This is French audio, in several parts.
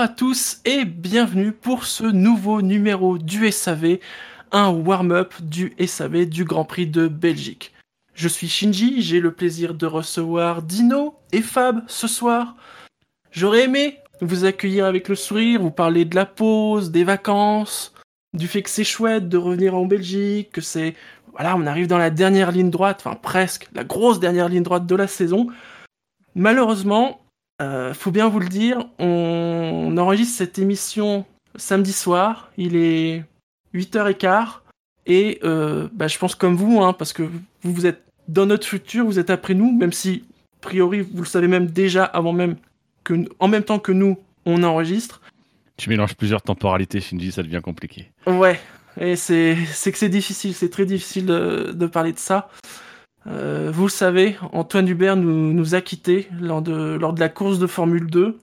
à tous et bienvenue pour ce nouveau numéro du SAV, un warm-up du SAV du Grand Prix de Belgique. Je suis Shinji, j'ai le plaisir de recevoir Dino et Fab ce soir. J'aurais aimé vous accueillir avec le sourire, vous parler de la pause, des vacances, du fait que c'est chouette de revenir en Belgique, que c'est... Voilà, on arrive dans la dernière ligne droite, enfin presque, la grosse dernière ligne droite de la saison. Malheureusement, faut bien vous le dire, on enregistre cette émission samedi soir, il est 8h15, et je pense comme vous, parce que vous êtes dans notre futur, vous êtes après nous, même si, a priori, vous le savez même déjà, en même temps que nous, on enregistre. Tu mélanges plusieurs temporalités, Shinji, ça devient compliqué. Ouais, et c'est que c'est difficile, c'est très difficile de parler de ça. Vous le savez, Antoine Hubert nous a quittés lors de la course de Formule 2.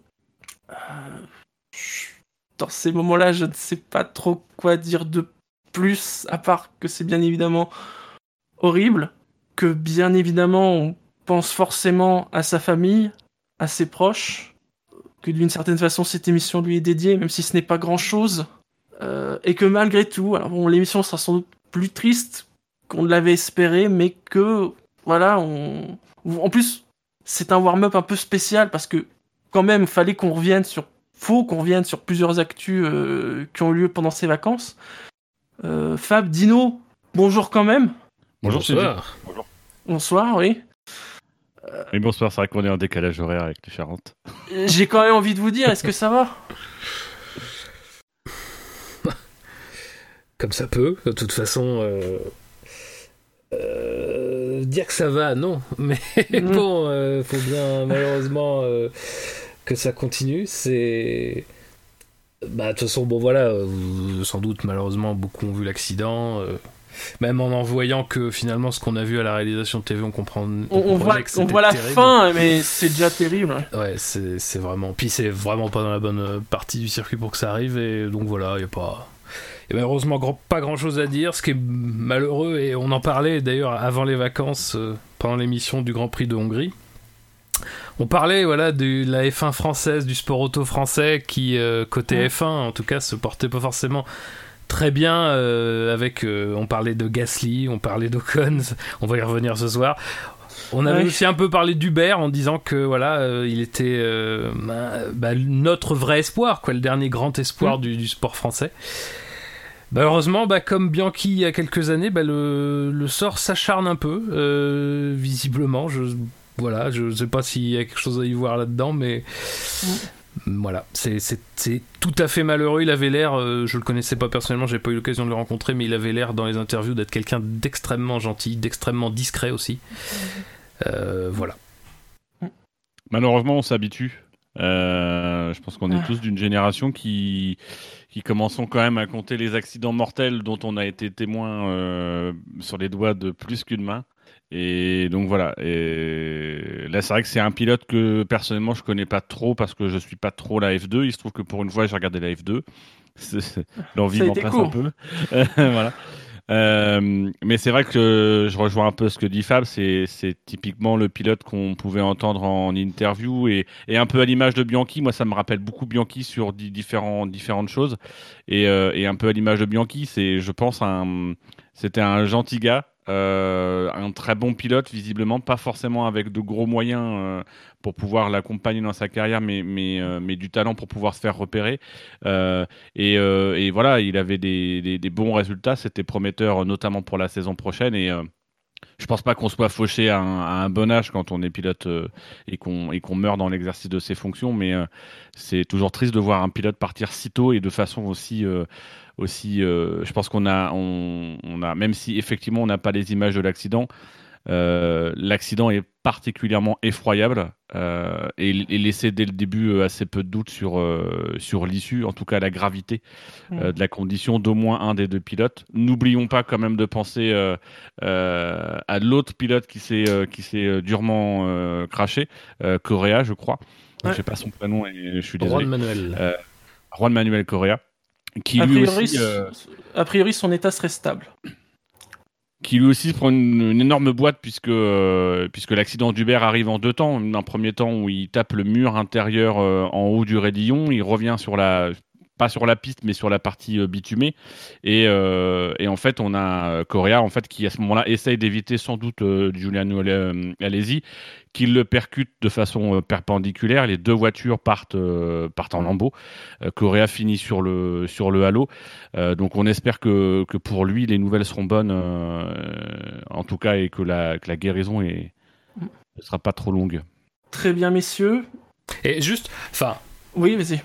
Dans ces moments-là, je ne sais pas trop quoi dire de plus, à part que c'est bien évidemment horrible, que bien évidemment on pense forcément à sa famille, à ses proches, que d'une certaine façon cette émission lui est dédiée, même si ce n'est pas grand-chose, et que malgré tout, alors bon, l'émission sera sans doute plus triste qu'on l'avait espéré, mais que, voilà, en plus, c'est un warm-up un peu spécial, parce que, quand même, faut qu'on revienne sur plusieurs actus qui ont eu lieu pendant ces vacances. Fab, Dino, bonjour quand même. Bonjour, bonsoir. Bonjour. Bonsoir, oui. Oui, bonsoir, c'est vrai qu'on est en décalage horaire avec les Charentes. J'ai quand même envie de vous dire, est-ce que ça va ? Comme ça peut, de toute façon, dire que ça va, non, mais bon, faut bien malheureusement que ça continue. C'est, de toute façon, bon voilà, sans doute malheureusement beaucoup ont vu l'accident. Même en voyant que finalement ce qu'on a vu à la réalisation de TV, on comprend. On voit la terrible. fin, mais c'est déjà terrible. Ouais, c'est vraiment. Puis c'est vraiment pas dans la bonne partie du circuit pour que ça arrive, et donc voilà, il y a pas. Et malheureusement pas grand chose à dire, ce qui est malheureux, et on en parlait d'ailleurs avant les vacances, pendant l'émission du Grand Prix de Hongrie. On parlait de la F1 française, du sport auto français qui, côté F1 en tout cas, se portait pas forcément très bien, avec on parlait de Gasly, on parlait d'Ocon, on va y revenir ce soir. On avait aussi un peu parlé d'Hubert en disant que il était notre vrai espoir, le dernier grand espoir du sport français. Malheureusement, comme Bianchi il y a quelques années, le sort s'acharne un peu, visiblement. Je sais pas s'il y a quelque chose à y voir là-dedans, mais voilà, c'est tout à fait malheureux. Il avait l'air, je le connaissais pas personnellement, j'ai pas eu l'occasion de le rencontrer, mais il avait l'air dans les interviews d'être quelqu'un d'extrêmement gentil, d'extrêmement discret aussi. Voilà. Malheureusement, on s'habitue. Je pense qu'on est tous d'une génération qui commençons quand même à compter les accidents mortels dont on a été témoin sur les doigts de plus qu'une main. Et donc voilà. Et là, c'est vrai que c'est un pilote que personnellement je connais pas trop parce que je suis pas trop la F2. Il se trouve que pour une fois, j'ai regardé la F2. L'envie m'en passe un peu. Voilà. Mais c'est vrai que je rejoins un peu ce que dit Fab, c'est typiquement le pilote qu'on pouvait entendre en interview et un peu à l'image de Bianchi. Moi, ça me rappelle beaucoup Bianchi sur différentes choses et un peu à l'image de Bianchi, je pense, c'était un gentil gars. Un très bon pilote, visiblement, pas forcément avec de gros moyens pour pouvoir l'accompagner dans sa carrière, mais du talent pour pouvoir se faire repérer. Et voilà, il avait des bons résultats, c'était prometteur, notamment pour la saison prochaine. Et je pense pas qu'on soit fauché à un bon âge quand on est pilote et qu'on meurt dans l'exercice de ses fonctions, mais c'est toujours triste de voir un pilote partir si tôt et de façon aussi je pense qu'on a, même si effectivement on n'a pas les images de l'accident, l'accident est particulièrement effroyable et laissait dès le début assez peu de doutes sur l'issue, en tout cas la gravité de la condition d'au moins un des deux pilotes. N'oublions pas quand même de penser à l'autre pilote qui s'est durement craché, Correa, je crois. Je sais pas son prénom et je suis désolé. Juan Manuel Correa. Qui lui aussi, a priori, son état serait stable. qui lui aussi prend une énorme boîte puisque l'accident d'Hubert arrive en 2 temps. Un premier temps où il tape le mur intérieur en haut du raidillon, il revient pas sur la piste mais sur la partie bitumée et en fait on a Correa en fait qui à ce moment-là essaye d'éviter sans doute Giuliano Alesi qui le percute de façon perpendiculaire. Les 2 voitures partent en lambeaux. Correa finit sur le halo. Donc on espère que pour lui les nouvelles seront bonnes en tout cas et que la guérison ne sera pas trop longue. Très bien messieurs. Et juste, enfin... Oui, vas-y.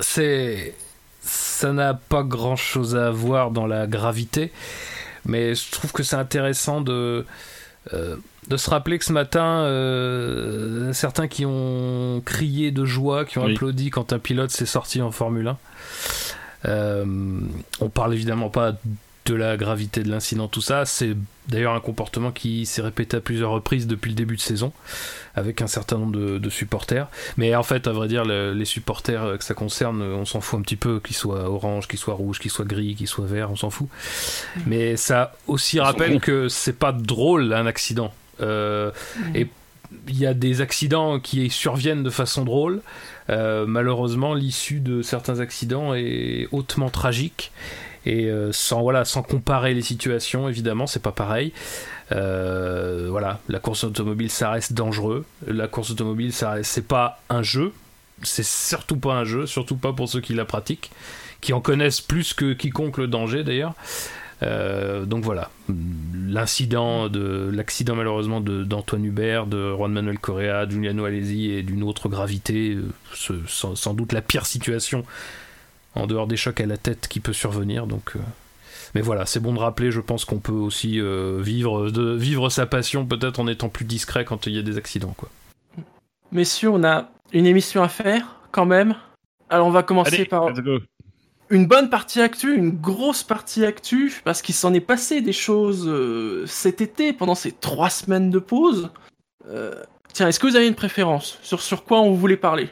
Ça n'a pas grand-chose à voir dans la gravité, mais je trouve que c'est intéressant de se rappeler que ce matin, certains qui ont crié de joie, qui ont applaudi quand un pilote s'est sorti en Formule 1. On parle évidemment pas de la gravité de l'incident, tout ça. C'est d'ailleurs un comportement qui s'est répété à plusieurs reprises depuis le début de saison, avec un certain nombre de supporters. Mais en fait, à vrai dire, les supporters que ça concerne, on s'en fout un petit peu, qu'ils soient orange, qu'ils soient rouge, qu'ils soient gris, qu'ils soient verts, on s'en fout. Mais ça aussi rappelle que c'est pas drôle un accident. Et il y a des accidents qui surviennent de façon drôle. Malheureusement, l'issue de certains accidents est hautement tragique. Et sans comparer les situations, évidemment, c'est pas pareil. La course automobile, ça reste dangereux. La course automobile, c'est pas un jeu. C'est surtout pas un jeu, surtout pas pour ceux qui la pratiquent, qui en connaissent plus que quiconque le danger d'ailleurs. Donc voilà, l'accident malheureusement d'Antoine Hubert, de Juan Manuel Correa, Giuliano Alesi et d'une autre gravité, sans doute la pire situation en dehors des chocs à la tête qui peut survenir. Donc, mais voilà, c'est bon de rappeler, je pense qu'on peut aussi vivre sa passion peut-être en étant plus discret quand il y a des accidents, quoi. Messieurs, on a une émission à faire quand même. Alors on va commencer par une bonne partie actu, une grosse partie actu, parce qu'il s'en est passé des choses cet été, pendant ces 3 semaines de pause. Tiens, est-ce que vous avez une préférence sur quoi on voulait parler?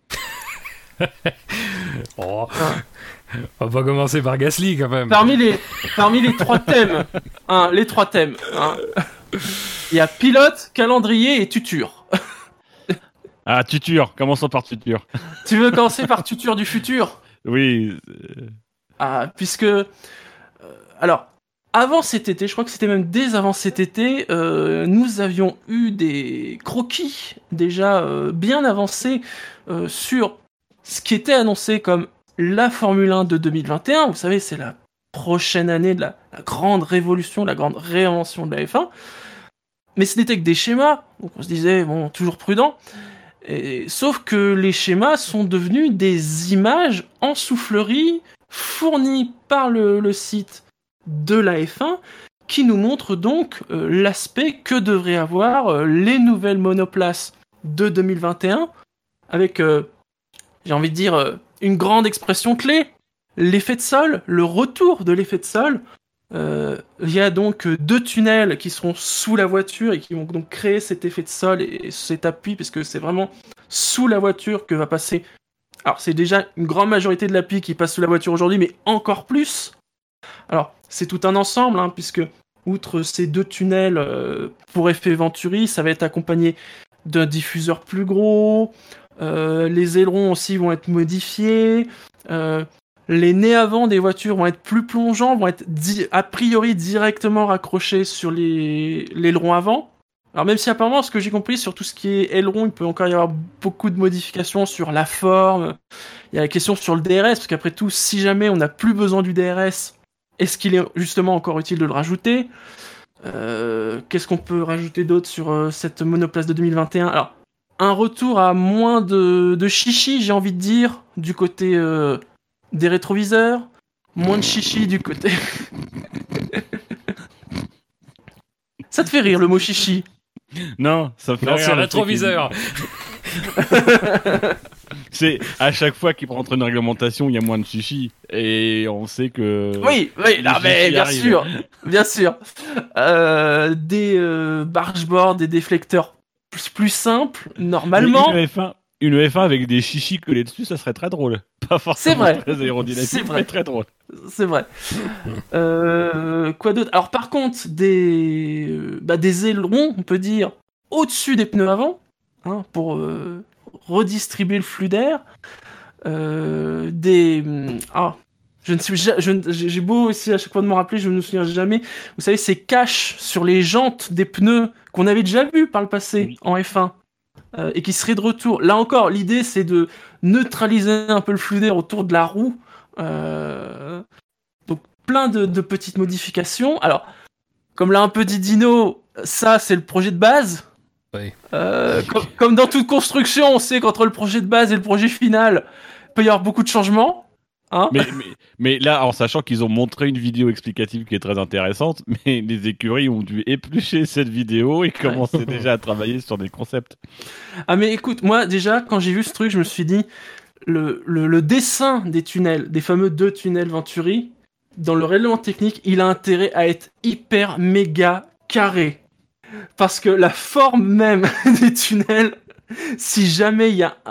On va pas commencer par Gasly quand même. Parmi les 3 thèmes, les 3 thèmes, il y a pilote, calendrier et tuture. Ah, tuture, commençons par tuture. Tu veux commencer par tuture du futur? Oui. Puisque alors avant cet été, je crois que c'était même dès avant cet été, nous avions eu des croquis déjà bien avancés sur ce qui était annoncé comme la Formule 1 de 2021. Vous savez, c'est la prochaine année de la grande révolution, la grande réinvention de la F1. Mais ce n'était que des schémas, donc on se disait, bon, toujours prudent. Sauf que les schémas sont devenus des images en soufflerie fournies par le site de la F1 qui nous montrent donc l'aspect que devraient avoir les nouvelles monoplaces de 2021 avec... j'ai envie de dire, une grande expression clé, l'effet de sol, le retour de l'effet de sol. Il y a donc 2 tunnels qui seront sous la voiture et qui vont donc créer cet effet de sol et cet appui, parce que c'est vraiment sous la voiture que va passer... Alors, c'est déjà une grande majorité de l'appui qui passe sous la voiture aujourd'hui, mais encore plus. Alors, c'est tout un ensemble, puisque, outre ces 2 tunnels pour effet Venturi, ça va être accompagné d'un diffuseur plus gros... les ailerons aussi vont être modifiés, les nez avant des voitures vont être plus plongeants, vont être a priori directement raccrochés sur l'aileron avant. Alors même si apparemment, ce que j'ai compris sur tout ce qui est aileron, il peut encore y avoir beaucoup de modifications sur la forme. Il y a la question sur le DRS, parce qu'après tout, si jamais on n'a plus besoin du DRS, est-ce qu'il est justement encore utile de le rajouter? Qu'est-ce qu'on peut rajouter d'autre sur cette monoplace de 2021? Alors, un retour à moins de chichi, j'ai envie de dire, du côté des rétroviseurs. Moins de chichi du côté... Ça te fait rire, le mot chichi? Non, ça me fait rire. C'est rétroviseur. C'est à chaque fois qu'il rentre une réglementation, il y a moins de chichi. Et on sait que... Oui, non, mais bien sûr. Des bargeboards, des déflecteurs plus simples, normalement. une F1 avec des chichis collés dessus, ça serait très drôle. Pas forcément très aérodynamique, mais très drôle. C'est vrai. Quoi d'autre? Alors par contre, des ailerons, on peut dire, au-dessus des pneus avant, hein, pour redistribuer le flux d'air. J'ai beau essayer à chaque fois de me rappeler, je ne me souviens jamais. Vous savez, ces caches sur les jantes des pneus qu'on avait déjà vu par le passé en F1 et qui seraient de retour. Là encore, l'idée c'est de neutraliser un peu le flux d'air autour de la roue. Donc plein de petites modifications. Alors, comme l'a un peu dit Dino, ça c'est le projet de base. Oui. Comme dans toute construction, on sait qu'entre le projet de base et le projet final, il peut y avoir beaucoup de changements. Hein, mais là, en sachant qu'ils ont montré une vidéo explicative qui est très intéressante, mais les écuries ont dû éplucher cette vidéo et commencer déjà à travailler sur des concepts. Ah mais écoute, moi déjà, quand j'ai vu ce truc, je me suis dit, le dessin des tunnels, des fameux 2 tunnels Venturi, dans le règlement technique, il a intérêt à être hyper méga carré. Parce que la forme même des tunnels, si jamais il y a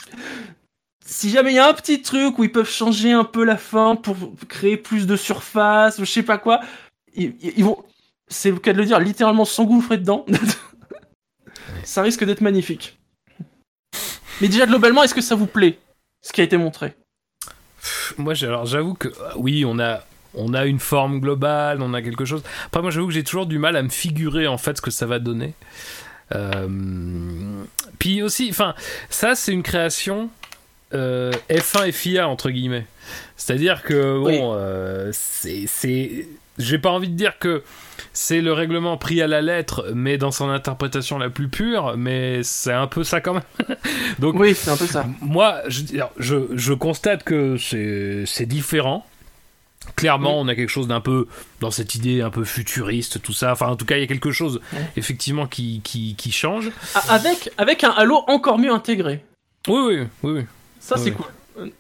un petit truc où ils peuvent changer un peu la forme pour créer plus de surface, je sais pas quoi, ils vont, c'est le cas de le dire, littéralement s'engouffrer dedans. Ça risque d'être magnifique. Mais déjà, globalement, est-ce que ça vous plaît, ce qui a été montré? Moi, j'avoue que oui, on a une forme globale, on a quelque chose. Après, moi, j'avoue que j'ai toujours du mal à me figurer en fait ce que ça va donner. Puis aussi, enfin, ça, c'est une création F1 et FIA entre guillemets. C'est-à-dire que bon, j'ai pas envie de dire que c'est le règlement pris à la lettre, mais dans son interprétation la plus pure, mais c'est un peu ça quand même. Donc, oui, c'est un peu ça. Moi, je constate que c'est différent. Clairement, on a quelque chose d'un peu dans cette idée un peu futuriste, tout ça. Enfin, en tout cas, il y a quelque chose effectivement qui change. Avec un halo encore mieux intégré. Oui. Ça, c'est cool.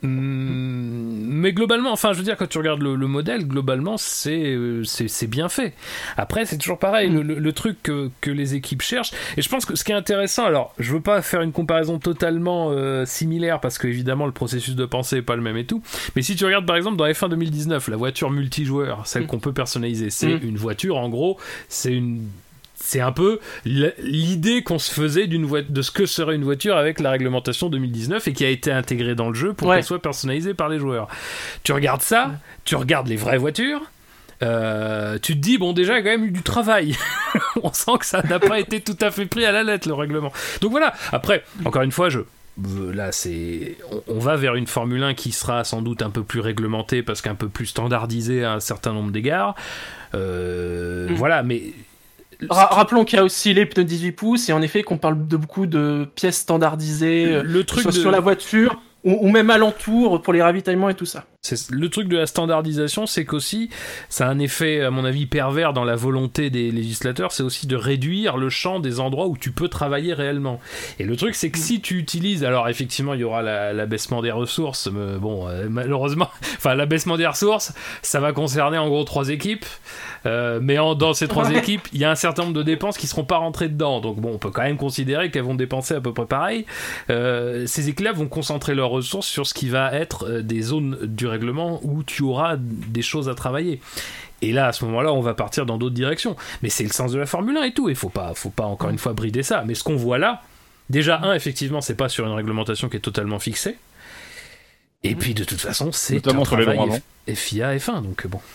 Mais globalement, enfin, je veux dire, quand tu regardes le modèle, globalement, c'est bien fait. Après, c'est toujours pareil, le truc que les équipes cherchent. Et je pense que ce qui est intéressant, alors, je veux pas faire une comparaison totalement similaire, parce que évidemment, le processus de pensée est pas le même et tout. Mais si tu regardes, par exemple, dans F1 2019, la voiture multijoueur, celle qu'on peut personnaliser, c'est une voiture, en gros, c'est un peu l'idée qu'on se faisait de ce que serait une voiture avec la réglementation 2019 et qui a été intégrée dans le jeu pour qu'elle soit personnalisée par les joueurs. Tu regardes ça, tu regardes les vraies voitures, tu te dis, bon, déjà, il y a quand même eu du travail. On sent que ça n'a pas été tout à fait pris à la lettre, le règlement. Donc voilà, après, encore une fois, là, on va vers une Formule 1 qui sera sans doute un peu plus réglementée parce qu'un peu plus standardisée à un certain nombre d'égards. Voilà, mais... Rappelons qu'il y a aussi les pneus 18 pouces et en effet qu'on parle de beaucoup de pièces standardisées sur la voiture ou même alentour pour les ravitaillements et tout ça. Le truc de la standardisation, c'est qu'aussi ça a un effet à mon avis pervers dans la volonté des législateurs, c'est aussi de réduire le champ des endroits où tu peux travailler réellement. Et le truc, c'est que si tu utilises, alors effectivement il y aura l'abaissement des ressources, mais bon, malheureusement, enfin l'abaissement des ressources, ça va concerner en gros 3 équipes, mais dans ces 3 équipes, il y a un certain nombre de dépenses qui seront pas rentrées dedans, donc bon, on peut quand même considérer qu'elles vont dépenser à peu près pareil. Ces équipes-là vont concentrer leurs ressources sur ce qui va être des zones du règlement où tu auras des choses à travailler. Et là, à ce moment-là, on va partir dans d'autres directions. Mais c'est le sens de la Formule 1 et tout. Il faut pas encore une fois brider ça. Mais ce qu'on voit là, déjà, effectivement, c'est pas sur une réglementation qui est totalement fixée. Et puis, de toute façon, c'est notamment un sur les travail FIA, F1. Donc, bon.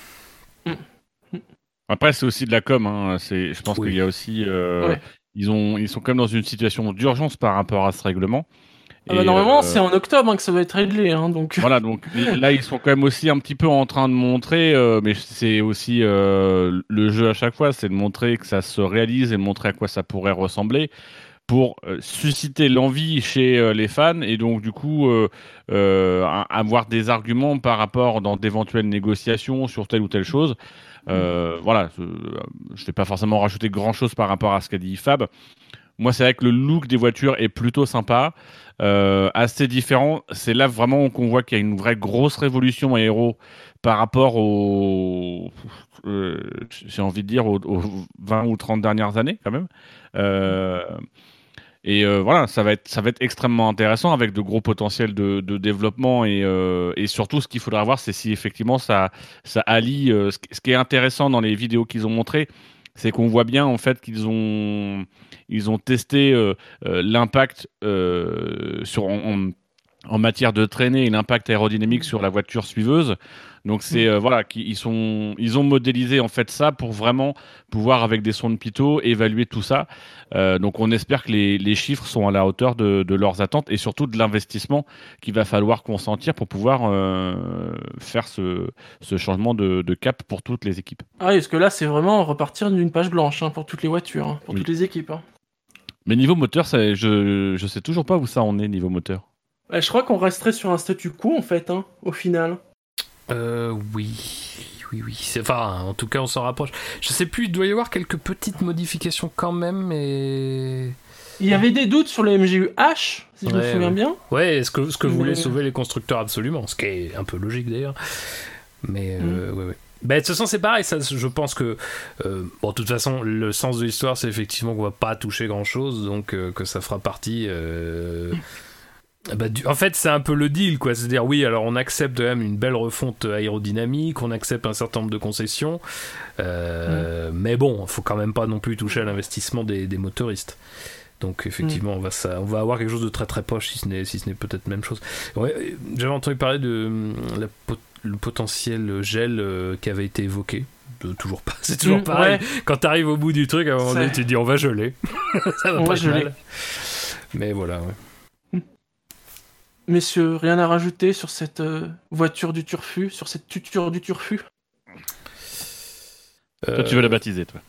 Après, c'est aussi de la com. Hein. Je pense qu'il y a aussi... ils sont quand même dans une situation d'urgence par rapport à ce règlement. Normalement, c'est en octobre que ça va être réglé. Donc... Voilà, donc là, ils sont quand même aussi un petit peu en train de montrer, mais c'est aussi le jeu à chaque fois, c'est de montrer que ça se réalise et de montrer à quoi ça pourrait ressembler pour susciter l'envie chez les fans et donc du coup avoir des arguments par rapport dans d'éventuelles négociations sur telle ou telle chose. Voilà, je ne vais pas forcément rajouter grand-chose par rapport à ce qu'a dit Fab. Moi, c'est vrai que le look des voitures est plutôt sympa, assez différent. C'est là vraiment qu'on voit qu'il y a une vraie grosse révolution aéro par rapport j'ai envie de dire, aux 20 ou 30 dernières années, quand même. voilà, ça va être extrêmement intéressant avec de gros potentiels de développement et surtout ce qu'il faudra voir, c'est si effectivement ça allie. Ce qui est intéressant dans les vidéos qu'ils ont montrées, c'est qu'on voit bien en fait qu'ils ont testé l'impact en matière de traînée et l'impact aérodynamique sur la voiture suiveuse. Donc c'est voilà, ils ont modélisé en fait ça pour vraiment pouvoir avec des sons de pitot évaluer tout ça. Donc on espère que les chiffres sont à la hauteur de leurs attentes et surtout de l'investissement qu'il va falloir consentir pour pouvoir faire ce changement de cap pour toutes les équipes. Ah oui, parce que là c'est vraiment repartir d'une page blanche pour toutes les voitures, pour toutes les équipes. Mais niveau moteur, je sais toujours pas où ça en est niveau moteur. Je crois qu'on resterait sur un statu quo en fait, au final. Oui. Enfin, en tout cas, on s'en rapproche. Je sais plus, il doit y avoir quelques petites modifications quand même, mais... Il y avait des doutes sur le MGU H, si je me souviens bien. Ouais, ce que voulaient sauver les constructeurs absolument, ce qui est un peu logique d'ailleurs. Mais ouais. Bah, de toute façon, c'est pareil, ça, je pense que... bon, de toute façon, le sens de l'histoire, c'est effectivement qu'on va pas toucher grand-chose, donc que ça fera partie... en fait, c'est un peu le deal, quoi. C'est-à-dire, oui, alors on accepte quand même une belle refonte aérodynamique, on accepte un certain nombre de concessions, mais bon, faut quand même pas non plus toucher à l'investissement des motoristes. Donc, effectivement, on va avoir quelque chose de très très poche, si ce n'est peut-être même chose. Ouais, j'avais entendu parler de le potentiel gel qui avait été évoqué. Toujours pas, c'est toujours pareil. Ouais. Quand t'arrives au bout du truc, à un moment donné, tu te dis on va geler. Ça va pas geler. Mal. Mais voilà, ouais. Messieurs, rien à rajouter sur cette voiture du turfu, sur cette tuture du turfu? Toi, tu veux la baptiser, toi.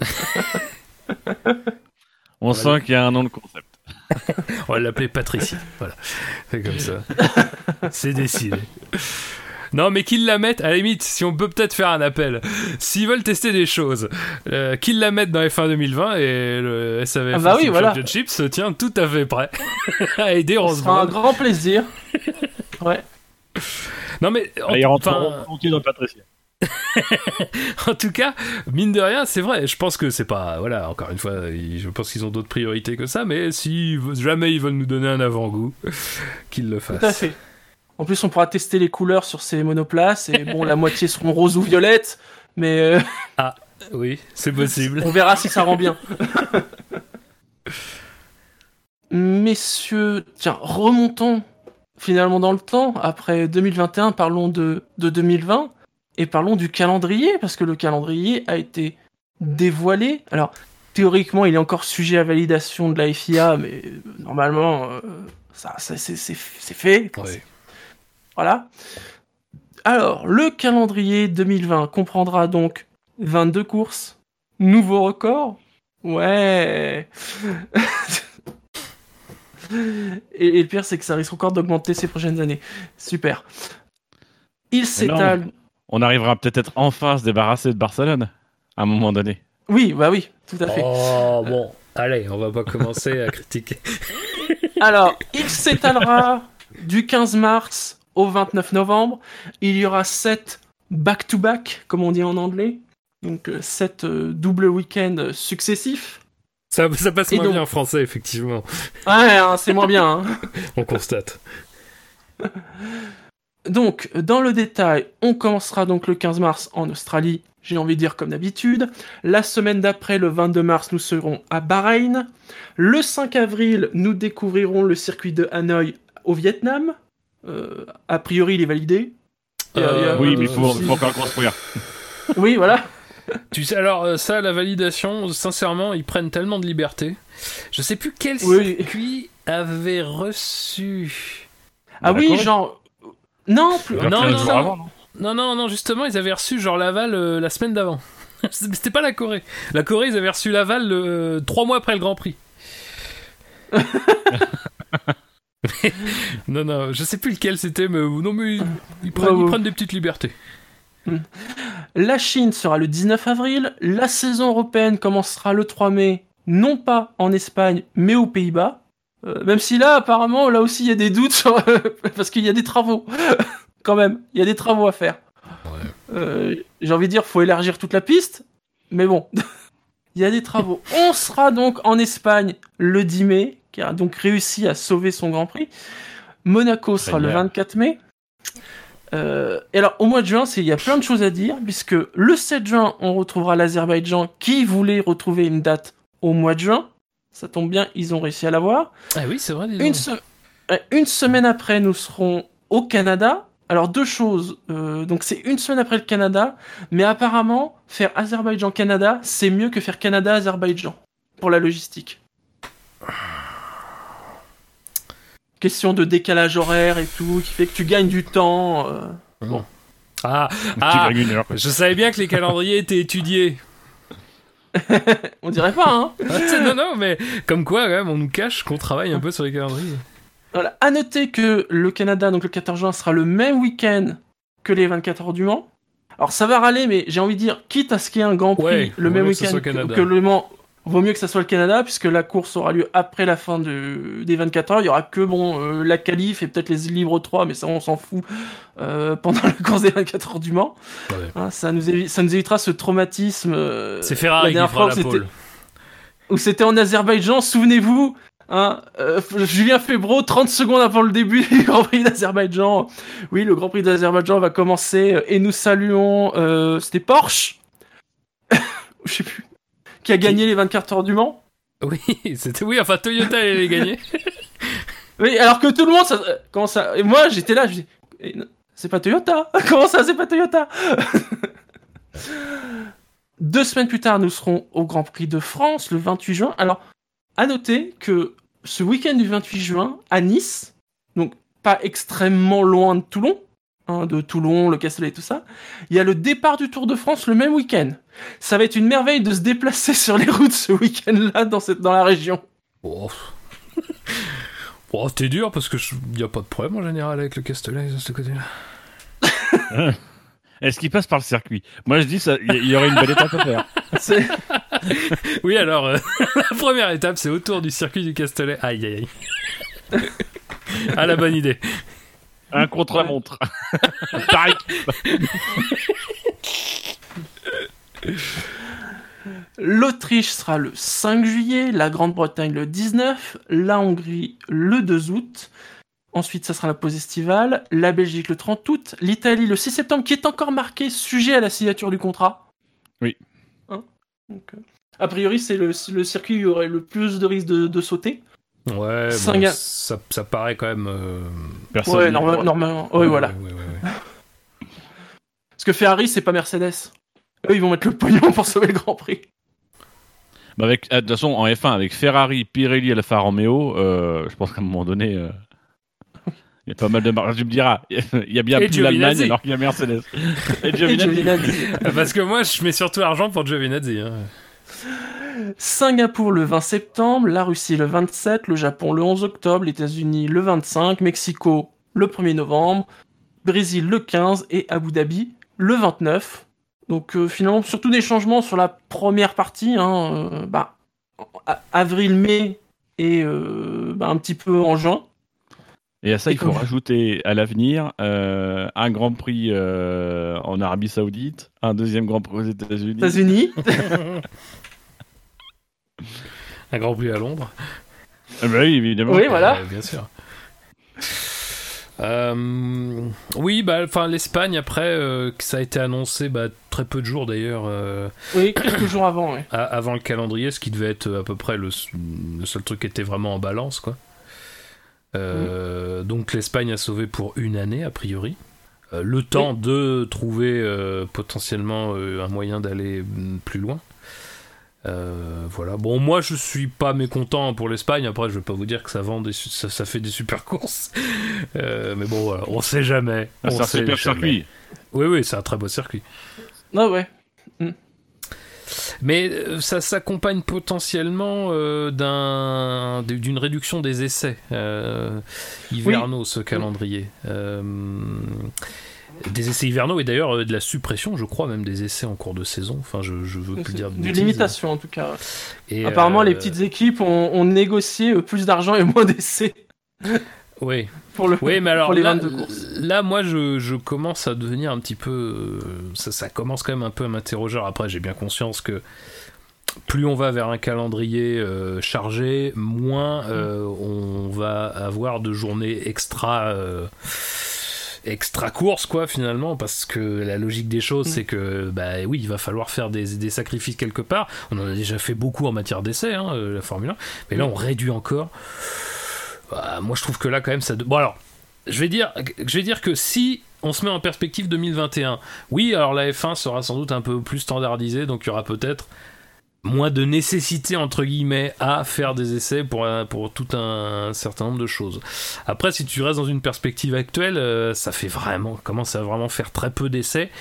On sent qu'il y a un nom de concept. On va l'appeler Patricia. Voilà, c'est comme ça. C'est décidé. Non, mais qu'ils la mettent, à la limite, si on peut peut-être faire un appel. S'ils veulent tester des choses, qu'ils la mettent dans F1 2020 et le SAV Championship se tient tout à fait prêt à aider Rosberg. Ce sera un grand plaisir. Ouais. Non, mais. Ils rentreront dans Patricia. En tout cas, mine de rien, c'est vrai. Je pense que c'est pas. Voilà, encore une fois, je pense qu'ils ont d'autres priorités que ça, mais si jamais ils veulent nous donner un avant-goût, qu'ils le fassent. Tout à fait. En plus, on pourra tester les couleurs sur ces monoplaces, et bon, la moitié seront roses ou violettes, mais... Ah, oui, c'est possible. On verra si ça rend bien. Messieurs, tiens, remontons finalement dans le temps. Après 2021, parlons de 2020, et parlons du calendrier, parce que le calendrier a été dévoilé. Alors, théoriquement, il est encore sujet à validation de la FIA, mais normalement, ça c'est fait. Oui. Voilà. Alors, le calendrier 2020 comprendra donc 22 courses, nouveau record. Ouais. et le pire, c'est que ça risque encore d'augmenter ces prochaines années. Super. Il s'étale. On arrivera peut-être enfin à se débarrasser de Barcelone à un moment donné. Oui, bah oui, tout à fait. Oh, bon. Allez, on va pas commencer à critiquer. Alors, il s'étalera du 15 mars au 29 novembre, il y aura 7 back-to-back, comme on dit en anglais. Donc 7 doubles week-ends successifs. Ça passe moins bien en français, effectivement. Ouais, c'est moins bien. On constate. Donc, dans le détail, on commencera donc le 15 mars en Australie, j'ai envie de dire comme d'habitude. La semaine d'après, le 22 mars, nous serons à Bahreïn. Le 5 avril, nous découvrirons le circuit de Hanoï au Vietnam. A priori, il est validé. Oui, mais il faut encore le construire. Oui, voilà. Tu sais, alors ça, la validation, sincèrement, ils prennent tellement de liberté. Je sais plus quel circuit avait reçu. Ah oui, genre... Non, plus... Non, justement, ils avaient reçu genre l'aval la semaine d'avant. C'était pas la Corée. La Corée, ils avaient reçu l'aval 3 mois après le Grand Prix. Non, je sais plus lequel c'était, mais non, mais ils prennent des petites libertés. La Chine sera le 19 avril, la saison européenne commencera le 3 mai, non pas en Espagne, mais aux Pays-Bas. Même si là, apparemment, là aussi, il y a des doutes sur, parce qu'il y a des travaux. Quand même, il y a des travaux à faire. Ouais. J'ai envie de dire, faut élargir toute la piste, mais bon. Il y a des travaux. On sera donc en Espagne le 10 mai, qui a donc réussi à sauver son Grand Prix. Monaco sera le 24 mai. Et alors, au mois de juin, il y a plein de choses à dire, puisque le 7 juin, on retrouvera l'Azerbaïdjan qui voulait retrouver une date au mois de juin. Ça tombe bien, ils ont réussi à l'avoir. Ah oui, c'est vrai. Une semaine après, nous serons au Canada. Alors, deux choses. Donc, c'est une semaine après le Canada, mais apparemment, faire Azerbaïdjan-Canada, c'est mieux que faire Canada-Azerbaïdjan, pour la logistique. Question de décalage horaire et tout, qui fait que tu gagnes du temps. Bon. Je savais bien que les calendriers étaient étudiés. On dirait pas, hein. Non, mais comme quoi, quand même, on nous cache qu'on travaille un peu sur les calendriers. Voilà. À noter que le Canada, donc le 14 juin, sera le même week-end que les 24 heures du Mans. Alors ça va râler, mais j'ai envie de dire, quitte à ce qu'il y ait un Grand Prix le même week-end que le Mans, vaut mieux que ça soit le Canada, puisque la course aura lieu après la fin des 24 heures. Il y aura que la qualif et peut-être les libres 3, mais ça on s'en fout pendant la course des 24 heures du Mans. Ouais. Hein, ça nous évitera ce traumatisme. C'est Ferrari qui fera la pole. Où c'était en Azerbaïdjan, souvenez-vous. Hein, Julien Febvre, 30 secondes avant le début du Grand Prix d'Azerbaïdjan. Oui, le Grand Prix d'Azerbaïdjan va commencer et nous saluons. C'était Porsche. Je sais plus. Qui a gagné les 24 heures du Mans. Oui, enfin Toyota allait les gagner. Oui, alors que tout le monde, comment ça. Et moi, j'étais là, je dis, c'est pas Toyota. Comment ça, c'est pas Toyota? 2 semaines plus tard, nous serons au Grand Prix de France le 28 juin. Alors, à noter que ce week-end du 28 juin, à Nice, donc pas extrêmement loin de Toulon, de Toulon, le Castellet et tout ça, il y a le départ du Tour de France le même week-end. Ça va être une merveille de se déplacer sur les routes ce week-end-là dans la région. Oh, t'es dur parce que il n'y a pas de problème en général avec le Castellet de ce côté-là. Est-ce qu'il passe par le circuit? Moi je dis il y aurait une belle étape à faire. Oui, alors la première étape c'est autour du circuit du Castellet. Aïe. Ah, la bonne idée. Un contre-la-montre. Pareil. L'Autriche sera le 5 juillet, la Grande-Bretagne le 19, la Hongrie le 2 août. Ensuite, ça sera la pause estivale. La Belgique le 30 août. L'Italie le 6 septembre, qui est encore marqué sujet à la signature du contrat. Oui. Donc, a priori, c'est le circuit où il y aurait le plus de risques de sauter. Ouais, bon, ça paraît quand même... Ouais, normalement. Ouais, voilà. Ouais. Parce que Ferrari, c'est pas Mercedes. Eux, ils vont mettre le pognon pour sauver le Grand Prix. Bah de toute façon, en F1, avec Ferrari, Pirelli, Alfa Romeo, je pense qu'à un moment donné... Il y a pas mal de marques. Tu me diras, il y a bien plus l'Allemagne alors qu'il y a Mercedes. Et Giovinazzi. Parce que moi, je mets surtout argent pour Giovinazzi. Singapour le 20 septembre, la Russie le 27, le Japon le 11 octobre, les États-Unis le 25, Mexico le 1er novembre, Brésil le 15 et Abu Dhabi le 29. Donc finalement, surtout des changements sur la première partie. Avril-mai et un petit peu en juin. Et à ça, il faut rajouter à l'avenir un Grand Prix en Arabie Saoudite, un deuxième Grand Prix aux États-Unis. Un Grand Prix à Londres. Oui, évidemment. Oui, voilà. Bien sûr. Oui, l'Espagne, après, ça a été annoncé très peu de jours d'ailleurs. Oui, quelques jours avant, oui. Avant le calendrier, ce qui devait être à peu près le seul truc qui était vraiment en balance, quoi. Donc l'Espagne a sauvé pour une année a priori, le temps de trouver potentiellement un moyen d'aller plus loin. Voilà. Bon, moi je suis pas mécontent pour l'Espagne. Après, je vais pas vous dire que ça fait des super courses, mais bon, voilà, on sait jamais. C'est un super circuit. Oui, c'est un très beau circuit. Ah ouais. Mais ça s'accompagne potentiellement d'une réduction des essais hivernaux, ce calendrier. Des essais hivernaux et d'ailleurs de la suppression, je crois, même des essais en cours de saison. Enfin, je veux plus dire de bêtises. Limitation, en tout cas. Et apparemment, les petites équipes ont négocié plus d'argent et moins d'essais. Oui. Mais alors, pour les 22 courses. Là, moi, je commence à devenir un petit peu... Ça commence quand même un peu à m'interroger. Après, j'ai bien conscience que plus on va vers un calendrier chargé, moins on va avoir de journées extra course quoi finalement, parce que la logique des choses c'est que bah oui, il va falloir faire des sacrifices quelque part. On en a déjà fait beaucoup en matière d'essai la Formule 1, mais là on réduit encore. Moi je trouve que là quand même ça bon, alors je vais dire que si on se met en perspective 2021, oui, alors la F1 sera sans doute un peu plus standardisée, donc il y aura peut-être moins de nécessité entre guillemets à faire des essais pour tout un certain nombre de choses. Après, si tu restes dans une perspective actuelle, ça commence à vraiment faire très peu d'essais.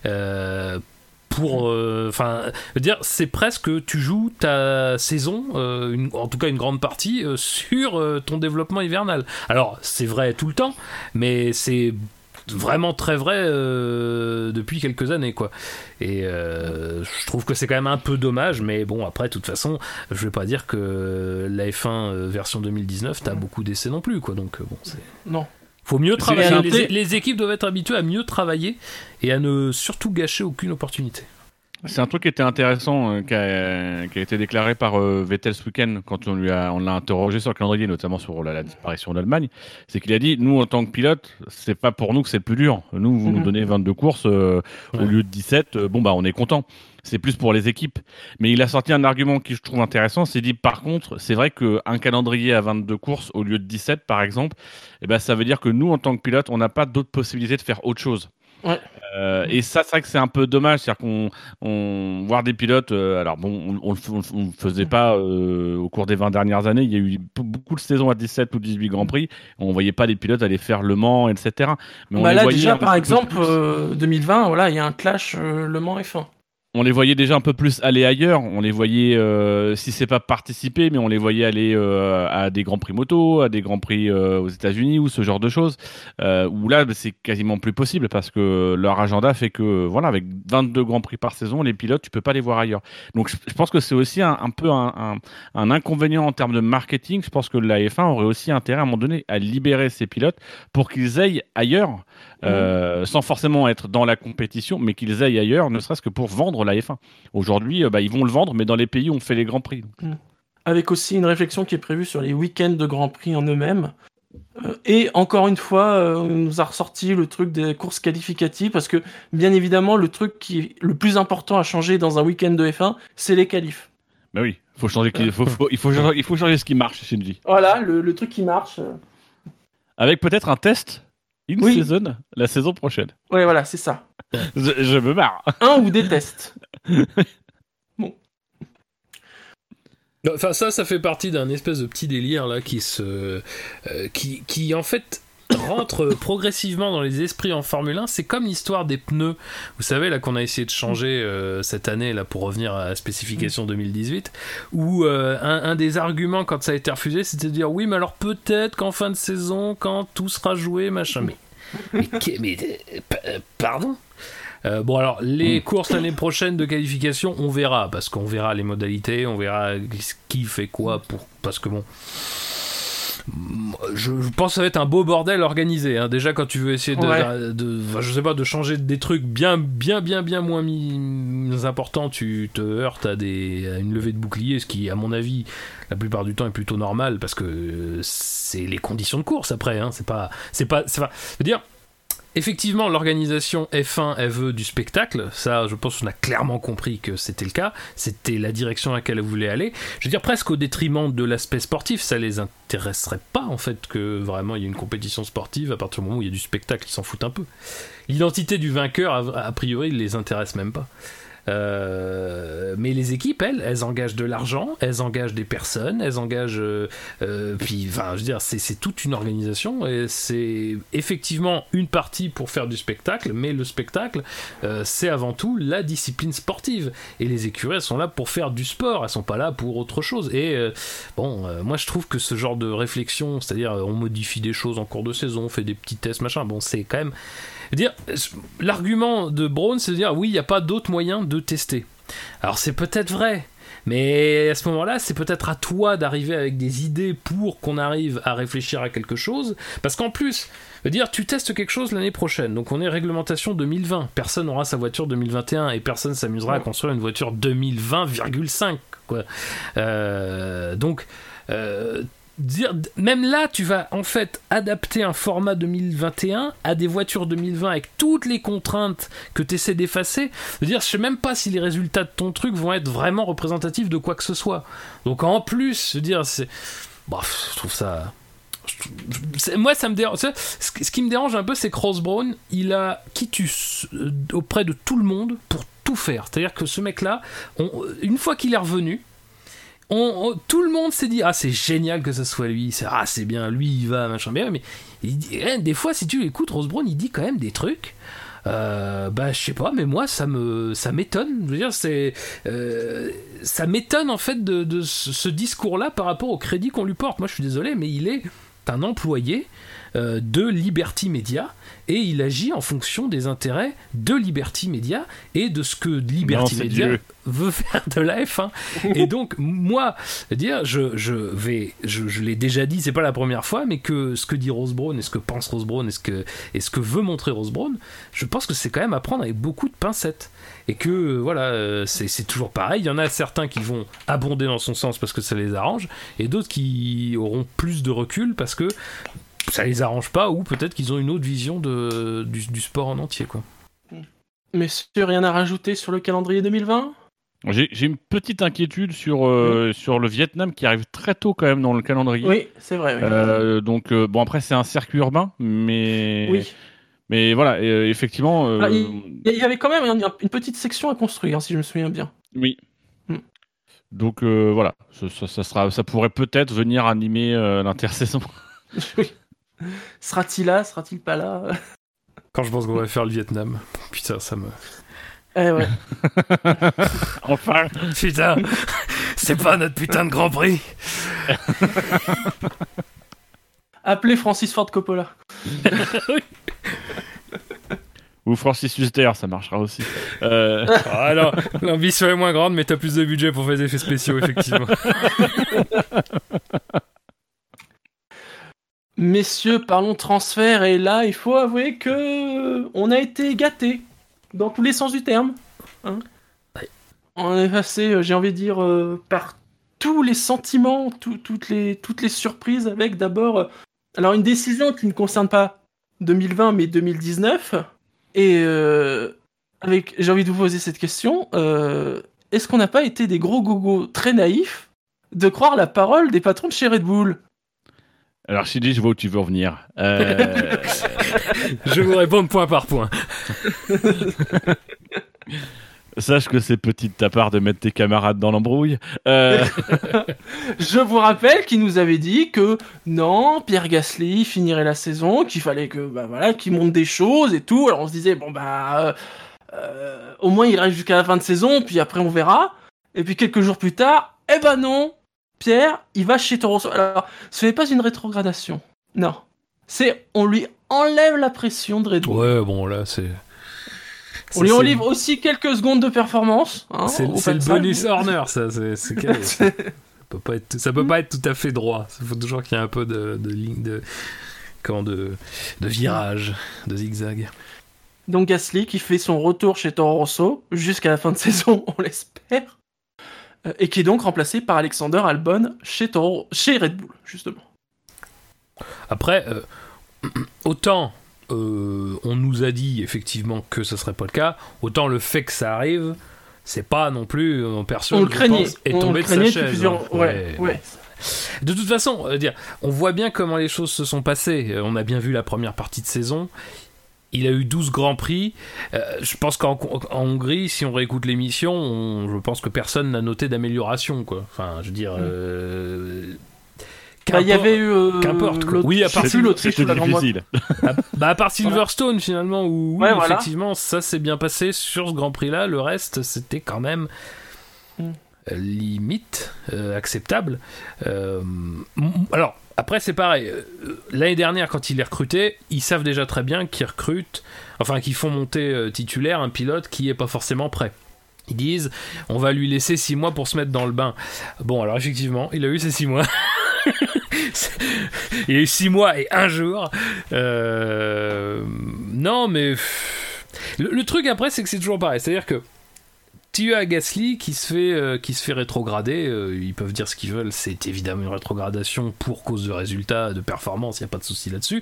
Dire, c'est presque tu joues ta saison, en tout cas une grande partie, sur ton développement hivernal. Alors c'est vrai tout le temps, mais c'est vraiment très vrai depuis quelques années quoi. Et je trouve que c'est quand même un peu dommage, mais bon, après de toute façon je vais pas dire que la F1 version 2019 t'as beaucoup d'essais non plus quoi, donc bon, c'est... Non, faut mieux travailler, les équipes doivent être habituées à mieux travailler et à ne surtout gâcher aucune opportunité. C'est un truc qui était intéressant, qui a été déclaré par Vettel ce week-end quand on l'a interrogé sur le calendrier, notamment sur la disparition d'Allemagne. C'est qu'il a dit, nous en tant que pilote, c'est pas pour nous que c'est le plus dur. Nous, vous nous donnez 22 courses au lieu de 17, on est content. C'est plus pour les équipes. Mais il a sorti un argument qui je trouve intéressant. C'est dit, par contre, c'est vrai qu'un calendrier à 22 courses au lieu de 17, par exemple, ça veut dire que nous, en tant que pilote, on n'a pas d'autres possibilités de faire autre chose. Ouais. Et ça, c'est vrai que c'est un peu dommage, c'est-à-dire qu'on voir des pilotes. Alors bon, on le faisait pas au cours des 20 dernières années. Il y a eu beaucoup de saisons à 17 ou 18 Grands Prix. On voyait pas des pilotes aller faire Le Mans, etc. Mais on les là voyait déjà, par exemple, 2020, voilà, il y a un clash Le Mans F1. On les voyait déjà un peu plus aller ailleurs. On les voyait, si c'est pas participer, mais on les voyait aller à des grands prix moto, à des grands prix aux États-Unis ou ce genre de choses. Où là, c'est quasiment plus possible parce que leur agenda fait que, voilà, avec 22 grands prix par saison, les pilotes, tu peux pas les voir ailleurs. Donc, je pense que c'est aussi un peu un inconvénient en termes de marketing. Je pense que la F1 aurait aussi intérêt à un moment donné à libérer ces pilotes pour qu'ils aillent ailleurs, sans forcément être dans la compétition, mais qu'ils aillent ailleurs, ne serait-ce que pour vendre la F1. Aujourd'hui, ils vont le vendre, mais dans les pays où on fait les Grands Prix. Avec aussi une réflexion qui est prévue sur les week-ends de Grands Prix en eux-mêmes. Et encore une fois, on nous a ressorti le truc des courses qualificatives, parce que, bien évidemment, le truc qui est le plus important à changer dans un week-end de F1, c'est les qualifs. Ben oui, faut changer, il faut changer ce qui marche, Shinji. Voilà, le truc qui marche. Avec peut-être un test in-season la saison prochaine. Ouais, voilà, c'est ça. Je me marre. Un ou des tests. Bon. Enfin, ça fait partie d'un espèce de petit délire là qui en fait rentre progressivement dans les esprits en Formule 1. C'est comme l'histoire des pneus, vous savez, là qu'on a essayé de changer cette année là pour revenir à la spécification 2018, où un des arguments quand ça a été refusé, c'était de dire oui, mais alors peut-être qu'en fin de saison, quand tout sera joué, machin. Pardon. Bon, alors les courses l'année prochaine de qualification, on verra, parce qu'on verra les modalités, on verra qui fait quoi, parce que bon, je pense que ça va être un beau bordel organisé, hein. Déjà quand tu veux essayer de changer des trucs bien moins importants, tu te heurtes à une levée de bouclier, ce qui à mon avis la plupart du temps est plutôt normal, parce que c'est les conditions de course après, hein. C'est pas je veux dire, effectivement, l'organisation F1, elle veut du spectacle. Ça, je pense qu'on a clairement compris que c'était le cas. C'était la direction à laquelle elle voulait aller. Je veux dire, presque au détriment de l'aspect sportif. Ça les intéresserait pas, en fait, que vraiment il y ait une compétition sportive. À partir du moment où il y a du spectacle, ils s'en foutent un peu. L'identité du vainqueur, a priori, il les intéresse même pas. Mais les équipes, elles engagent de l'argent, elles engagent des personnes, elles engagent puis enfin je veux dire, c'est toute une organisation, et c'est effectivement une partie pour faire du spectacle, mais le spectacle c'est avant tout la discipline sportive, et les écuries elles sont là pour faire du sport, elles sont pas là pour autre chose. Et moi je trouve que ce genre de réflexion, c'est-à-dire on modifie des choses en cours de saison, on fait des petits tests machin, bon, c'est quand même dire, l'argument de Braun, c'est de dire oui, il n'y a pas d'autre moyen de tester. Alors c'est peut-être vrai, Mais à ce moment-là, c'est peut-être à toi d'arriver avec des idées pour qu'on arrive à réfléchir à quelque chose. Parce qu'en plus, dire, tu testes quelque chose l'année prochaine. Donc on est réglementation 2020. Personne n'aura sa voiture 2021 et personne s'amusera à construire une voiture 2020,5. Quoi. Même là, tu vas en fait adapter un format 2021 à des voitures 2020 avec toutes les contraintes que tu essaies d'effacer. Je sais même pas si les résultats de ton truc vont être vraiment représentatifs de quoi que ce soit. Donc en plus, je trouve ça... Moi, ça me dérange. Ce qui me dérange un peu, c'est que Ross Brawn, il a quitus auprès de tout le monde pour tout faire. C'est-à-dire que ce mec-là, une fois qu'il est revenu, tout le monde s'est dit c'est génial que ce soit lui, c'est bien, lui il va machin, mais des fois si tu l'écoutes, Ross Brawn il dit quand même des trucs je sais pas, mais moi ça m'étonne. Je veux dire, ça m'étonne en fait de ce discours là par rapport au crédit qu'on lui porte. Moi je suis désolé, mais il est un employé de Liberty Media et il agit en fonction des intérêts de Liberty Media et de ce que Liberty Media veut faire de la F1. Et donc moi, je l'ai déjà dit, c'est pas la première fois, mais que ce que dit Ross Brawn et ce que pense Ross Brawn et ce que veut montrer Ross Brawn, je pense que c'est quand même à prendre avec beaucoup de pincettes. Et que voilà, c'est toujours pareil. Il y en a certains qui vont abonder dans son sens parce que ça les arrange, et d'autres qui auront plus de recul parce que ça les arrange pas, ou peut-être qu'ils ont une autre vision du sport en entier, quoi. Messieurs, rien à rajouter sur le calendrier 2020 ? J'ai une petite inquiétude sur le Vietnam qui arrive très tôt quand même dans le calendrier. Oui, c'est vrai. Oui. Donc après c'est un circuit urbain, mais oui. Mais voilà, effectivement. Il y avait quand même une petite section à construire, si je me souviens bien. Oui. Donc voilà, ça pourrait peut-être venir animer l'intersaison. Oui. Sera-t-il là ? Sera-t-il pas là ? Quand je pense qu'on va faire le Vietnam, putain, ça me... ouais. Enfin. Putain, c'est pas notre putain de Grand Prix. Appelez Francis Ford Coppola. Oui. Ou Francis Huster, ça marchera aussi. Alors, l'ambition est moins grande, mais t'as plus de budget pour faire des effets spéciaux, effectivement. Messieurs, parlons transfert, et là, il faut avouer que on a été gâtés, dans tous les sens du terme. Hein, ouais. On est passé, j'ai envie de dire, par tous les sentiments, toutes les surprises, avec d'abord... alors, une décision qui ne concerne pas 2020, mais 2019, et j'ai envie de vous poser cette question, est-ce qu'on n'a pas été des gros gogos très naïfs de croire la parole des patrons de chez Red Bull ? Alors, Shinji, je vois où tu veux en venir. Je vous réponds point par point. Sache que c'est petit de ta part de mettre tes camarades dans l'embrouille. Je vous rappelle qu'il nous avait dit que non, Pierre Gasly finirait la saison, qu'il fallait que qu'il monte des choses et tout. Alors on se disait au moins il reste jusqu'à la fin de saison, puis après on verra. Et puis quelques jours plus tard, non, Pierre, il va chez Toro Rosso. Alors ce n'est pas une rétrogradation, non. C'est on lui enlève la pression de Red Bull. Ouais, bon là c'est... On lui enlève aussi quelques secondes de performance. Hein, c'est le bonus Horner, ça. Ça peut pas être tout à fait droit. Il faut toujours qu'il y ait un peu de ligne de virage, de zigzag. Donc Gasly qui fait son retour chez Toro Rosso jusqu'à la fin de saison, on l'espère, et qui est donc remplacé par Alexander Albon chez Red Bull, justement. Après, autant... on nous a dit effectivement que ce serait pas le cas, autant le fait que ça arrive, c'est pas non plus personne on le craignait, est tombé de sa chaise. Ouais. De toute façon, on voit bien comment les choses se sont passées. On a bien vu la première partie de saison. Il a eu 12 Grands Prix. Je pense qu'en Hongrie, si on réécoute l'émission, je pense que personne n'a noté d'amélioration, quoi. Enfin, je veux dire... il y avait eu qu'importe quoi. Oui, à part l'Autriche ou la difficile. À part Silverstone finalement où voilà. Effectivement ça s'est bien passé sur ce Grand Prix là, le reste c'était quand même limite acceptable. Alors après c'est pareil, l'année dernière quand il est recruté, ils savent déjà très bien qu'ils recrutent, enfin qu'ils font monter titulaire un pilote qui est pas forcément prêt. Ils disent, on va lui laisser 6 mois pour se mettre dans le bain. Bon, alors effectivement, il a eu ces 6 mois. Il y a eu 6 mois et 1 jour. Non, mais... Le truc après, c'est que c'est toujours pareil. C'est-à-dire que tu as Gasly qui se fait rétrograder. Ils peuvent dire ce qu'ils veulent. C'est évidemment une rétrogradation pour cause de résultats, de performance. Il n'y a pas de souci là-dessus.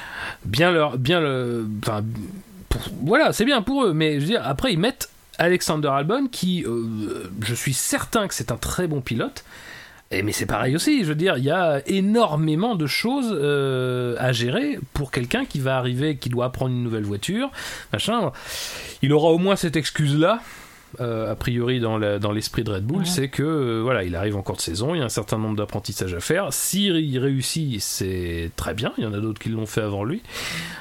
Voilà, c'est bien pour eux. Mais je veux dire, après, ils mettent Alexander Albon qui, je suis certain que c'est un très bon pilote. Mais c'est pareil aussi, je veux dire, il y a énormément de choses à gérer pour quelqu'un qui va arriver, qui doit apprendre une nouvelle voiture, machin. Il aura au moins cette excuse-là, a priori dans l'esprit de Red Bull, c'est que voilà, il arrive en cours de saison, il y a un certain nombre d'apprentissages à faire. S'il réussit, c'est très bien, il y en a d'autres qui l'ont fait avant lui.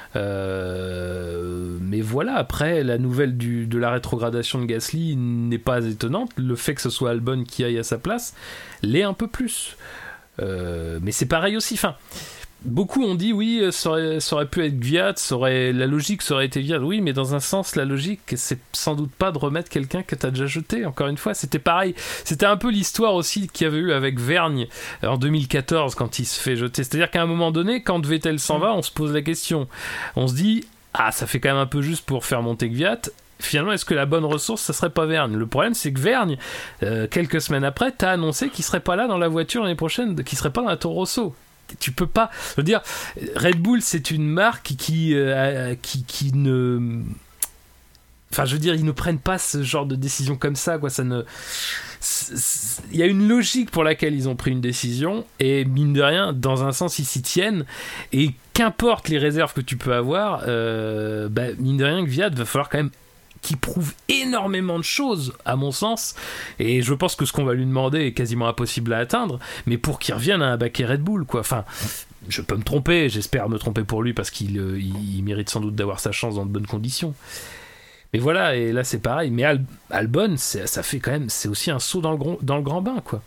Mais voilà, après, la nouvelle de la rétrogradation de Gasly n'est pas étonnante. Le fait que ce soit Albon qui aille à sa place l'est un peu plus. Mais c'est pareil aussi. Enfin, beaucoup ont dit oui, ça aurait pu être Kvyat, la logique ça aurait été Kvyat. Oui, mais dans un sens, la logique, c'est sans doute pas de remettre quelqu'un que t'as déjà jeté. Encore une fois, c'était pareil. C'était un peu l'histoire aussi qu'il y avait eu avec Vergne en 2014 quand il se fait jeter. C'est-à-dire qu'à un moment donné, quand Vettel s'en va, on se pose la question. On se dit, ça fait quand même un peu juste pour faire monter Kvyat. Finalement, est-ce que la bonne ressource, ça serait pas Vergne ? Le problème, c'est que Vergne, quelques semaines après, t'as annoncé qu'il serait pas là dans la voiture l'année prochaine, qu'il serait pas dans la Toro Rosso. Tu peux pas. Je veux dire, Red Bull, c'est une marque qui ne. Enfin, je veux dire, ils ne prennent pas ce genre de décision comme ça, quoi. Ça ne. Il y a une logique pour laquelle ils ont pris une décision, et mine de rien, dans un sens, ils s'y tiennent. Et qu'importe les réserves que tu peux avoir, mine de rien, Kvyat va falloir quand même qui prouve énormément de choses à mon sens, et je pense que ce qu'on va lui demander est quasiment impossible à atteindre, mais pour qu'il revienne à un baquet Red Bull, quoi. Enfin, je peux me tromper, j'espère me tromper pour lui parce qu'il mérite sans doute d'avoir sa chance dans de bonnes conditions, mais voilà. Et là c'est pareil, mais Albon, ça fait quand même, c'est aussi un saut dans le grand bain, quoi.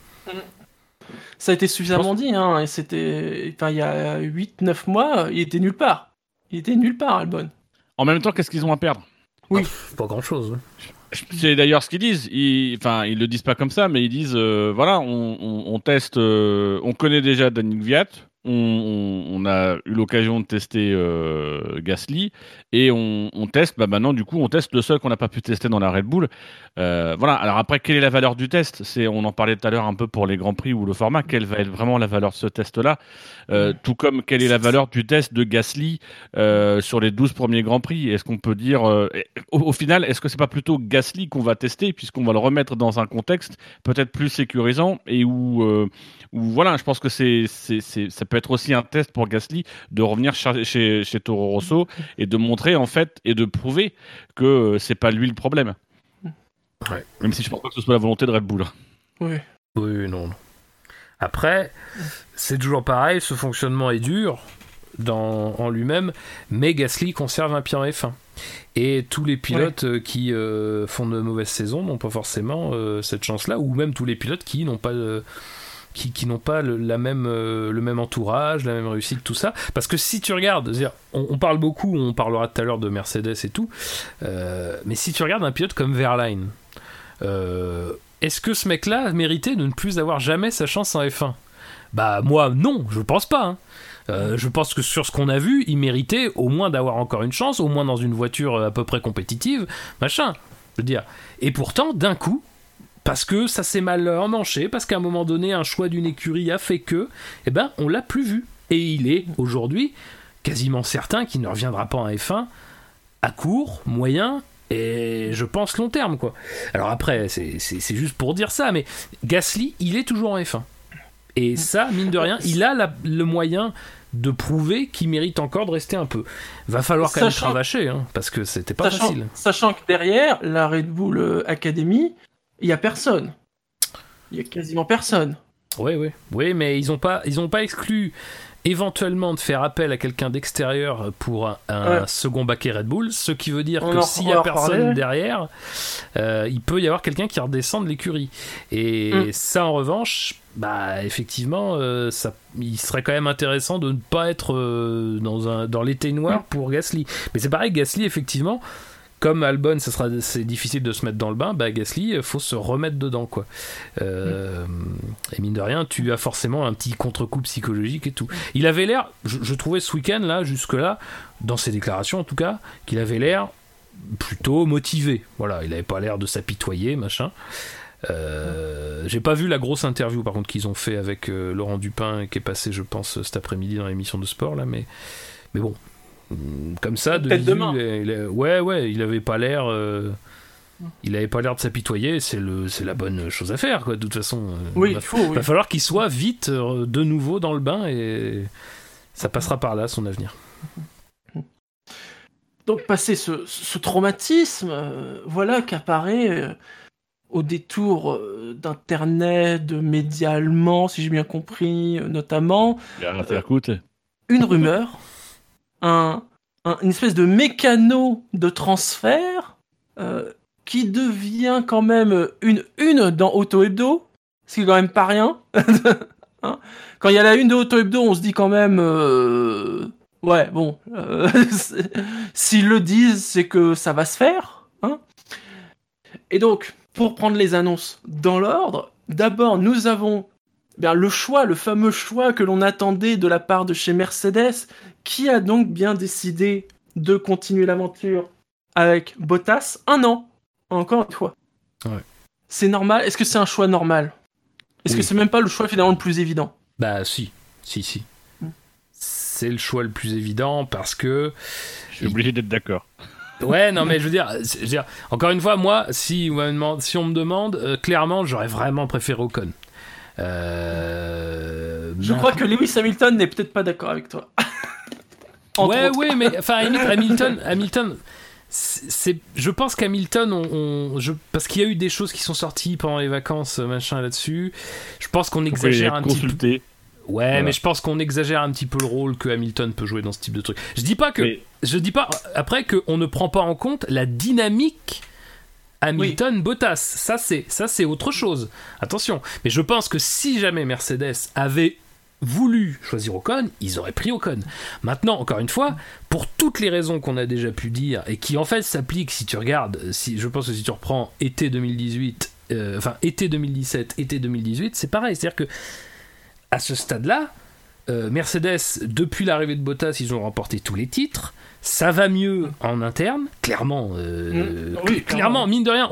Ça a été suffisamment dit, hein, et c'était, enfin, il y a 8-9 mois, il était nulle part, Albon. En même temps, qu'est-ce qu'ils ont à perdre ? Oui, pas grand-chose. C'est d'ailleurs ce qu'ils disent. Ils le disent pas comme ça, mais ils disent voilà, on teste. On connaît déjà Daniil Kvyat. On a eu l'occasion de tester Gasly et on teste. Maintenant, du coup, on teste le seul qu'on n'a pas pu tester dans la Red Bull. Voilà. Alors après, quelle est la valeur du test ? On en parlait tout à l'heure un peu pour les Grands Prix ou le format. Quelle va être vraiment la valeur de ce test-là ? Tout comme quelle est la valeur du test de Gasly sur les 12 premiers Grands Prix ? Est-ce qu'on peut dire, au final, est-ce que c'est pas plutôt Gasly qu'on va tester puisqu'on va le remettre dans un contexte peut-être plus sécurisant et où voilà, je pense que ça peut être aussi un test pour Gasly de revenir chez Toro Rosso et de montrer en fait et de prouver que c'est pas lui le problème. Ouais. Même si je pense pas que ce soit la volonté de Red Bull. Oui, non. Après, c'est toujours pareil, ce fonctionnement est dur en lui-même, mais Gasly conserve un pied en F1. Et tous les pilotes qui font de mauvaises saisons n'ont pas forcément cette chance-là, ou même tous les pilotes qui n'ont pas qui n'ont pas le même entourage, la même réussite, tout ça. Parce que si tu regardes, on parle beaucoup, on parlera tout à l'heure de Mercedes et tout, mais si tu regardes un pilote comme Wehrlein, est-ce que ce mec-là méritait de ne plus avoir jamais sa chance en F1 ? Bah moi non, je pense pas, hein. Je pense que sur ce qu'on a vu, il méritait au moins d'avoir encore une chance, au moins dans une voiture à peu près compétitive, machin, je veux dire. Et pourtant, d'un coup, parce que ça s'est mal emmanché, parce qu'à un moment donné, un choix d'une écurie a fait que, on l'a plus vu. Et il est, aujourd'hui, quasiment certain qu'il ne reviendra pas en F1 à court, moyen, et je pense long terme, quoi. Alors après, c'est juste pour dire ça, mais Gasly, il est toujours en F1. Et ça, mine de rien, il a le moyen de prouver qu'il mérite encore de rester un peu. Va falloir quand même cravacher, hein, parce que c'était pas facile. Sachant que derrière, la Red Bull Academy, il y a personne. Il y a quasiment personne. Oui, mais ils ont pas exclu éventuellement de faire appel à quelqu'un d'extérieur pour un second baquet Red Bull, ce qui veut dire que s'il y a personne derrière, il peut y avoir quelqu'un qui redescend de l'écurie. Et ça, en revanche, effectivement, il serait quand même intéressant de ne pas être dans l'été noir pour Gasly. Mais c'est pareil, Gasly, effectivement, comme Albon, c'est difficile de se mettre dans le bain, bah Gasly, faut se remettre dedans, quoi. Et mine de rien, tu as forcément un petit contre-coup psychologique et tout. Il avait l'air, je trouvais ce week-end là, jusque-là, dans ses déclarations en tout cas, qu'il avait l'air plutôt motivé. Voilà, il avait pas l'air de s'apitoyer, machin. J'ai pas vu la grosse interview par contre qu'ils ont fait avec Laurent Dupin qui est passé, je pense, cet après-midi dans l'émission de sport là, mais bon, comme ça de visu, il avait pas l'air de s'apitoyer. C'est la bonne chose à faire, quoi. De toute façon, va falloir qu'il soit vite de nouveau dans le bain et ça passera par là son avenir. Donc passer ce traumatisme, voilà qu'apparaît au détour d'internet, de médias allemands, si j'ai bien compris, notamment une rumeur, une espèce de mécano de transfert qui devient quand même une dans Auto Hebdo, ce qui est quand même pas rien. Hein, quand il y a la une de Auto Hebdo, on se dit quand même ouais, bon, s'ils le disent, c'est que ça va se faire. Hein. Et donc, pour prendre les annonces dans l'ordre, d'abord, nous avons le fameux choix que l'on attendait de la part de chez Mercedes, qui a donc bien décidé de continuer l'aventure avec Bottas 1 an, encore une fois. Ouais. C'est normal ? Est-ce que c'est un choix normal ? Est-ce que c'est même pas le choix finalement le plus évident ? Bah si. C'est le choix le plus évident parce que... Je suis obligé d'être d'accord. Ouais, non, mais je veux dire, encore une fois, moi, si on me demande, clairement, j'aurais vraiment préféré Ocon. Je crois que Lewis Hamilton n'est peut-être pas d'accord avec toi. Ouais, mais enfin, Hamilton, je pense qu'Hamilton, parce qu'il y a eu des choses qui sont sorties pendant les vacances, machin là-dessus. Je pense qu'on exagère un petit peu. Ouais, voilà. Mais je pense qu'on exagère un petit peu le rôle que Hamilton peut jouer dans ce type de truc. Je dis pas après qu'on ne prend pas en compte la dynamique Hamilton-Bottas. Ça c'est autre chose. Attention. Mais je pense que si jamais Mercedes avait voulu choisir Ocon, ils auraient pris Ocon. Maintenant, encore une fois, pour toutes les raisons qu'on a déjà pu dire et qui en fait s'appliquent si tu regardes, je pense que si tu reprends été 2018, été 2017, été 2018, c'est pareil. C'est-à-dire que à ce stade-là, Mercedes, depuis l'arrivée de Bottas, ils ont remporté tous les titres. Ça va mieux en interne, clairement. Clairement, mine de rien,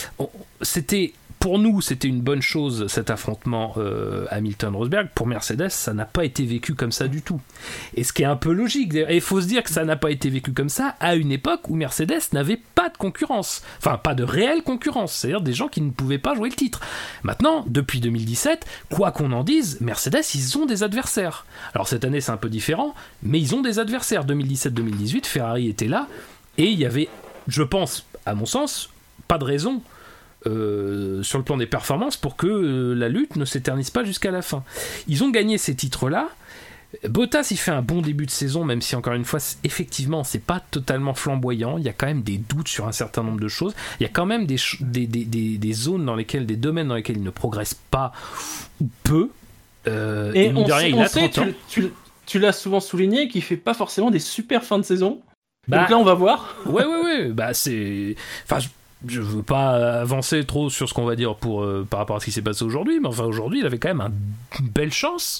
pour nous, c'était une bonne chose cet affrontement Hamilton-Rosberg. Pour Mercedes, ça n'a pas été vécu comme ça du tout. Et ce qui est un peu logique, et il faut se dire que ça n'a pas été vécu comme ça à une époque où Mercedes n'avait pas de concurrence. Enfin, pas de réelle concurrence, c'est-à-dire des gens qui ne pouvaient pas jouer le titre. Maintenant, depuis 2017, quoi qu'on en dise, Mercedes, ils ont des adversaires. Alors cette année, c'est un peu différent, mais ils ont des adversaires. 2017-2018, Ferrari était là, et il y avait, je pense, à mon sens, pas de raison sur le plan des performances pour que la lutte ne s'éternise pas jusqu'à la fin. Ils ont gagné ces titres-là. Bottas, il fait un bon début de saison, même si encore une fois, effectivement, c'est pas totalement flamboyant. Il y a quand même des doutes sur un certain nombre de choses. Il y a quand même des zones dans lesquelles, des domaines dans lesquels il ne progresse pas ou peu. Et on sait, tu l'as souvent souligné, qu'il fait pas forcément des super fins de saison. Donc là, on va voir. Ouais. Bah c'est, enfin. Je veux pas avancer trop sur ce qu'on va dire par rapport à ce qui s'est passé aujourd'hui, mais enfin aujourd'hui il avait quand même une belle chance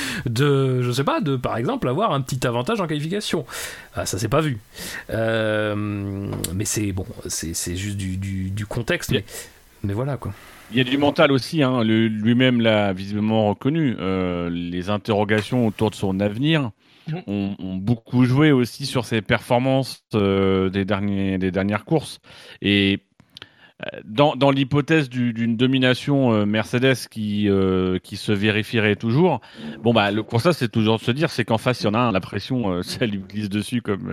de par exemple avoir un petit avantage en qualification. Ça s'est pas vu, mais c'est bon, c'est juste du contexte, mais voilà quoi. Il y a du mental aussi, hein. Lui-même l'a visiblement reconnu. Les interrogations autour de son avenir ont beaucoup joué aussi sur ses performances des dernières courses. Et dans l'hypothèse d'une domination Mercedes qui se vérifierait toujours, bon bah le constat c'est toujours de se dire c'est qu'en face il y en a un, la pression ça lui glisse dessus comme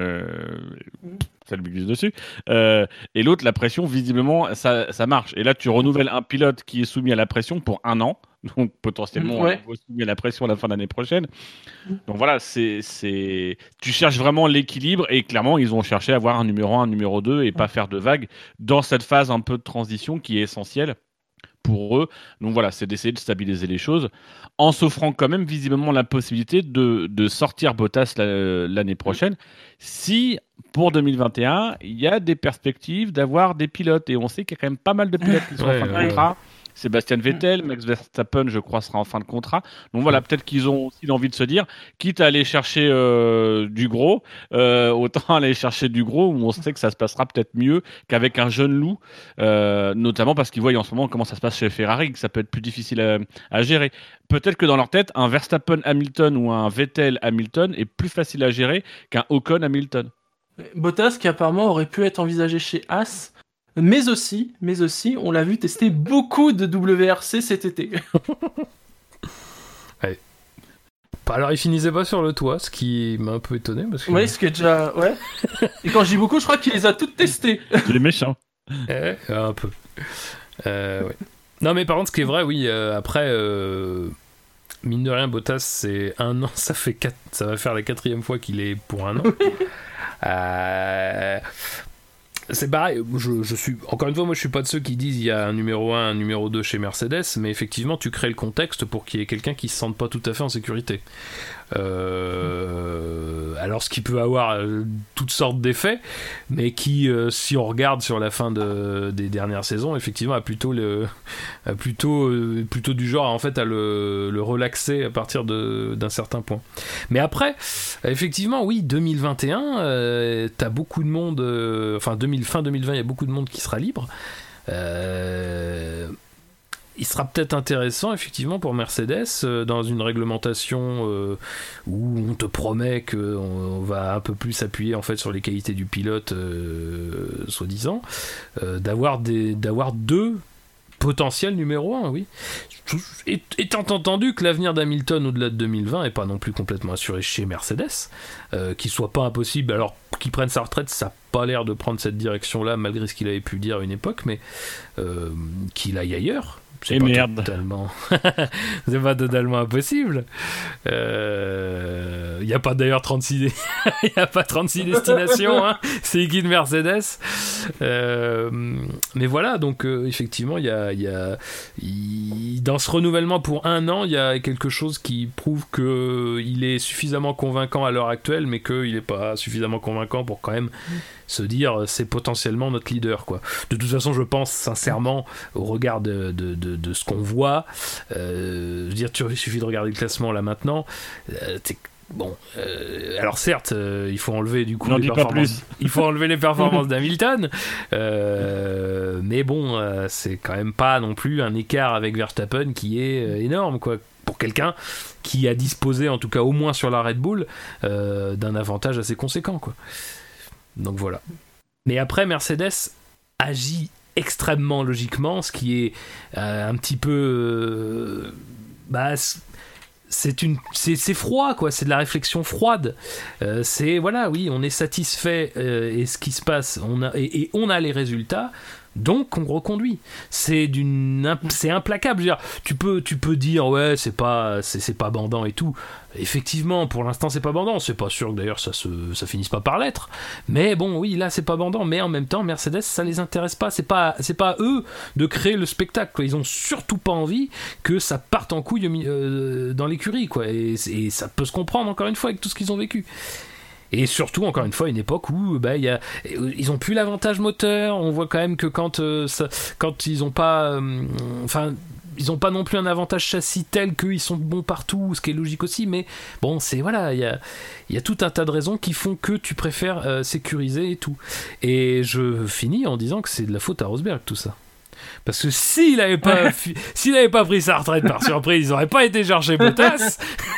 ça lui glisse dessus, et l'autre la pression visiblement ça marche. Et là tu renouvelles un pilote qui est soumis à la pression pour 1 an. Donc potentiellement on va soumis à la pression à la fin de l'année prochaine. Donc voilà, tu cherches vraiment l'équilibre, et clairement ils ont cherché à avoir un numéro 1, un numéro 2 et pas faire de vagues dans cette phase un peu de transition qui est essentielle pour eux. Donc voilà, c'est d'essayer de stabiliser les choses en s'offrant quand même visiblement la possibilité de sortir Bottas l'année prochaine si pour 2021 il y a des perspectives d'avoir des pilotes, et on sait qu'il y a quand même pas mal de pilotes qui sont en fin de contrat. Sébastien Vettel, Max Verstappen, je crois, sera en fin de contrat. Donc voilà, peut-être qu'ils ont aussi l'envie de se dire, quitte à aller chercher du gros, autant aller chercher du gros où on sait que ça se passera peut-être mieux qu'avec un jeune loup, notamment parce qu'ils voient en ce moment comment ça se passe chez Ferrari, que ça peut être plus difficile à gérer. Peut-être que dans leur tête, un Verstappen-Hamilton ou un Vettel-Hamilton est plus facile à gérer qu'un Ocon-Hamilton. Bottas qui apparemment aurait pu être envisagé chez Haas, mais aussi, on l'a vu tester beaucoup de WRC cet été. Ouais. Alors il finissait pas sur le toit, ce qui m'a un peu étonné. Parce que... Oui, ce qui est déjà... Ouais. Et quand je dis beaucoup, je crois qu'il les a toutes testées. Il est méchant. Un peu. Ouais. Non mais par contre, ce qui est vrai, oui, après... Mine de rien, Bottas, c'est 1 an, ça va faire la 4e fois qu'il est pour 1 an. C'est pareil, je suis encore une fois, moi je suis pas de ceux qui disent il y a un numéro 1, un numéro 2 chez Mercedes, mais effectivement tu crées le contexte pour qu'il y ait quelqu'un qui se sente pas tout à fait en sécurité. Alors ce qui peut avoir toutes sortes d'effets, mais qui, si on regarde sur la fin des dernières saisons, effectivement a plutôt du genre en fait à le relaxer à partir d'un certain point. Mais après, effectivement, oui, 2021, t'as beaucoup de monde, fin 2020, il y a beaucoup de monde qui sera libre. Il sera peut-être intéressant effectivement pour Mercedes dans une réglementation où on te promet qu'on va un peu plus s'appuyer en fait sur les qualités du pilote soi-disant, d'avoir 2 potentiels numéro 1, oui. Étant entendu que l'avenir d'Hamilton au-delà de 2020 est pas non plus complètement assuré chez Mercedes, qu'il soit pas impossible, alors qu'il prenne sa retraite, ça n'a pas l'air de prendre cette direction-là malgré ce qu'il avait pu dire à une époque, mais qu'il aille ailleurs. C'est pas totalement impossible. Il n'y a pas d'ailleurs 36 il y a pas 36 destinations, hein. C'est équipe Mercedes. Mais voilà, donc effectivement, il y a dans ce renouvellement pour 1 an, il y a quelque chose qui prouve qu'il est suffisamment convaincant à l'heure actuelle, mais qu'il n'est pas suffisamment convaincant pour quand même se dire c'est potentiellement notre leader, quoi. De toute façon, je pense sincèrement au regard de ce qu'on voit, je veux dire, il suffit de regarder le classement là maintenant, bon, alors certes, il faut enlever du coup il faut enlever les performances d'Hamilton, mais bon, c'est quand même pas non plus un écart avec Verstappen qui est énorme, quoi, pour quelqu'un qui a disposé, en tout cas au moins sur la Red Bull, d'un avantage assez conséquent, quoi. Donc voilà. Mais après, Mercedes agit extrêmement logiquement, ce qui est un petit peu... c'est froid, quoi. C'est de la réflexion froide. C'est, voilà, oui, on est satisfait et ce qui se passe, on a les résultats. Donc on reconduit. C'est implacable. Je veux dire, tu peux dire ouais, c'est pas bandant et tout. Effectivement, pour l'instant c'est pas bandant. C'est pas sûr que d'ailleurs ça finisse pas par l'être. Mais bon, oui, là c'est pas bandant. Mais en même temps, Mercedes, ça les intéresse pas. C'est pas à eux de créer le spectacle, quoi. Ils ont surtout pas envie que ça parte en couille dans l'écurie, quoi. Et ça peut se comprendre encore une fois avec tout ce qu'ils ont vécu. Et surtout, encore une fois, une époque où ils ont plus l'avantage moteur. On voit quand même que quand ils ont pas, ils ont pas non plus un avantage châssis tel qu'ils sont bons partout, ce qui est logique aussi. Mais bon, c'est voilà, il y a tout un tas de raisons qui font que tu préfères sécuriser et tout. Et je finis en disant que c'est de la faute à Rosberg tout ça. Parce que s'il avait pas pris sa retraite par surprise, ils n'auraient pas été chercher Bottas.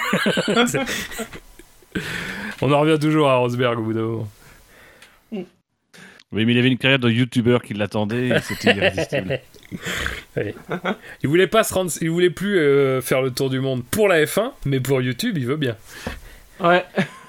On en revient toujours à Rosberg au bout d'un moment. Oui, mais il avait une carrière de youtubeur qui l'attendait et c'était irrésistible. Ouais. Il voulait plus faire le tour du monde pour la F1, mais pour YouTube, il veut bien. Ouais.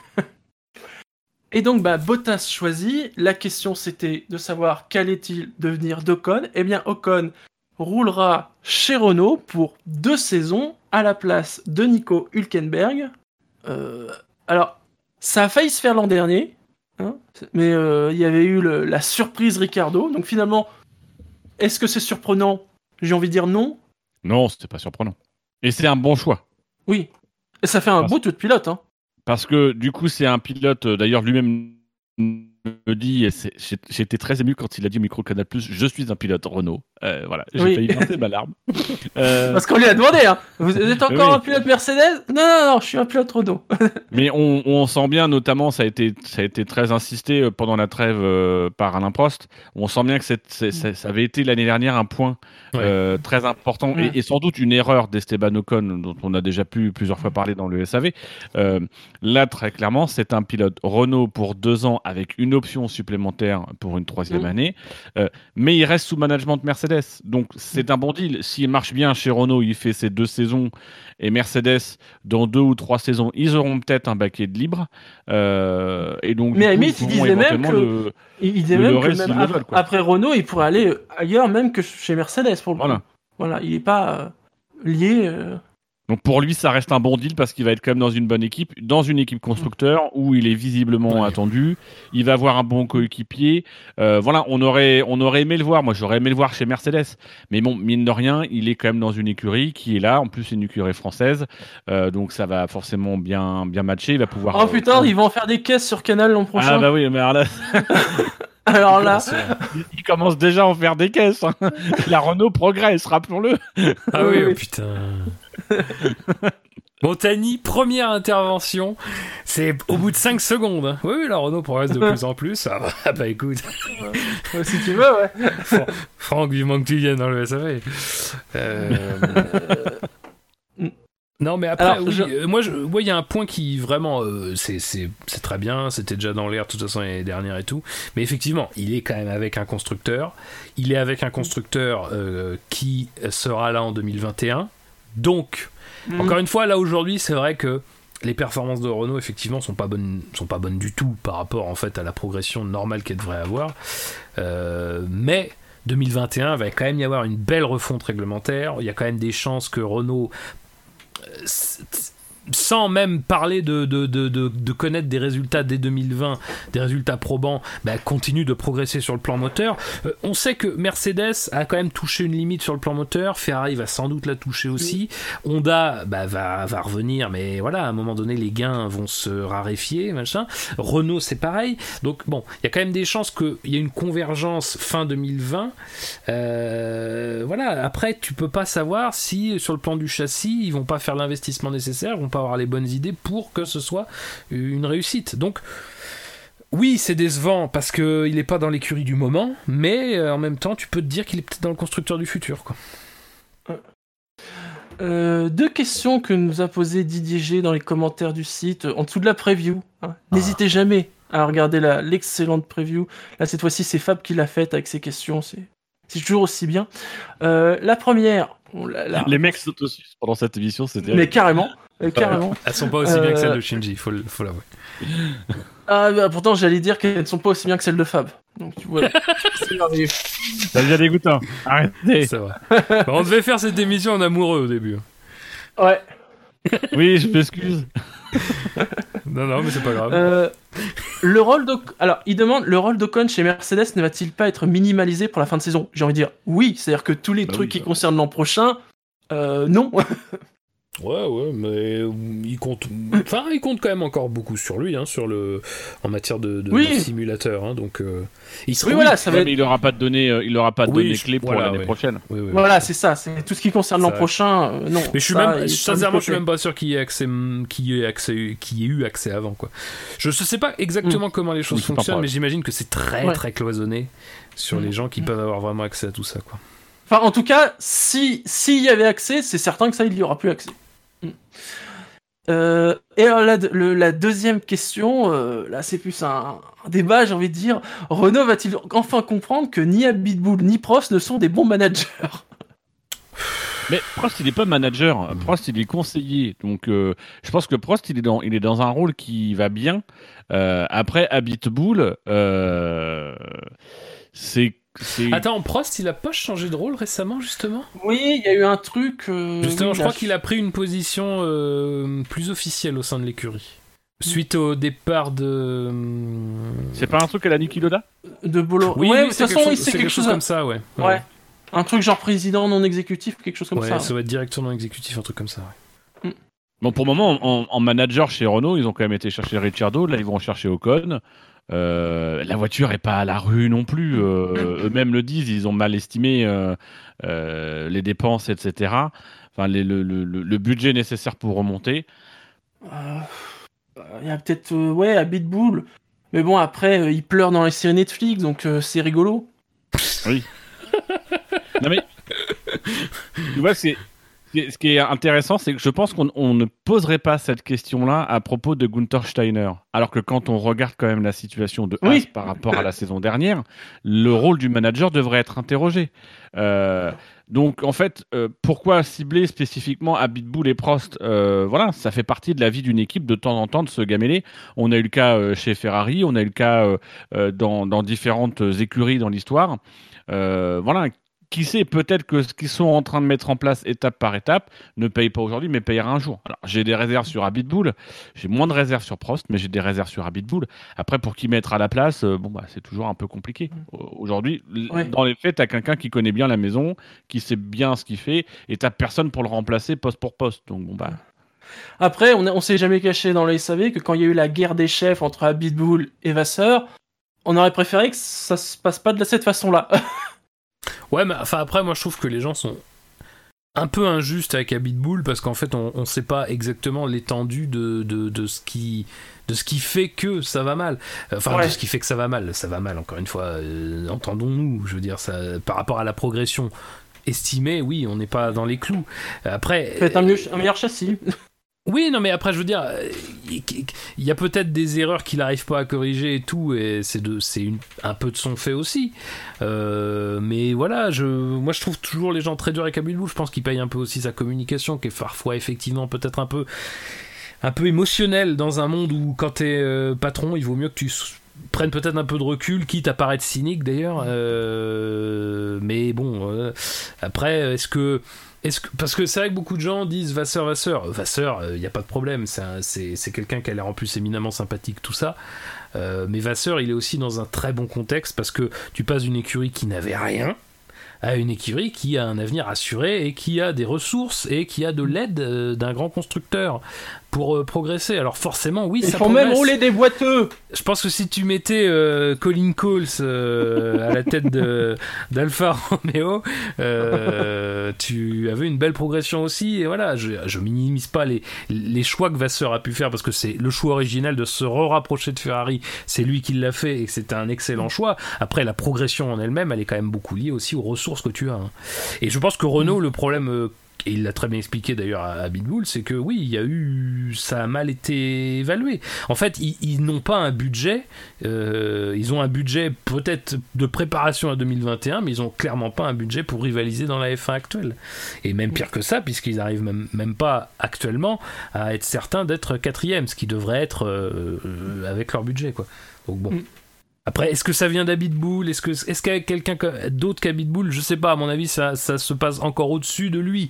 Et donc, Bottas choisi. La question, c'était de savoir qu'allait-il devenir d'Ocon. Eh bien, Ocon roulera chez Renault pour 2 saisons à la place de Nico Hülkenberg. Alors, ça a failli se faire l'an dernier, hein, mais il y avait eu la surprise Ricardo. Donc finalement, est-ce que c'est surprenant ? J'ai envie de dire non. Non, c'était pas surprenant. Et c'est un bon choix. Oui. Et ça fait un beau tout de pilote. Hein. Parce que du coup, c'est un pilote, d'ailleurs lui-même me dit, et j'étais très ému quand il a dit au micro Canal+, je suis un pilote Renault. Voilà, j'ai failli verser ma larme. Parce qu'on lui a demandé, hein. Vous êtes encore un pilote Mercedes ? Non, je suis un pilote Renault. Mais on sent bien, notamment, ça a été très insisté pendant la trêve par Alain Prost. On sent bien que ça avait été l'année dernière un point très important et sans doute une erreur d'Esteban Ocon, dont on a déjà plusieurs fois parlé dans le SAV. Là, très clairement, c'est un pilote Renault pour 2 ans avec une option supplémentaire pour une 3e année. Mais il reste sous management de Mercedes. Donc, c'est un bon deal. S'il marche bien chez Renault, il fait ses 2 saisons. Et Mercedes, dans 2 ou 3 saisons, ils auront peut-être un baquet de libre. Et donc, mais à limite, il disait même que, après Renault, il pourrait aller ailleurs même que chez Mercedes. Pour le coup. Voilà, il n'est pas lié. Donc pour lui, ça reste un bon deal parce qu'il va être quand même dans une bonne équipe, dans une équipe constructeur où il est visiblement attendu. Il va avoir un bon coéquipier. Voilà, on aurait aimé le voir. Moi, j'aurais aimé le voir chez Mercedes. Mais bon, mine de rien, il est quand même dans une écurie qui est là. En plus, c'est une écurie française. Donc ça va forcément bien matcher. Il va pouvoir... Oh putain, ils vont en faire des caisses sur Canal l'an prochain. Ah bah oui, mais alors là... Alors là, il commence déjà à en faire des caisses. Hein. La Renault progresse, rappelons-le. Ah oui, oh putain. Montagny, première intervention, c'est au bout de 5 secondes. Hein. Oui, la Renault progresse de plus en plus. Ah bah écoute. Si tu veux, ouais. Franck, vivement que tu viennes dans le SAV. Non, mais après, alors, moi, il y a un point qui vraiment, c'est très bien, c'était déjà dans l'air de toute façon l'année dernière et tout, mais effectivement, il est quand même avec un constructeur, qui sera là en 2021, donc, encore une fois, là aujourd'hui, c'est vrai que les performances de Renault, effectivement, sont pas bonnes du tout par rapport, en fait, à la progression normale qu'elle devrait avoir, mais 2021, il va quand même y avoir une belle refonte réglementaire, il y a quand même des chances que Renault, sans même parler de connaître des résultats dès 2020, des résultats probants, continue de progresser sur le plan moteur. On sait que Mercedes a quand même touché une limite sur le plan moteur, Ferrari va sans doute la toucher aussi, Honda va revenir, mais voilà, à un moment donné les gains vont se raréfier, machin. Renault c'est pareil, donc bon, il y a quand même des chances qu'il y ait une convergence fin 2020. Voilà, après tu peux pas savoir si sur le plan du châssis ils vont pas faire l'investissement nécessaire, ils vont pas avoir les bonnes idées pour que ce soit une réussite. Donc oui, c'est décevant parce qu'il n'est pas dans l'écurie du moment, mais en même temps tu peux te dire qu'il est peut-être dans le constructeur du futur, quoi. 2 questions que nous a posées Didier G dans les commentaires du site en dessous de la preview. N'hésitez jamais à regarder l'excellente preview. Là cette fois-ci c'est Fab qui l'a faite avec ses questions, c'est toujours aussi bien. La première, les mecs s'autosucent pendant cette émission, c'était... Mais carrément. Elles sont pas aussi bien que celles de Shinji, faut l'avouer. Pourtant, j'allais dire qu'elles ne sont pas aussi bien que celles de Fab. Donc, tu vois. C'est merveilleux. Ça devient dégoûtant. Arrêtez. C'est vrai. On devait faire cette émission en amoureux au début. Ouais. Oui, je m'excuse. Non, mais c'est pas grave. Le rôle il demande, le rôle d'Ocon chez Mercedes ne va-t-il pas être minimalisé pour la fin de saison ? J'ai envie de dire oui, c'est-à-dire que tous les trucs qui concernent l'an prochain, non. Ouais, mais il compte quand même encore beaucoup sur lui, hein, en matière de simulateur, hein, donc il aura pas de données, clés pour l'année prochaine. Oui. Voilà, c'est ça, c'est tout ce qui concerne l'an prochain, non. Mais je suis même pas sûr qu'il y ait eu accès avant, quoi. Je sais pas exactement comment les choses fonctionnent, mais j'imagine que c'est très très cloisonné sur les gens qui peuvent avoir vraiment accès à tout ça, quoi. Enfin, en tout cas, s'il y avait accès, c'est certain que ça, il y aura plus accès. Et alors la deuxième question, là c'est plus un débat, j'ai envie de dire. Renault va-t-il enfin comprendre que ni Abitbull ni Prost ne sont des bons managers ? Mais Prost il est pas manager, Prost il est conseiller, donc je pense que Prost il est dans un rôle qui va bien. Après Abitbull, Attends, Prost, il a pas changé de rôle récemment, justement ? Oui, il y a eu un truc... Justement, je crois qu'il a pris une position plus officielle au sein de l'écurie. Suite au départ de... C'est pas un truc à la Niki Loda ? De Bolloré. Oui, ouais, de toute façon, c'est quelque chose comme ça, ouais. Un truc genre président non exécutif, quelque chose comme ça. Ouais, ça va être directeur non exécutif, un truc comme ça. Ouais. Bon, pour le moment, en manager chez Renault, ils ont quand même été chercher Ricciardo. Là, ils vont chercher Ocon. La voiture est pas à la rue non plus. Eux-mêmes le disent, ils ont mal estimé les dépenses, etc. Enfin, le budget nécessaire pour remonter. Il y a peut-être Habit Bull. Mais bon, après, il pleure dans les séries Netflix, donc c'est rigolo. Oui. Non mais, tu vois, ce qui est intéressant, c'est que je pense qu'on ne poserait pas cette question-là à propos de Gunther Steiner. Alors que quand on regarde quand même la situation de Haas par rapport à la saison dernière, le rôle du manager devrait être interrogé. Donc en fait, pourquoi cibler spécifiquement Abit Bull et Prost Voilà, ça fait partie de la vie d'une équipe de temps en temps de se gameler. On a eu le cas chez Ferrari, on a eu le cas dans différentes écuries dans l'histoire. Voilà. Qui sait, peut-être que ce qu'ils sont en train de mettre en place étape par étape ne paye pas aujourd'hui, mais payera un jour. Alors, j'ai des réserves sur Abit Bull, j'ai moins de réserves sur Prost, mais j'ai des réserves sur Abit Bull. Après, pour qui mettre à la place, c'est toujours un peu compliqué. Aujourd'hui, dans les faits, tu as quelqu'un qui connaît bien la maison, qui sait bien ce qu'il fait, et tu n'as personne pour le remplacer poste pour poste. Donc, Après, on s'est jamais caché dans les SAV que quand il y a eu la guerre des chefs entre Abit Bull et Vasseur, on aurait préféré que ça se passe pas de cette façon-là. Ouais, mais enfin après, moi je trouve que les gens sont un peu injustes avec Abit Bull parce qu'en fait, on sait pas exactement l'étendue de ce qui fait que ça va mal. Enfin, de ce qui fait que ça va mal. Ça va mal, encore une fois, entendons-nous. Je veux dire, ça, par rapport à la progression estimée, oui, on n'est pas dans les clous. Après, peut-être un meilleur châssis. Oui, non, mais après, je veux dire, il y a peut-être des erreurs qu'il n'arrive pas à corriger et tout, et c'est un peu de son fait aussi. Mais voilà, moi je trouve toujours les gens très durs avec Abit Bull. Je pense qu'il paye un peu aussi sa communication, qui est parfois effectivement peut-être un peu émotionnelle dans un monde où quand t'es patron, il vaut mieux que tu prennes peut-être un peu de recul, quitte à paraître cynique d'ailleurs. Mais bon, après, parce que c'est vrai que beaucoup de gens disent Vasseur, il n'y a pas de problème, c'est quelqu'un qui a l'air en plus éminemment sympathique, tout ça. Mais Vasseur, il est aussi dans un très bon contexte parce que tu passes d'une écurie qui n'avait rien à une écurie qui a un avenir assuré et qui a des ressources et qui a de l'aide d'un grand constructeur pour progresser. Alors forcément, oui, ça progresse. Il faut même rouler des boiteux. Je pense que si tu mettais Colin Coles à la tête d'Alfa Romeo, tu avais une belle progression aussi. Et voilà, je minimise pas les choix que Vasseur a pu faire parce que c'est le choix original de se rapprocher de Ferrari. C'est lui qui l'a fait et c'était un excellent choix. Après, la progression en elle-même, elle est quand même beaucoup liée aussi aux ressources que tu as. Hein. Et je pense que Renault, le problème... et il l'a très bien expliqué d'ailleurs à Abit Bull, c'est que oui, ça a mal été évalué. En fait, ils n'ont pas un budget, ils ont un budget peut-être de préparation à 2021, mais ils ont clairement pas un budget pour rivaliser dans la F1 actuelle. Et même pire que ça, puisqu'ils n'arrivent même pas actuellement à être certains d'être quatrième, ce qui devrait être avec leur budget, quoi. Donc bon. Après, est-ce que ça vient d'Abit Bull ? Est-ce qu'il y a quelqu'un d'autre qu'Abit Bull ? Je sais pas, à mon avis, ça se passe encore au-dessus de lui.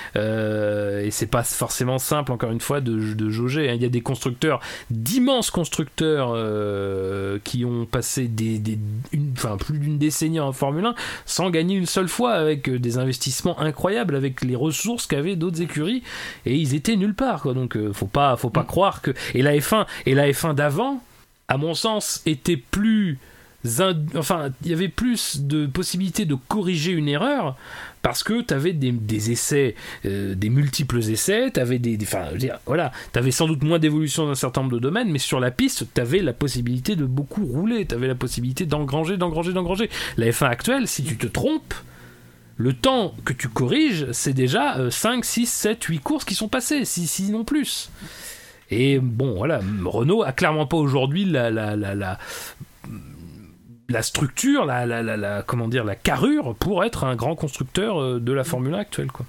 Et c'est pas forcément simple, encore une fois, de jauger. Il y a des constructeurs, d'immenses constructeurs, qui ont passé plus d'une décennie en Formule 1 sans gagner une seule fois, avec des investissements incroyables, avec les ressources qu'avaient d'autres écuries, et ils étaient nulle part, quoi. Donc, faut pas croire que... Et la F1 d'avant, à mon sens, était plus... Enfin, il y avait plus de possibilités de corriger une erreur parce que tu avais des essais, des multiples essais, tu avais t'avais sans doute moins d'évolution dans un certain nombre de domaines, mais sur la piste, tu avais la possibilité de beaucoup rouler, tu avais la possibilité d'engranger. La F1 actuelle, si tu te trompes, le temps que tu corriges, c'est déjà 5, 6, 7, 8 courses qui sont passées, sinon plus. Et bon, voilà, Renault a clairement pas aujourd'hui la structure, comment dire, la carrure pour être un grand constructeur de la Formule 1 actuelle, quoi.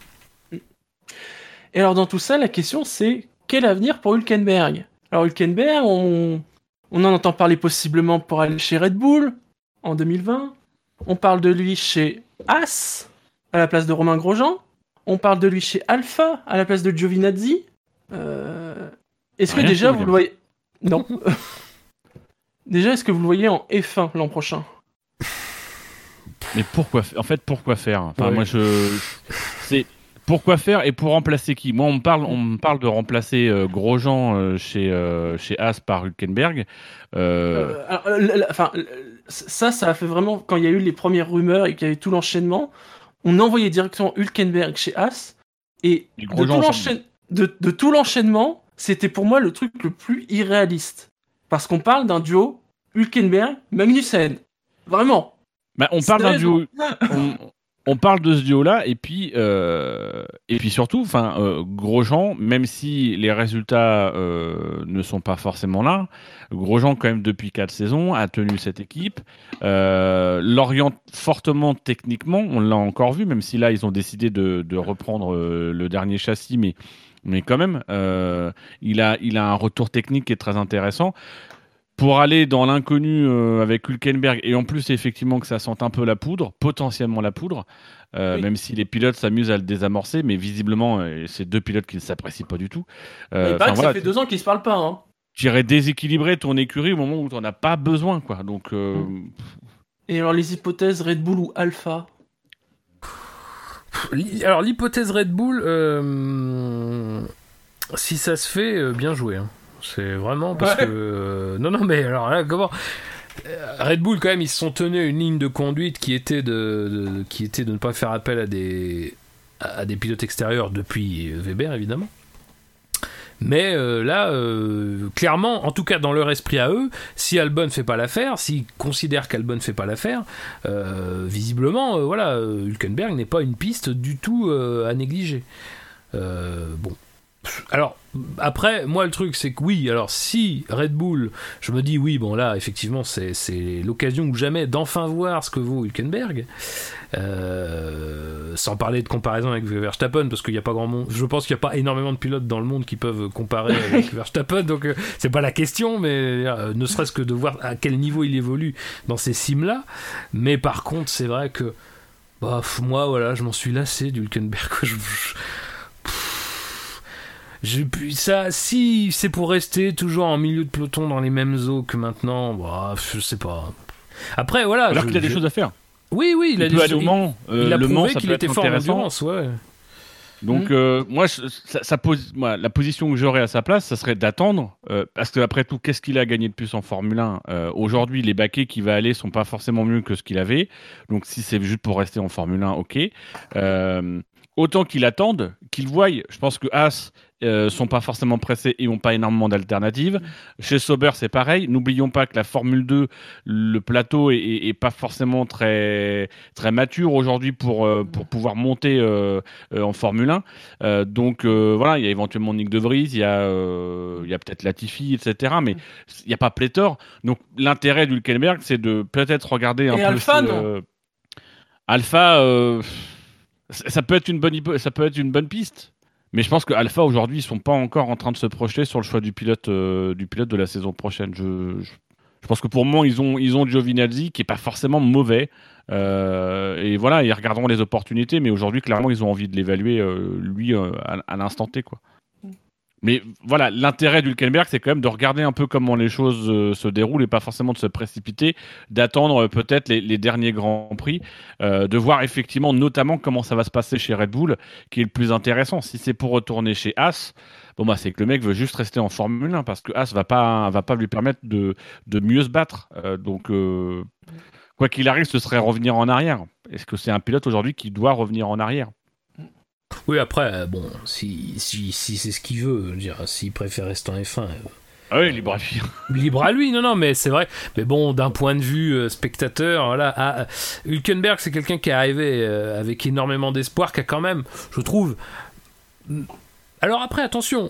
Et alors dans tout ça, la question c'est quel avenir pour Hülkenberg ? Alors Hülkenberg, on en entend parler possiblement pour aller chez Red Bull en 2020. On parle de lui chez Haas à la place de Romain Grosjean. On parle de lui chez Alpha à la place de Giovinazzi. Est-ce que déjà vous le voyez... Non. Déjà, est-ce que vous le voyez en F1 l'an prochain ? Mais pourquoi faire? Enfin, Ouais. moi, c'est pourquoi faire et pour remplacer qui? Moi, on me parle de remplacer Grosjean chez Haas par Hülkenberg. Enfin, ça a fait vraiment, quand il y a eu les premières rumeurs et qu'il y avait tout l'enchaînement, on envoyait directement Hülkenberg chez Haas, et Et Grosjean, de tout l'enchaînement, c'était pour moi le truc le plus irréaliste. Parce qu'on parle d'un duo Hülkenberg-Magnussen. Vraiment. bah, on parle d'un duo. On parle de ce duo-là, et puis surtout, Grosjean, même si les résultats ne sont pas forcément là, Grosjean, quand même, depuis 4 saisons, a tenu cette équipe, l'oriente fortement techniquement, on l'a encore vu, même si là, ils ont décidé de reprendre le dernier châssis, mais quand même, il a un retour technique qui est très intéressant. Pour aller dans l'inconnu avec Hülkenberg, et en plus effectivement que ça sente un peu la poudre, potentiellement la poudre, Oui. même si les pilotes s'amusent à le désamorcer, mais visiblement c'est 2 pilotes qui ne s'apprécient pas du tout. Il paraît que ça fait 2 ans qu'ils se parlent pas. Hein. Tu irais déséquilibrer ton écurie au moment où tu n'en as pas besoin, quoi. Donc, Et alors les hypothèses Red Bull ou Alpha? Alors l'hypothèse Red Bull, si ça se fait, bien joué. Hein. C'est vraiment parce que non mais alors là comment Red Bull quand même ils se sont tenus à une ligne de conduite qui était de ne pas faire appel à des pilotes extérieurs depuis Weber évidemment. Mais là, clairement, en tout cas dans leur esprit à eux, si Albon fait pas l'affaire, s'ils considèrent qu'Albon fait pas l'affaire, visiblement, voilà, Hülkenberg n'est pas une piste du tout à négliger. Bon. Alors, après, moi, le truc, c'est que oui, alors si Red Bull, je me dis, oui, bon, là, effectivement, c'est l'occasion ou jamais d'enfin voir ce que vaut Hülkenberg, sans parler de comparaison avec Verstappen, parce qu'il n'y a pas grand monde, je pense qu'il n'y a pas énormément de pilotes dans le monde qui peuvent comparer avec Verstappen, donc c'est pas la question, mais ne serait-ce que de voir à quel niveau il évolue dans ces sims-là, mais par contre, c'est vrai que, bah, moi, voilà, je m'en suis lassé d'Hülkenberg, ça, si c'est pour rester toujours en milieu de peloton dans les mêmes eaux que maintenant, bah, je sais pas. Après, voilà. Alors qu'il a des choses à faire. Oui, il a peut aller au Mans. Il a le prouvé Mans, ça qu'il peut était être fort en intéressant. endurance, ouais. Donc, moi, la position que j'aurais à sa place, ça serait d'attendre. Parce que, après tout, qu'est-ce qu'il a gagné de plus en Formule 1 aujourd'hui, les baquets qui va aller sont pas forcément mieux que ce qu'il avait. Donc, si c'est juste pour rester en Formule 1, ok. Autant qu'il attende, qu'il voie. Je pense que Haas sont pas forcément pressés et n'ont pas énormément d'alternatives. Chez Sauber, c'est pareil. N'oublions pas que la Formule 2, le plateau est pas forcément très, très mature aujourd'hui pour pouvoir monter en Formule 1. Donc voilà, il y a éventuellement Nick De Vries, il y a peut-être Latifi, etc. Mais il n'y a pas pléthore. Donc l'intérêt d'Hülkenberg, c'est de peut-être regarder un peu... Alpha, non Alpha... ça peut être une bonne piste, mais je pense que Alpha aujourd'hui ils sont pas encore en train de se projeter sur le choix du pilote de la saison prochaine. Je pense que pour le moment ils ont Giovinazzi qui est pas forcément mauvais et voilà, ils regarderont les opportunités, mais aujourd'hui clairement ils ont envie de l'évaluer lui à l'instant T, quoi. Mais voilà, l'intérêt d'Hülkenberg, c'est quand même de regarder un peu comment les choses se déroulent et pas forcément de se précipiter, d'attendre peut-être les derniers Grands Prix, de voir effectivement notamment comment ça va se passer chez Red Bull, qui est le plus intéressant. Si c'est pour retourner chez Haas, bon bah c'est que le mec veut juste rester en Formule 1 parce que Haas va pas lui permettre de mieux se battre. Donc quoi qu'il arrive, ce serait revenir en arrière. Est-ce que c'est un pilote aujourd'hui qui doit revenir en arrière ? Oui, après, bon, si c'est ce qu'il veut, je veux dire, s'il préfère rester en F1. Ah oui, libre à lui. Libre à lui, non, mais c'est vrai. Mais bon, d'un point de vue spectateur, voilà, Hülkenberg, c'est quelqu'un qui est arrivé avec énormément d'espoir, qui a quand même, je trouve. Alors après, attention,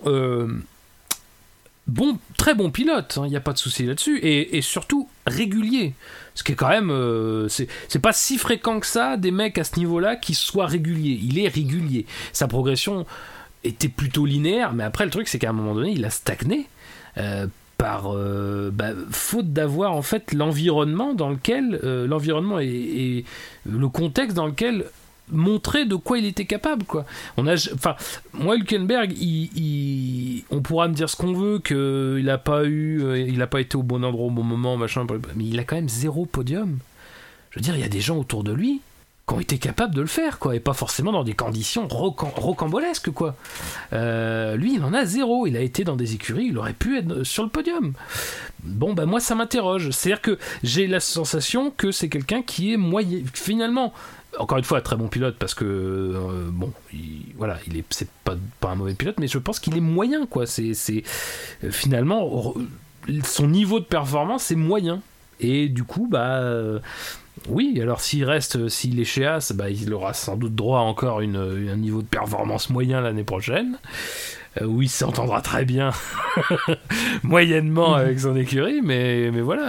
très bon pilote, il n'y a pas de souci là-dessus, et surtout régulier. Ce qui est quand même, c'est pas si fréquent que ça des mecs à ce niveau-là qui soient réguliers. Il est régulier. Sa progression était plutôt linéaire, mais après le truc c'est qu'à un moment donné il a stagné par faute d'avoir en fait l'environnement dans lequel l'environnement et le contexte dans lequel montrer de quoi il était capable, quoi. Moi Hülkenberg, on pourra me dire ce qu'on veut, qu'il n'a pas été au bon endroit au bon moment, machin, mais il a quand même 0 podium. je veux dire, il y a des gens autour de lui qui ont été capables de le faire, quoi, et pas forcément dans des conditions rocambolesques, quoi. Lui, il en a 0. Il a été dans des écuries, il aurait pu être sur le podium. Bon, ben moi, ça m'interroge. C'est-à-dire que j'ai la sensation que c'est quelqu'un qui est moyen. Finalement, encore une fois, très bon pilote, parce que c'est pas un mauvais pilote, mais je pense qu'il est moyen, quoi. C'est finalement son niveau de performance est moyen. Et du coup, oui, alors s'il est chez As, il aura sans doute droit à encore un niveau de performance moyen l'année prochaine, où il s'entendra très bien moyennement avec son écurie, mais voilà.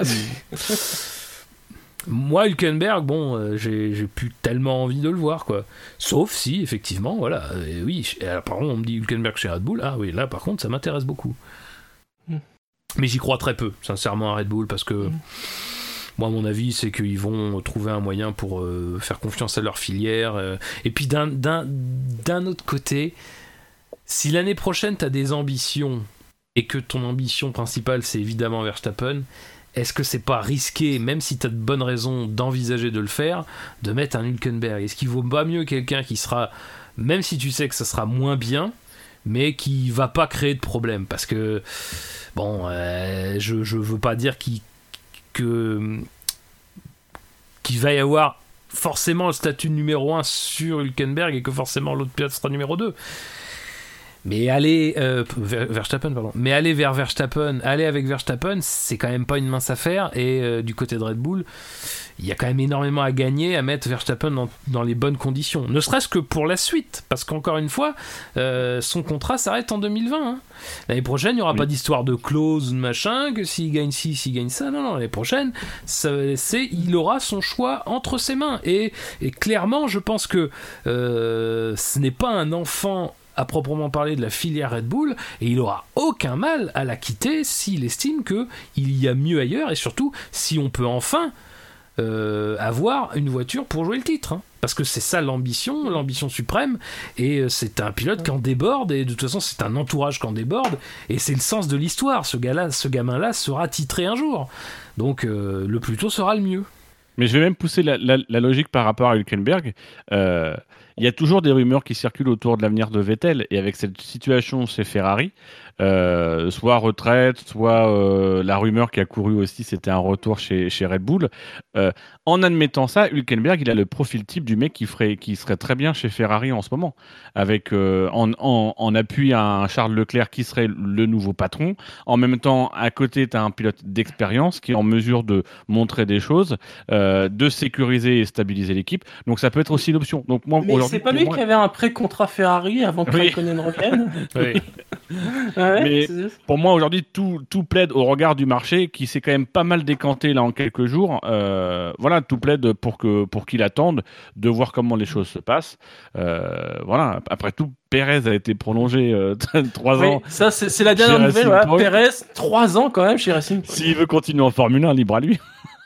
Moi, Hülkenberg, j'ai plus tellement envie de le voir, quoi. Sauf si, effectivement, voilà. Et oui, alors, par contre, on me dit Hülkenberg chez Red Bull, ah oui, là, par contre, ça m'intéresse beaucoup. Mais j'y crois très peu, sincèrement, à Red Bull, parce que moi, mon avis, c'est qu'ils vont trouver un moyen pour faire confiance à leur filière. Et puis, d'un autre côté, si l'année prochaine, tu as des ambitions, et que ton ambition principale, c'est évidemment Verstappen, est-ce que c'est pas risqué, même si tu as de bonnes raisons d'envisager de le faire, de mettre un Hülkenberg? Est-ce qu'il vaut pas mieux quelqu'un qui sera, même si tu sais que ça sera moins bien, mais qui va pas créer de problème? Parce que, je veux pas dire qu'il va y avoir forcément le statut numéro 1 sur Hülkenberg et que forcément l'autre pilote sera numéro 2. Mais aller Verstappen, pardon. Mais aller vers Verstappen, aller avec Verstappen, c'est quand même pas une mince affaire. Et du côté de Red Bull, il y a quand même énormément à gagner à mettre Verstappen dans les bonnes conditions. Ne serait-ce que pour la suite, parce qu'encore une fois, son contrat s'arrête en 2020. Hein. L'année prochaine, il n'y aura pas d'histoire de clause ou de machin, que s'il gagne ci, s'il gagne ça. Non, l'année prochaine, il aura son choix entre ses mains. Et clairement, je pense que ce n'est pas un enfant à proprement parler de la filière Red Bull, et il aura aucun mal à la quitter s'il estime qu'il y a mieux ailleurs, et surtout si on peut enfin avoir une voiture pour jouer le titre, hein. Parce que c'est ça l'ambition suprême, et c'est un pilote qui en déborde, et de toute façon c'est un entourage qui en déborde, et c'est le sens de l'histoire. Ce gamin-là sera titré un jour, donc le plus tôt sera le mieux. Mais je vais même pousser la logique par rapport à Hülkenberg. Il y a toujours des rumeurs qui circulent autour de l'avenir de Vettel, et avec cette situation chez Ferrari, soit retraite, soit la rumeur qui a couru aussi, c'était un retour chez Red Bull. En admettant ça, Hülkenberg, il a le profil type du mec qui serait très bien chez Ferrari en ce moment, avec en appui à un Charles Leclerc qui serait le nouveau patron. En même temps, à côté, tu as un pilote d'expérience qui est en mesure de montrer des choses, de sécuriser et stabiliser l'équipe. Donc ça peut être aussi une option. Donc moi, mais c'est pas lui qui avait un pré-contrat Ferrari avant que Raikkonen revienne. Oui. Mais pour moi aujourd'hui tout plaide au regard du marché qui s'est quand même pas mal décanté là en quelques jours. Voilà, tout plaide pour qu'il attende de voir comment les choses se passent. Voilà, après tout, Pérez a été prolongé 3 ans. Ça c'est la dernière nouvelle. Voilà. Pérez 3 ans quand même chez Racing Point. S'il veut continuer en Formule 1, libre à lui.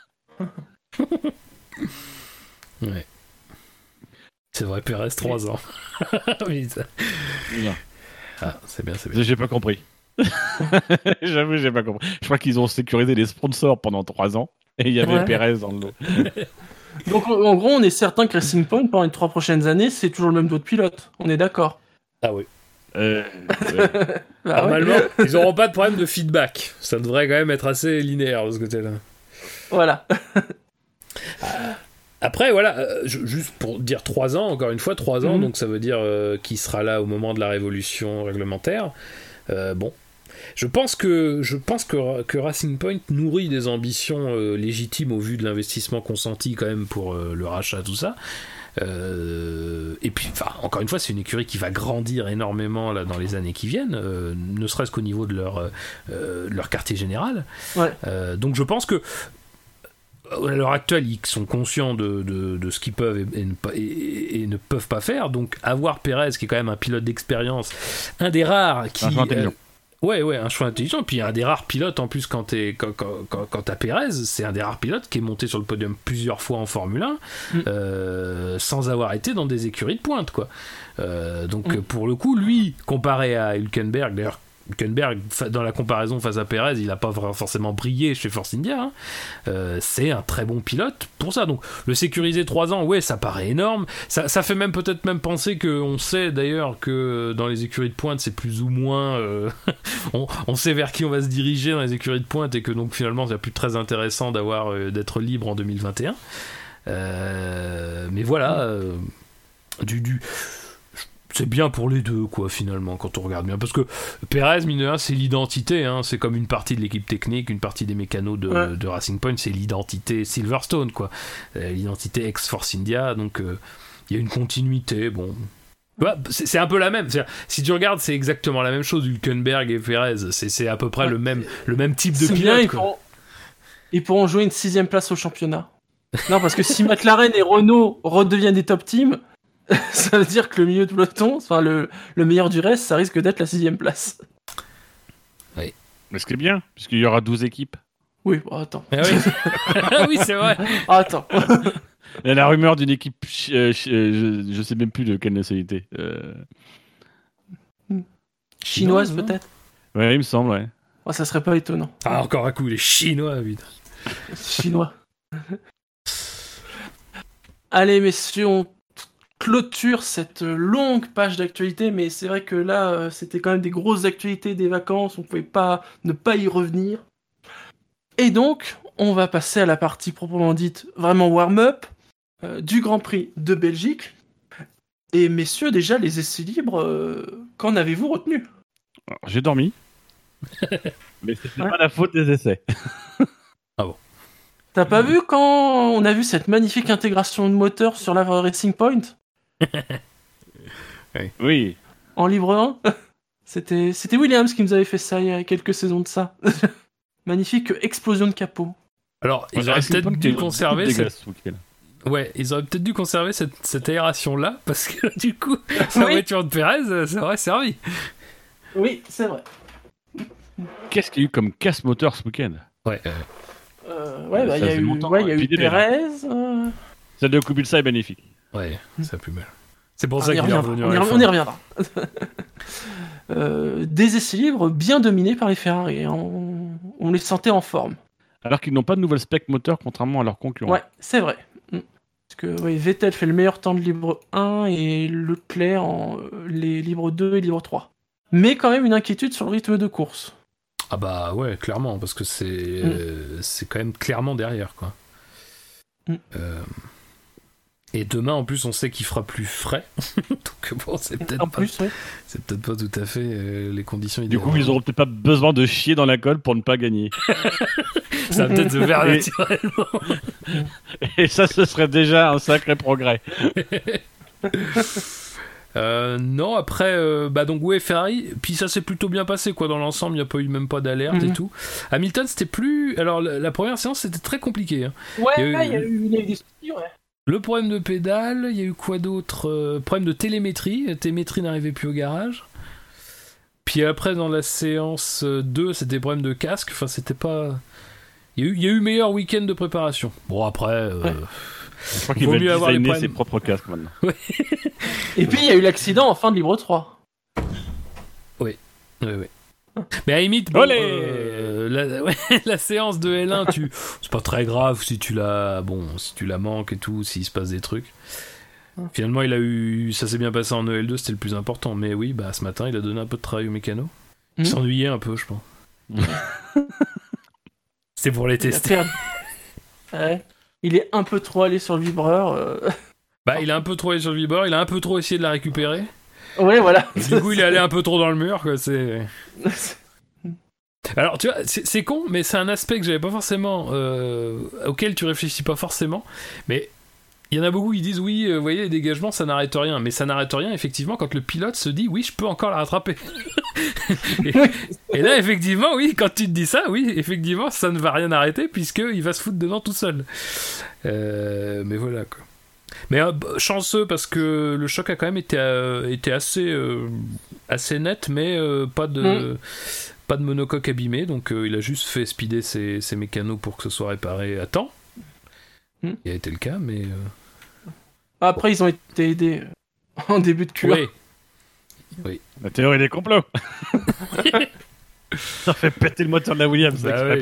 Ouais. C'est vrai, Pérez 3 ans. Oui, ça... Ah, c'est bien. J'ai pas compris. J'avoue, j'ai pas compris. Je crois qu'ils ont sécurisé les sponsors pendant 3 ans et il y avait Pérez dans le lot. Donc en gros, on est certain que Racing Point pendant les 3 prochaines années, c'est toujours le même taux de pilote. On est d'accord. Ah oui. Normalement, ils n'auront pas de problème de feedback. Ça devrait quand même être assez linéaire de ce côté-là. Voilà. Après, voilà, juste pour dire 3 ans, encore une fois, 3 ans, donc ça veut dire qu'il sera là au moment de la révolution réglementaire. Je pense que Racing Point nourrit des ambitions légitimes au vu de l'investissement consenti quand même pour le rachat, tout ça. Et puis, encore une fois, c'est une écurie qui va grandir énormément là, dans les années qui viennent, ne serait-ce qu'au niveau de leur quartier général. Ouais. Donc je pense que à l'heure actuelle, ils sont conscients de ce qu'ils peuvent et ne peuvent pas faire. Donc, avoir Pérez, qui est quand même un pilote d'expérience, un des rares qui... un choix intelligent. Puis un des rares pilotes, en plus, quand t'as Pérez, c'est un des rares pilotes qui est monté sur le podium plusieurs fois en Formule 1, sans avoir été dans des écuries de pointe, quoi. Donc, pour le coup, lui, comparé à Hülkenberg, d'ailleurs, Hülkenberg, dans la comparaison face à Pérez, il n'a pas forcément brillé chez Force India. C'est un très bon pilote pour ça. Donc le sécuriser 3 ans, ouais, ça paraît énorme. Ça fait peut-être même penser qu'on sait d'ailleurs que dans les écuries de pointe, c'est plus ou moins... on sait vers qui on va se diriger dans les écuries de pointe et que donc finalement, c'est plus très intéressant d'être libre en 2021. Mais voilà, c'est bien pour les deux, quoi, finalement, quand on regarde bien. Parce que Pérez, mine de rien, c'est l'identité, hein. C'est comme une partie de l'équipe technique, une partie des mécanos de Racing Point, c'est l'identité Silverstone, quoi. L'identité ex-Force India, donc il y a une continuité, bon. Ouais, c'est un peu la même. Si tu regardes, c'est exactement la même chose, Hülkenberg et Pérez. C'est à peu près le même type de pilote. Ils pourront jouer une 6ème place au championnat. Non, parce que si McLaren et Renault redeviennent des top teams, ça veut dire que le milieu de peloton, enfin le meilleur du reste, ça risque d'être la 6ème place. Oui. Mais ce qui est bien, puisqu'il y aura 12 équipes. Oui, bon, attends. Ah oui. Oui, c'est vrai. Attends. Il y a la rumeur d'une équipe, je sais même plus de quelle nationalité. Chinoise, peut-être. Ouais, il me semble, ouais. Oh, ça serait pas étonnant. Ah, encore un coup, les Chinois, putain. Chinois. Allez, messieurs, on clôture cette longue page d'actualité, mais c'est vrai que là, c'était quand même des grosses actualités des vacances, on pouvait pas ne pas y revenir. Et donc, on va passer à la partie proprement dite, vraiment warm-up, du Grand Prix de Belgique. Et messieurs, déjà, les essais libres, qu'en avez-vous retenu ? Alors, j'ai dormi, mais c'était pas la faute des essais. Ah bon. T'as pas vu quand on a vu cette magnifique intégration de moteur sur la Racing Point ? Oui. En libre 1 C'était Williams qui nous avait fait ça il y a quelques saisons de ça. Magnifique explosion de capot. Alors, ils auraient peut-être dû conserver ils auraient peut-être dû conserver cette aération-là, parce que du coup, sa voiture de Pérez, ça aurait servi. Oui, c'est vrai. Qu'est-ce qu'il y a eu comme casse moteur ce week-end ? Il y a eu Pérez. Celle de Kubica est magnifique. Ouais, ça plus mal. C'est pour ça qu'il est revenu. On y reviendra. Des essais libres bien dominés par les Ferrari. On les sentait en forme. Alors qu'ils n'ont pas de nouvelle spec moteur, contrairement à leurs concurrents. Ouais, c'est vrai. Parce que Vettel fait le meilleur temps de libre 1 et Leclerc en les libres 2 et libre 3. Mais quand même une inquiétude sur le rythme de course. Ah bah ouais, clairement, parce que c'est quand même clairement derrière, quoi. Et demain, en plus, on sait qu'il fera plus frais. Donc bon, c'est peut-être pas tout à fait les conditions idéales. Du coup, ils auront peut-être pas besoin de chier dans la colle pour ne pas gagner. Ça va peut-être se faire naturellement. Et ça, ce serait déjà un sacré progrès. Non, après, donc ouais, Ferrari, puis ça s'est plutôt bien passé, quoi, dans l'ensemble, il n'y a pas eu même pas d'alerte et tout. Hamilton, c'était plus... Alors, la première séance, c'était très compliqué. Hein. Ouais, il y a eu des soucis, ouais. Le problème de pédale, il y a eu quoi d'autre ? Problème de télémétrie. La télémétrie n'arrivait plus au garage. Puis après, dans la séance 2, c'était problème de casque. Enfin, c'était pas... Il y a eu meilleur week-end de préparation. Bon, après... Je crois qu'il va designer ses propres casques maintenant. Ouais. Et puis, il y a eu l'accident en fin de libre 3. Oui. Mais à la limite, la séance de L1, c'est pas très grave si tu la manques et tout, s'il se passe des trucs. Finalement, ça s'est bien passé en EL2, c'était le plus important. Mais oui, ce matin, il a donné un peu de travail au mécano. Il s'ennuyait un peu, je pense. C'est pour les tester. Ouais. Il est un peu trop allé sur le vibreur. Il a un peu trop allé sur le vibreur, il a un peu trop essayé de la récupérer. Ouais, voilà. Et du coup, il est allé un peu trop dans le mur, quoi. Alors, tu vois, c'est con, mais c'est un aspect que j'avais pas forcément, auquel tu réfléchis pas forcément. Mais il y en a beaucoup qui disent oui, vous voyez, les dégagements, ça n'arrête rien. Mais ça n'arrête rien, effectivement, quand le pilote se dit oui, je peux encore la rattraper. et là, effectivement, oui, quand tu te dis ça, oui, effectivement, ça ne va rien arrêter puisqu'il va se foutre dedans tout seul. Mais voilà, quoi. Mais chanceux parce que le choc a quand même été assez net, mais pas de monocoque abîmé, donc il a juste fait speeder ses mécanos pour que ce soit réparé à temps. Il a été le cas, mais... Après, ils ont été aidés en début de Q1. Oui. La théorie des complots. Ça fait péter le moteur de la Williams.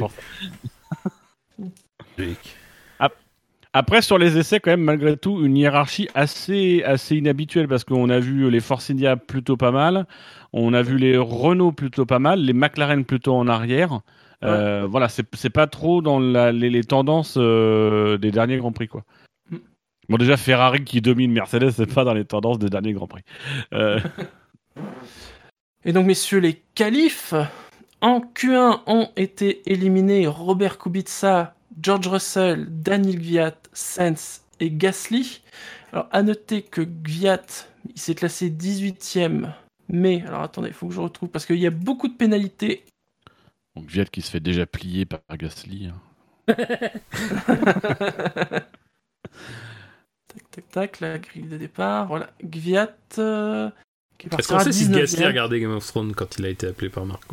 Après, sur les essais, quand même, malgré tout, une hiérarchie assez inhabituelle parce qu'on a vu les Force India plutôt pas mal, on a vu les Renault plutôt pas mal, les McLaren plutôt en arrière. Voilà, c'est pas trop dans les tendances des derniers Grands Prix, quoi. Bon, déjà, Ferrari qui domine Mercedes, c'est pas dans les tendances des derniers Grands Prix. Et donc, messieurs, les qualifs en Q1 ont été éliminés Robert Kubica, George Russell, Daniel Kvyat, Sainz et Gasly. Alors, à noter que Kvyat, il s'est classé 18e, mais, alors attendez, il faut que je retrouve, parce qu'il y a beaucoup de pénalités. Donc, Kvyat qui se fait déjà plier par Gasly. Tac, la grille de départ, voilà, Kvyat... Est-ce qu'on sait si Gasly a regardé Game of Thrones quand il a été appelé par Marco?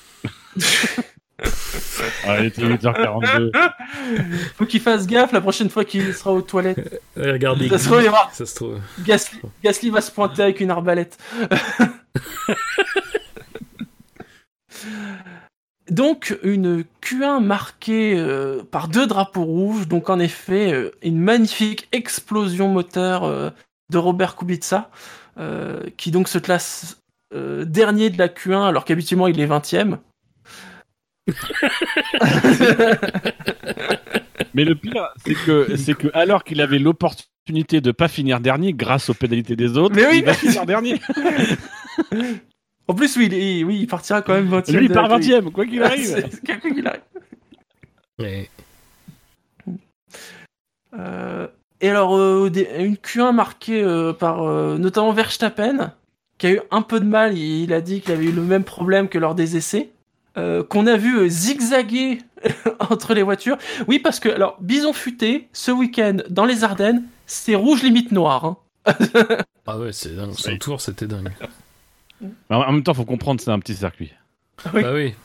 Il était 8h42. Faut qu'il fasse gaffe la prochaine fois qu'il sera aux toilettes. Regardez, ça se trouve. Gasly va se pointer avec une arbalète. Donc, une Q1 marquée par 2 drapeaux rouges. Donc, en effet, une magnifique explosion moteur de Robert Kubica, qui donc se classe dernier de la Q1, alors qu'habituellement, il est 20e. Mais le pire, c'est que alors qu'il avait l'opportunité de pas finir dernier grâce aux pénalités des autres, il va finir dernier. En plus, il partira quand même 20e. Lui, il part 20e, quoi qu'il arrive. Quoi qu'il arrive. Ouais. Et alors, une Q1 marquée par notamment Verstappen, qui a eu un peu de mal. Il a dit qu'il avait eu le même problème que lors des essais. Qu'on a vu zigzaguer entre les voitures. Oui, parce que, alors, Bison Futé, ce week-end, dans les Ardennes, c'est rouge limite noir. Hein. Ah ouais, c'est dingue. Son tour, c'était dingue. En même temps, faut comprendre, c'est un petit circuit. Oui. Bah oui.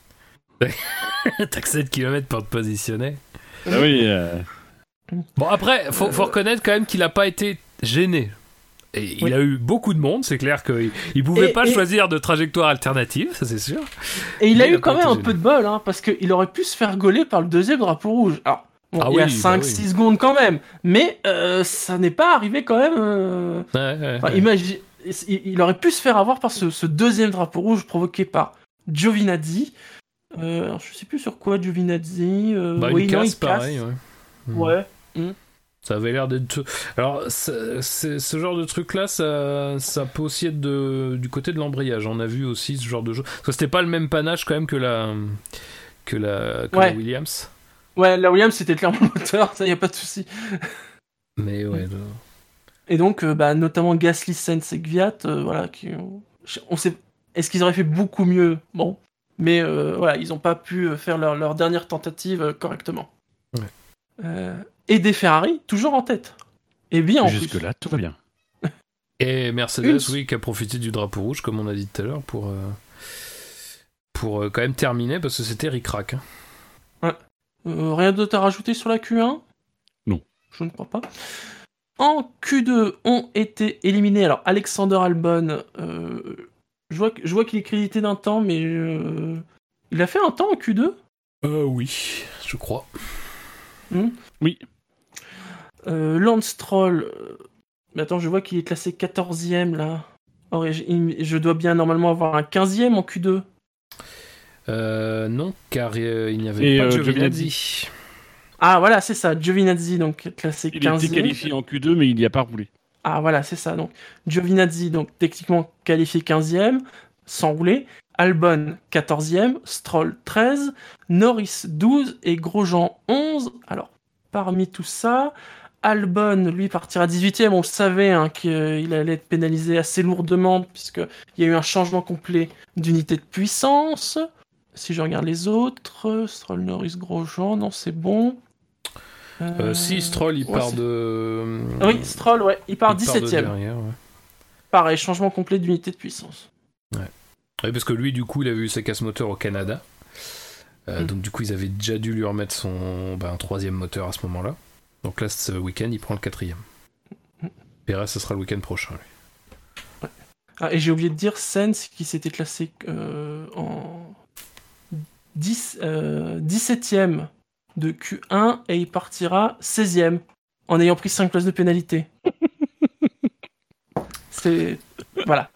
T'as que 7 km pour te positionner. Ah oui. Bon, après, faut reconnaître quand même qu'il a pas été gêné. Et il a eu beaucoup de monde, c'est clair qu'il pouvait pas choisir de trajectoire alternative, ça c'est sûr. Et il a eu quand même un peu de bol, hein, parce qu'il aurait pu se faire gauler par le deuxième drapeau rouge. Alors, il y a 5-6 secondes quand même, mais ça n'est pas arrivé quand même. Imagine, il aurait pu se faire avoir par ce deuxième drapeau rouge provoqué par Giovinazzi. Alors, je sais plus sur quoi Giovinazzi. Il casse, pareil. Ouais. Ça avait l'air d'être... Alors, ce genre de truc-là, ça peut aussi être du côté de l'embrayage. On a vu aussi ce genre de choses. Parce que c'était pas le même panache quand même que la Williams. Ouais, la Williams, c'était clairement le moteur, ça, y a pas de souci. Mais ouais... Et donc, notamment Gasly, Sainz et Kvyat, voilà, on sait... Est-ce qu'ils auraient fait beaucoup mieux? Bon. Mais voilà, ils ont pas pu faire leur dernière tentative correctement. Ouais. Et des Ferrari, toujours en tête. Et bien en plus. Jusque-là, tout va bien. Et Mercedes, qui a profité du drapeau rouge, comme on a dit tout à l'heure, pour quand même terminer, parce que c'était ric-rac. Ouais. Rien d'autre à rajouter sur la Q1? Non. Je ne crois pas. En Q2, ont été éliminés. Alors, Alexander Albon, je vois qu'il est crédité d'un temps, mais il a fait un temps en Q2? Oui, je crois. Oui. Lance Stroll, mais attends, je vois qu'il est classé 14e là. Or, je dois bien normalement avoir un 15e en Q2. Non, car il n'y avait pas de Giovinazzi. Ah voilà, c'est ça, Giovinazzi, donc classé 15e. Il était qualifié en Q2, mais il n'y a pas roulé. Ah voilà, c'est ça, donc Giovinazzi, donc techniquement qualifié 15e, sans rouler. Albon 14e, Stroll 13, Norris 12 et Grosjean 11. Alors, parmi tout ça, Albon, lui, partira 18e. On le savait qu'il allait être pénalisé assez lourdement, puisqu'il y a eu un changement complet d'unité de puissance. Si je regarde les autres, Stroll, Norris, Grosjean, non, c'est bon. Si, Stroll, il part de... Oui, Stroll, ouais, il part 17e. Derrière, ouais. Pareil, changement complet d'unité de puissance. Ouais. Oui, parce que lui, du coup, il avait eu sa casse moteur au Canada. Donc, du coup, ils avaient déjà dû lui remettre son troisième moteur à ce moment-là. Donc là, ce week-end, il prend le 4e. Perez, ce sera le week-end prochain, lui. Ouais. Ah, et j'ai oublié de dire Sens qui s'était classé en 17e de Q1 et il partira 16e en ayant pris 5 places de pénalité. C'est... Voilà.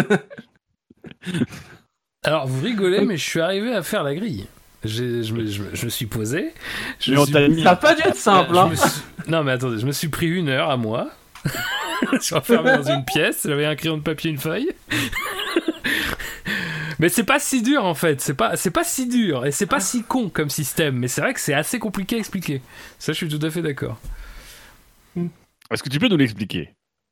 Alors, vous rigolez, mais je suis arrivé à faire la grille. Je me suis posé. Ça n'a pas dû être simple. Hein. Non, mais attendez, je me suis pris 1 heure à moi. Je suis enfermé dans une pièce, j'avais un crayon de papier, une feuille. Mais c'est pas si dur en fait, c'est pas si dur et c'est pas si con comme système, mais c'est vrai que c'est assez compliqué à expliquer. Ça, je suis tout à fait d'accord. Est-ce que tu peux nous l'expliquer ?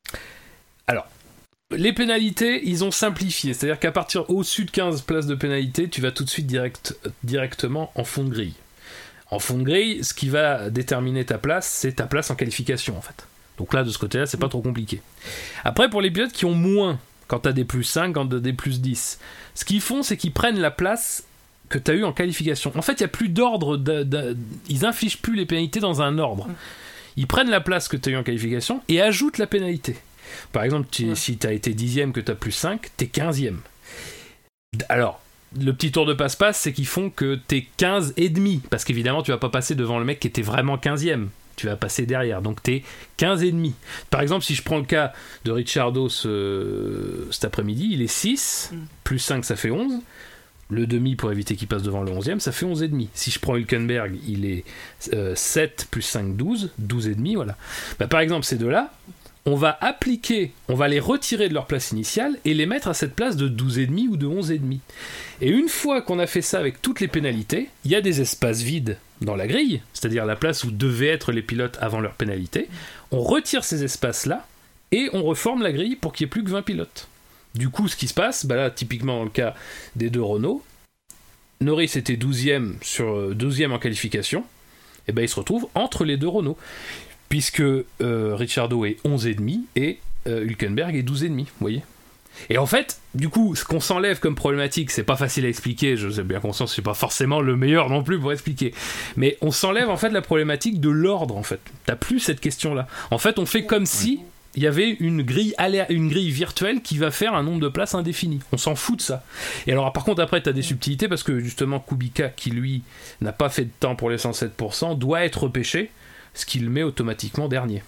Alors, les pénalités, ils ont simplifié, c'est-à-dire qu'à partir au-dessus de 15 places de pénalité, tu vas tout de suite directement en fond de grille. En fond de grille, ce qui va déterminer ta place, c'est ta place en qualification en fait. Donc là, de ce côté-là, c'est pas trop compliqué. Après, pour les pilotes qui ont moins, quand t'as des plus 5, quand t'as des plus 10, ce qu'ils font, c'est qu'ils prennent la place que t'as eu en qualification. En fait, il n'y a plus d'ordre, ils infligent plus les pénalités dans un ordre. Ils prennent la place que t'as eu en qualification et ajoutent la pénalité. Par exemple, si t'as été 10e, que t'as plus 5, t'es 15e. Alors, le petit tour de passe-passe, c'est qu'ils font que t'es 15 et demi, parce qu'évidemment, tu vas pas passer devant le mec qui était vraiment 15e. Tu vas passer derrière, donc t'es 15 et demi. Par exemple, si je prends le cas de Ricciardo cet après-midi, il est 6, plus 5, ça fait 11. Le demi, pour éviter qu'il passe devant le 11e, ça fait 11 et demi. Si je prends Hülkenberg, il est 7, plus 5, 12, 12 et demi, voilà. Bah, par exemple, ces deux-là, on va les retirer de leur place initiale et les mettre à cette place de 12,5 ou de 11,5. Et une fois qu'on a fait ça avec toutes les pénalités, il y a des espaces vides dans la grille, c'est-à-dire la place où devaient être les pilotes avant leur pénalité. On retire ces espaces-là et on reforme la grille pour qu'il n'y ait plus que 20 pilotes. Du coup, ce qui se passe, bah là, typiquement dans le cas des deux Renault, Norris était 12e en qualification, et ben il se retrouve entre les deux Renault. Puisque Ricciardo est 11,5 et Hülkenberg est 12,5, vous voyez. Et en fait, du coup, ce qu'on s'enlève comme problématique, c'est pas facile à expliquer, je sais bien conscience, c'est pas forcément le meilleur non plus pour expliquer, mais on s'enlève en fait la problématique de l'ordre, en fait. T'as plus cette question-là. En fait, on fait comme si il y avait une grille virtuelle qui va faire un nombre de places indéfini. On s'en fout de ça. Et alors, par contre, après, t'as des subtilités, parce que justement, Kubica, qui lui n'a pas fait de temps pour les 107%, doit être repêché, ce qui le met automatiquement dernier.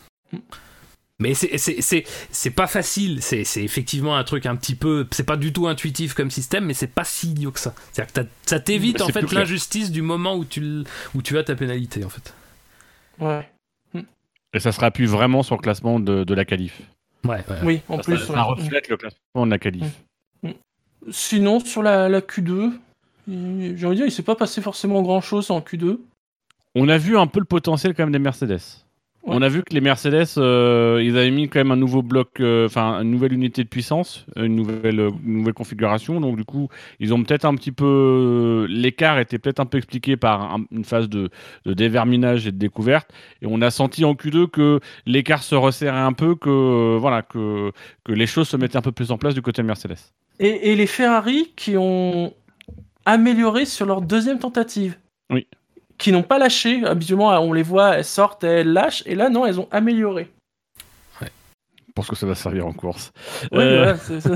Mais c'est pas facile, c'est effectivement un truc un petit peu, c'est pas du tout intuitif comme système, mais c'est pas si idiot que ça. C'est-à-dire que ça t'évite en fait l'injustice du moment où tu as ta pénalité en fait. Ouais. Et ça se rappuie vraiment sur le classement de la qualif. Ouais. Oui, en plus. Ça reflète le classement de la qualif. Sinon, sur la Q2, j'ai envie de dire, il s'est pas passé forcément grand-chose en Q2. On a vu un peu le potentiel quand même des Mercedes. Ouais. On a vu que les Mercedes, ils avaient mis quand même un nouveau bloc, une nouvelle unité de puissance, une nouvelle configuration. Donc du coup, ils ont peut-être un petit peu... l'écart était peut-être un peu expliqué par une phase de déverminage et de découverte. Et on a senti en Q2 que l'écart se resserrait un peu, que les choses se mettaient un peu plus en place du côté de Mercedes. Et les Ferrari qui ont amélioré sur leur deuxième tentative. Oui. Qui n'ont pas lâché. Habituellement, on les voit, elles sortent, elles lâchent. Et là, non, elles ont amélioré. Ouais. Je pense que ça va servir en course. Oui, ouais, c'est ça.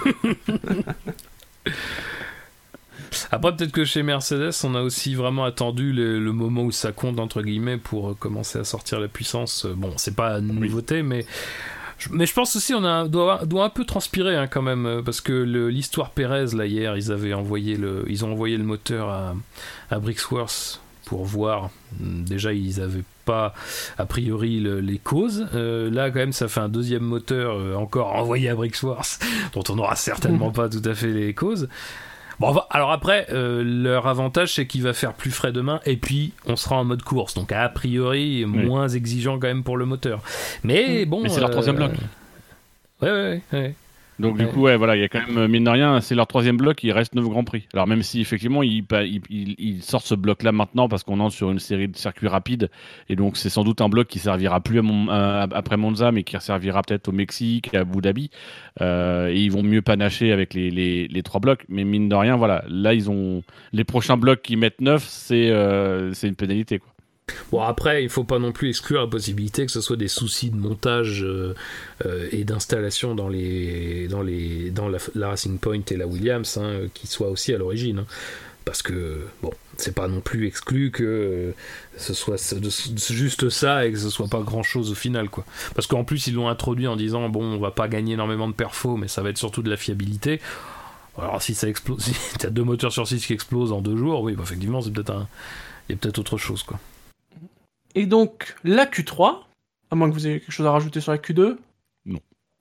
Après, peut-être que chez Mercedes, on a aussi vraiment attendu le moment où ça compte, entre guillemets, pour commencer à sortir la puissance. Bon, c'est pas une nouveauté, mais je pense aussi on doit un peu transpirer quand même, parce que l'histoire Pérez, là, hier, ils ont envoyé le moteur à Brixworth pour voir. Déjà, ils n'avaient pas a priori les causes. Là, quand même, ça fait un deuxième moteur encore envoyé à Brixworth, dont on n'aura certainement pas tout à fait les causes. Bon, alors après, leur avantage, c'est qu'il va faire plus frais demain, et puis on sera en mode course. Donc, a priori, moins exigeant quand même pour le moteur. Mais bon. Mais c'est leur troisième bloc. Ouais. Donc du coup, il y a quand même, mine de rien, c'est leur troisième bloc, il reste 9 Grands Prix. Alors même si effectivement, ils sortent ce bloc-là maintenant parce qu'on entre sur une série de circuits rapides, et donc c'est sans doute un bloc qui servira plus après Monza, mais qui servira peut-être au Mexique, à Abu Dhabi, et ils vont mieux panacher avec les 3 blocs. Mais mine de rien, voilà, là ils ont les prochains blocs qui mettent 9, c'est une pénalité, quoi. Bon, après, il faut pas non plus exclure la possibilité que ce soit des soucis de montage et d'installation dans la Racing Point et la Williams qui soient aussi à l'origine. Parce que, bon, c'est pas non plus exclu que ce soit juste ça et que ce soit pas grand chose au final, quoi. Parce qu'en plus, ils l'ont introduit en disant, bon, on va pas gagner énormément de perfos, mais ça va être surtout de la fiabilité. Alors, si ça explose, si t'as 2 moteurs sur 6 qui explosent en 2 jours, oui, bah, effectivement, il y a peut-être autre chose, quoi. Et donc, la Q3, à moins que vous ayez quelque chose à rajouter sur la Q2 ? Non.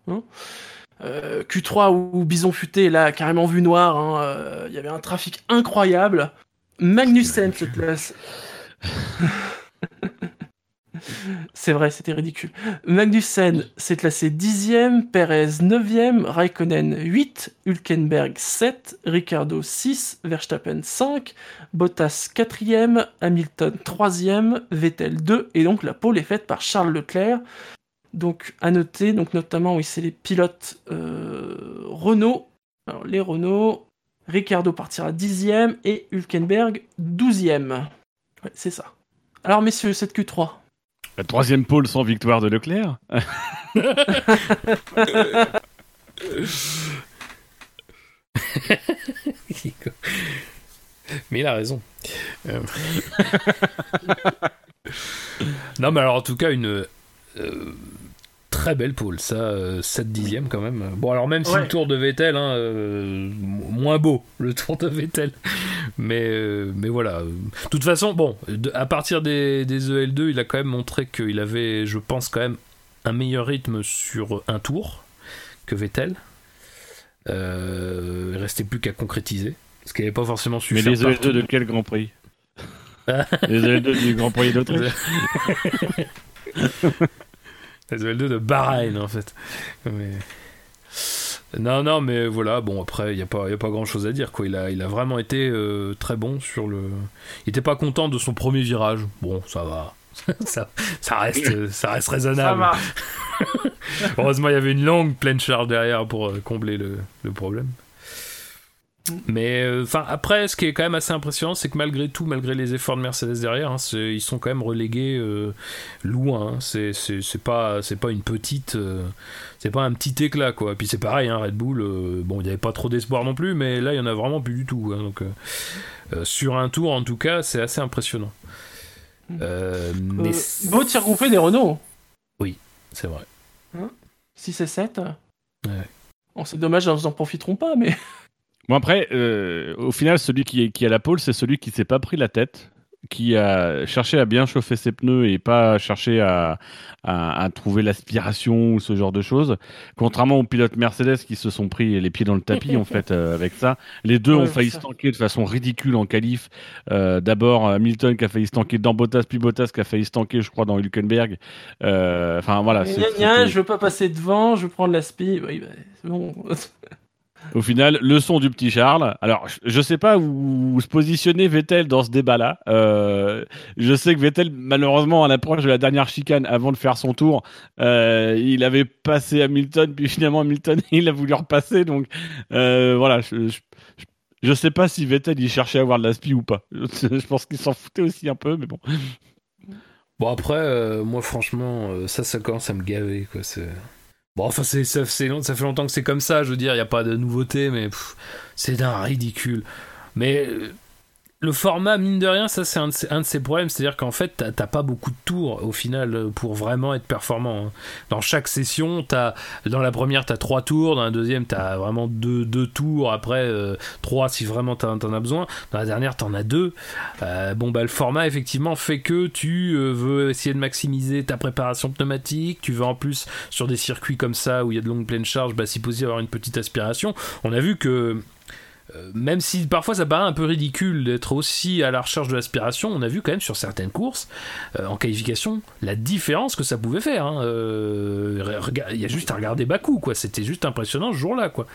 Q3 où Bison Futé, là, carrément vu noir, y avait un trafic incroyable. Magnussen se classe... C'est vrai, c'était ridicule. Magnussen s'est classé 10e, Perez 9e, Raikkonen 8, Hülkenberg 7, Ricciardo 6, Verstappen 5, Bottas 4e, Hamilton 3e, Vettel 2, et donc la pole est faite par Charles Leclerc. Donc à noter, donc notamment, oui, c'est les pilotes Renault. Alors les Renault, Ricciardo partira 10e et Hülkenberg 12e. Ouais, c'est ça. Alors messieurs, cette Q3. La 3e pole sans victoire de Leclerc. Mais il a raison. Non, mais alors en tout cas, une très belle pole, ça, 7 dixièmes quand même. Bon, alors même si le tour de Vettel, moins beau, le tour de Vettel. Mais voilà. De toute façon, bon, à partir des EL2, il a quand même montré qu'il avait, je pense, quand même un meilleur rythme sur un tour que Vettel. Il restait plus qu'à concrétiser. Ce qui n'avait pas forcément su faire. Mais les EL2 de quel Grand Prix? Les EL2 du Grand Prix d'Autriche. Les EL2 de Bahreïn, en fait. Mais... Non, mais voilà, bon, après, il n'y a pas grand chose à dire, quoi. Il a vraiment été très bon sur le. Il n'était pas content de son premier virage. Bon, ça va. ça reste raisonnable. Ça va. Heureusement, il y avait une longue pleine charge derrière pour combler le problème. Mais après, ce qui est quand même assez impressionnant, c'est que malgré tout, malgré les efforts de Mercedes derrière, ils sont quand même relégués loin. C'est pas une petite, c'est pas un petit éclat, quoi. Et puis c'est pareil, Red Bull. Bon, il n'y avait pas trop d'espoir non plus, mais là, il y en a vraiment plus du tout. Donc sur un tour, en tout cas, c'est assez impressionnant. Mais beau tir groupé des Renault. Oui, c'est vrai. 6 et 7. Ouais. Bon, c'est dommage, ils n'en profiteront pas, mais. Bon, après, au final, celui qui a la pole, c'est celui qui s'est pas pris la tête, qui a cherché à bien chauffer ses pneus et pas cherché à trouver l'aspiration ou ce genre de choses. Contrairement aux pilotes Mercedes qui se sont pris les pieds dans le tapis, en fait, avec ça. Les deux ont failli se tanker de façon ridicule en qualif. D'abord, Hamilton qui a failli se tanker dans Bottas, puis Bottas qui a failli se tanker, je crois, dans Hülkenberg. Enfin, voilà. Je veux pas passer devant, je veux prendre l'aspi. Oui, c'est bon. Au final, leçon du petit Charles. Alors, je sais pas où se positionner Vettel dans ce débat-là. Je sais que Vettel, malheureusement, à l'approche de la dernière chicane, avant de faire son tour, il avait passé Hamilton, puis finalement Hamilton, il a voulu repasser. Donc, voilà, je sais pas si Vettel, il cherchait à avoir de l'aspi ou pas. Je pense qu'il s'en foutait aussi un peu, mais bon. Bon, après, moi, franchement, ça commence à me gaver, quoi. Bon, enfin, ça fait longtemps que c'est comme ça, je veux dire, il n'y a pas de nouveauté, mais c'est d'un ridicule. Mais le format, mine de rien, ça, c'est un de ses problèmes, c'est-à-dire qu'en fait, t'as pas beaucoup de tours, au final, pour vraiment être performant. Dans chaque session, dans la première, t'as 3 tours, dans la deuxième, t'as vraiment 2 tours, après, 3 si vraiment t'en as besoin, dans la dernière, t'en as 2. Le format, effectivement, fait que tu veux essayer de maximiser ta préparation pneumatique, tu veux en plus, sur des circuits comme ça, où il y a de longues pleines charges, si possible, avoir une petite aspiration. On a vu que même si parfois ça paraît un peu ridicule d'être aussi à la recherche de l'aspiration, on a vu quand même sur certaines courses en qualification la différence que ça pouvait faire. Il y a juste à regarder Bakou, quoi. C'était juste impressionnant ce jour-là, quoi.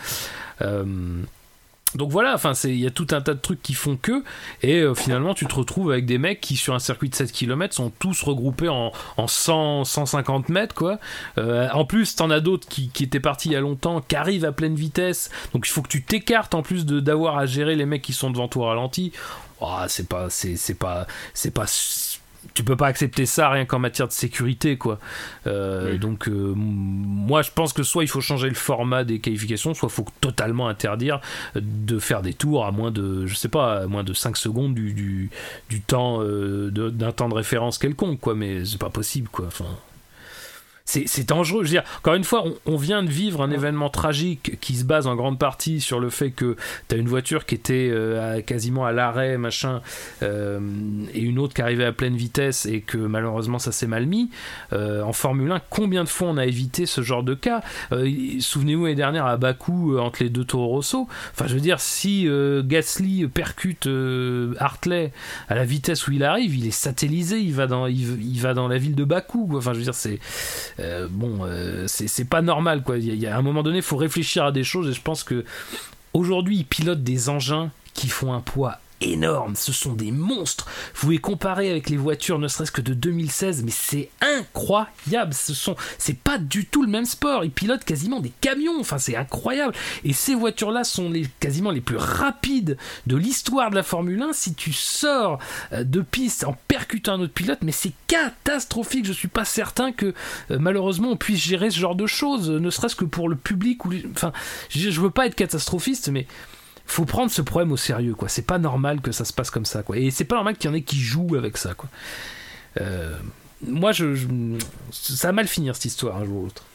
Donc voilà, il y a tout un tas de trucs qui font que, et finalement tu te retrouves avec des mecs qui sur un circuit de 7 km sont tous regroupés en 100, 150 mètres, quoi. En plus t'en as d'autres qui étaient partis il y a longtemps, qui arrivent à pleine vitesse, donc il faut que tu t'écartes en plus d'avoir à gérer les mecs qui sont devant toi au ralenti. C'est pas tu peux pas accepter ça rien qu'en matière de sécurité, quoi. Oui. Donc moi je pense que soit il faut changer le format des qualifications, soit il faut totalement interdire de faire des tours à moins de, je sais pas, à moins de 5 secondes du temps d'un temps de référence quelconque, quoi. Mais c'est pas possible, quoi. Enfin, c'est dangereux. Je veux dire, encore une fois, on vient de vivre un événement tragique qui se base en grande partie sur le fait que t'as une voiture qui était quasiment à l'arrêt, machin, et une autre qui arrivait à pleine vitesse et que malheureusement ça s'est mal mis. En Formule 1, combien de fois on a évité ce genre de cas? Souvenez-vous l'année dernière à Bakou, entre les deux Toro Rosso. Enfin, je veux dire, si Gasly percute Hartley à la vitesse où il arrive, il est satellisé, il va dans la ville de Bakou, quoi. Enfin, je veux dire, c'est pas normal, quoi. Il y a un moment donné, il faut réfléchir à des choses, et je pense que aujourd'hui ils pilotent des engins qui font un poids énorme, ce sont des monstres. Vous pouvez comparer avec les voitures ne serait-ce que de 2016, mais c'est incroyable. C'est pas du tout le même sport. Ils pilotent quasiment des camions, enfin c'est incroyable. Et ces voitures-là sont quasiment les plus rapides de l'histoire de la Formule 1. Si tu sors de piste en percutant un autre pilote, mais c'est catastrophique. Je suis pas certain que malheureusement on puisse gérer ce genre de choses, ne serait-ce que pour le public. Enfin, je veux pas être catastrophiste, mais faut prendre ce problème au sérieux, quoi. C'est pas normal que ça se passe comme ça, quoi. Et c'est pas normal qu'il y en ait qui jouent avec ça, quoi. Moi, ça va mal finir cette histoire un jour ou l'autre.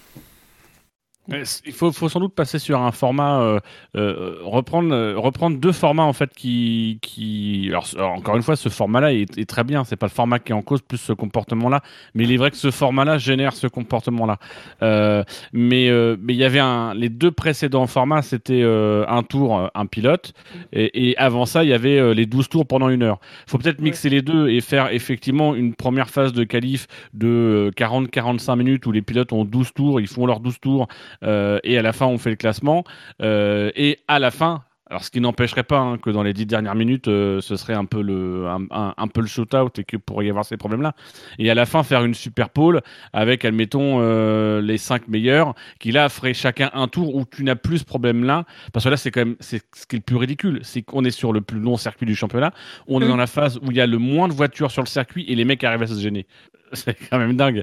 Il faut sans doute passer sur un format, reprendre deux formats en fait alors, encore une fois, ce format-là est très bien. C'est pas le format qui est en cause, plus ce comportement-là. Mais il est vrai que ce format-là génère ce comportement-là. Mais il y avait les deux précédents formats, c'était un tour, un pilote, et avant ça, il y avait les 12 tours pendant 1 heure. Faut peut-être mixer les deux et faire effectivement une première phase de qualif de 40-45 minutes où les pilotes ont 12 tours, ils font leurs 12 tours. Et à la fin on fait le classement et à la fin, alors ce qui n'empêcherait pas que dans les 10 dernières minutes ce serait un peu le shootout et que pourrait y avoir ces problèmes là, et à la fin faire une super pole avec admettons les 5 meilleurs qui là feraient chacun un tour où tu n'as plus ce problème là, parce que là c'est quand même ce qui est le plus ridicule, c'est qu'on est sur le plus long circuit du championnat, on est dans la phase où il y a le moins de voitures sur le circuit et les mecs arrivent à se gêner. C'est quand même dingue.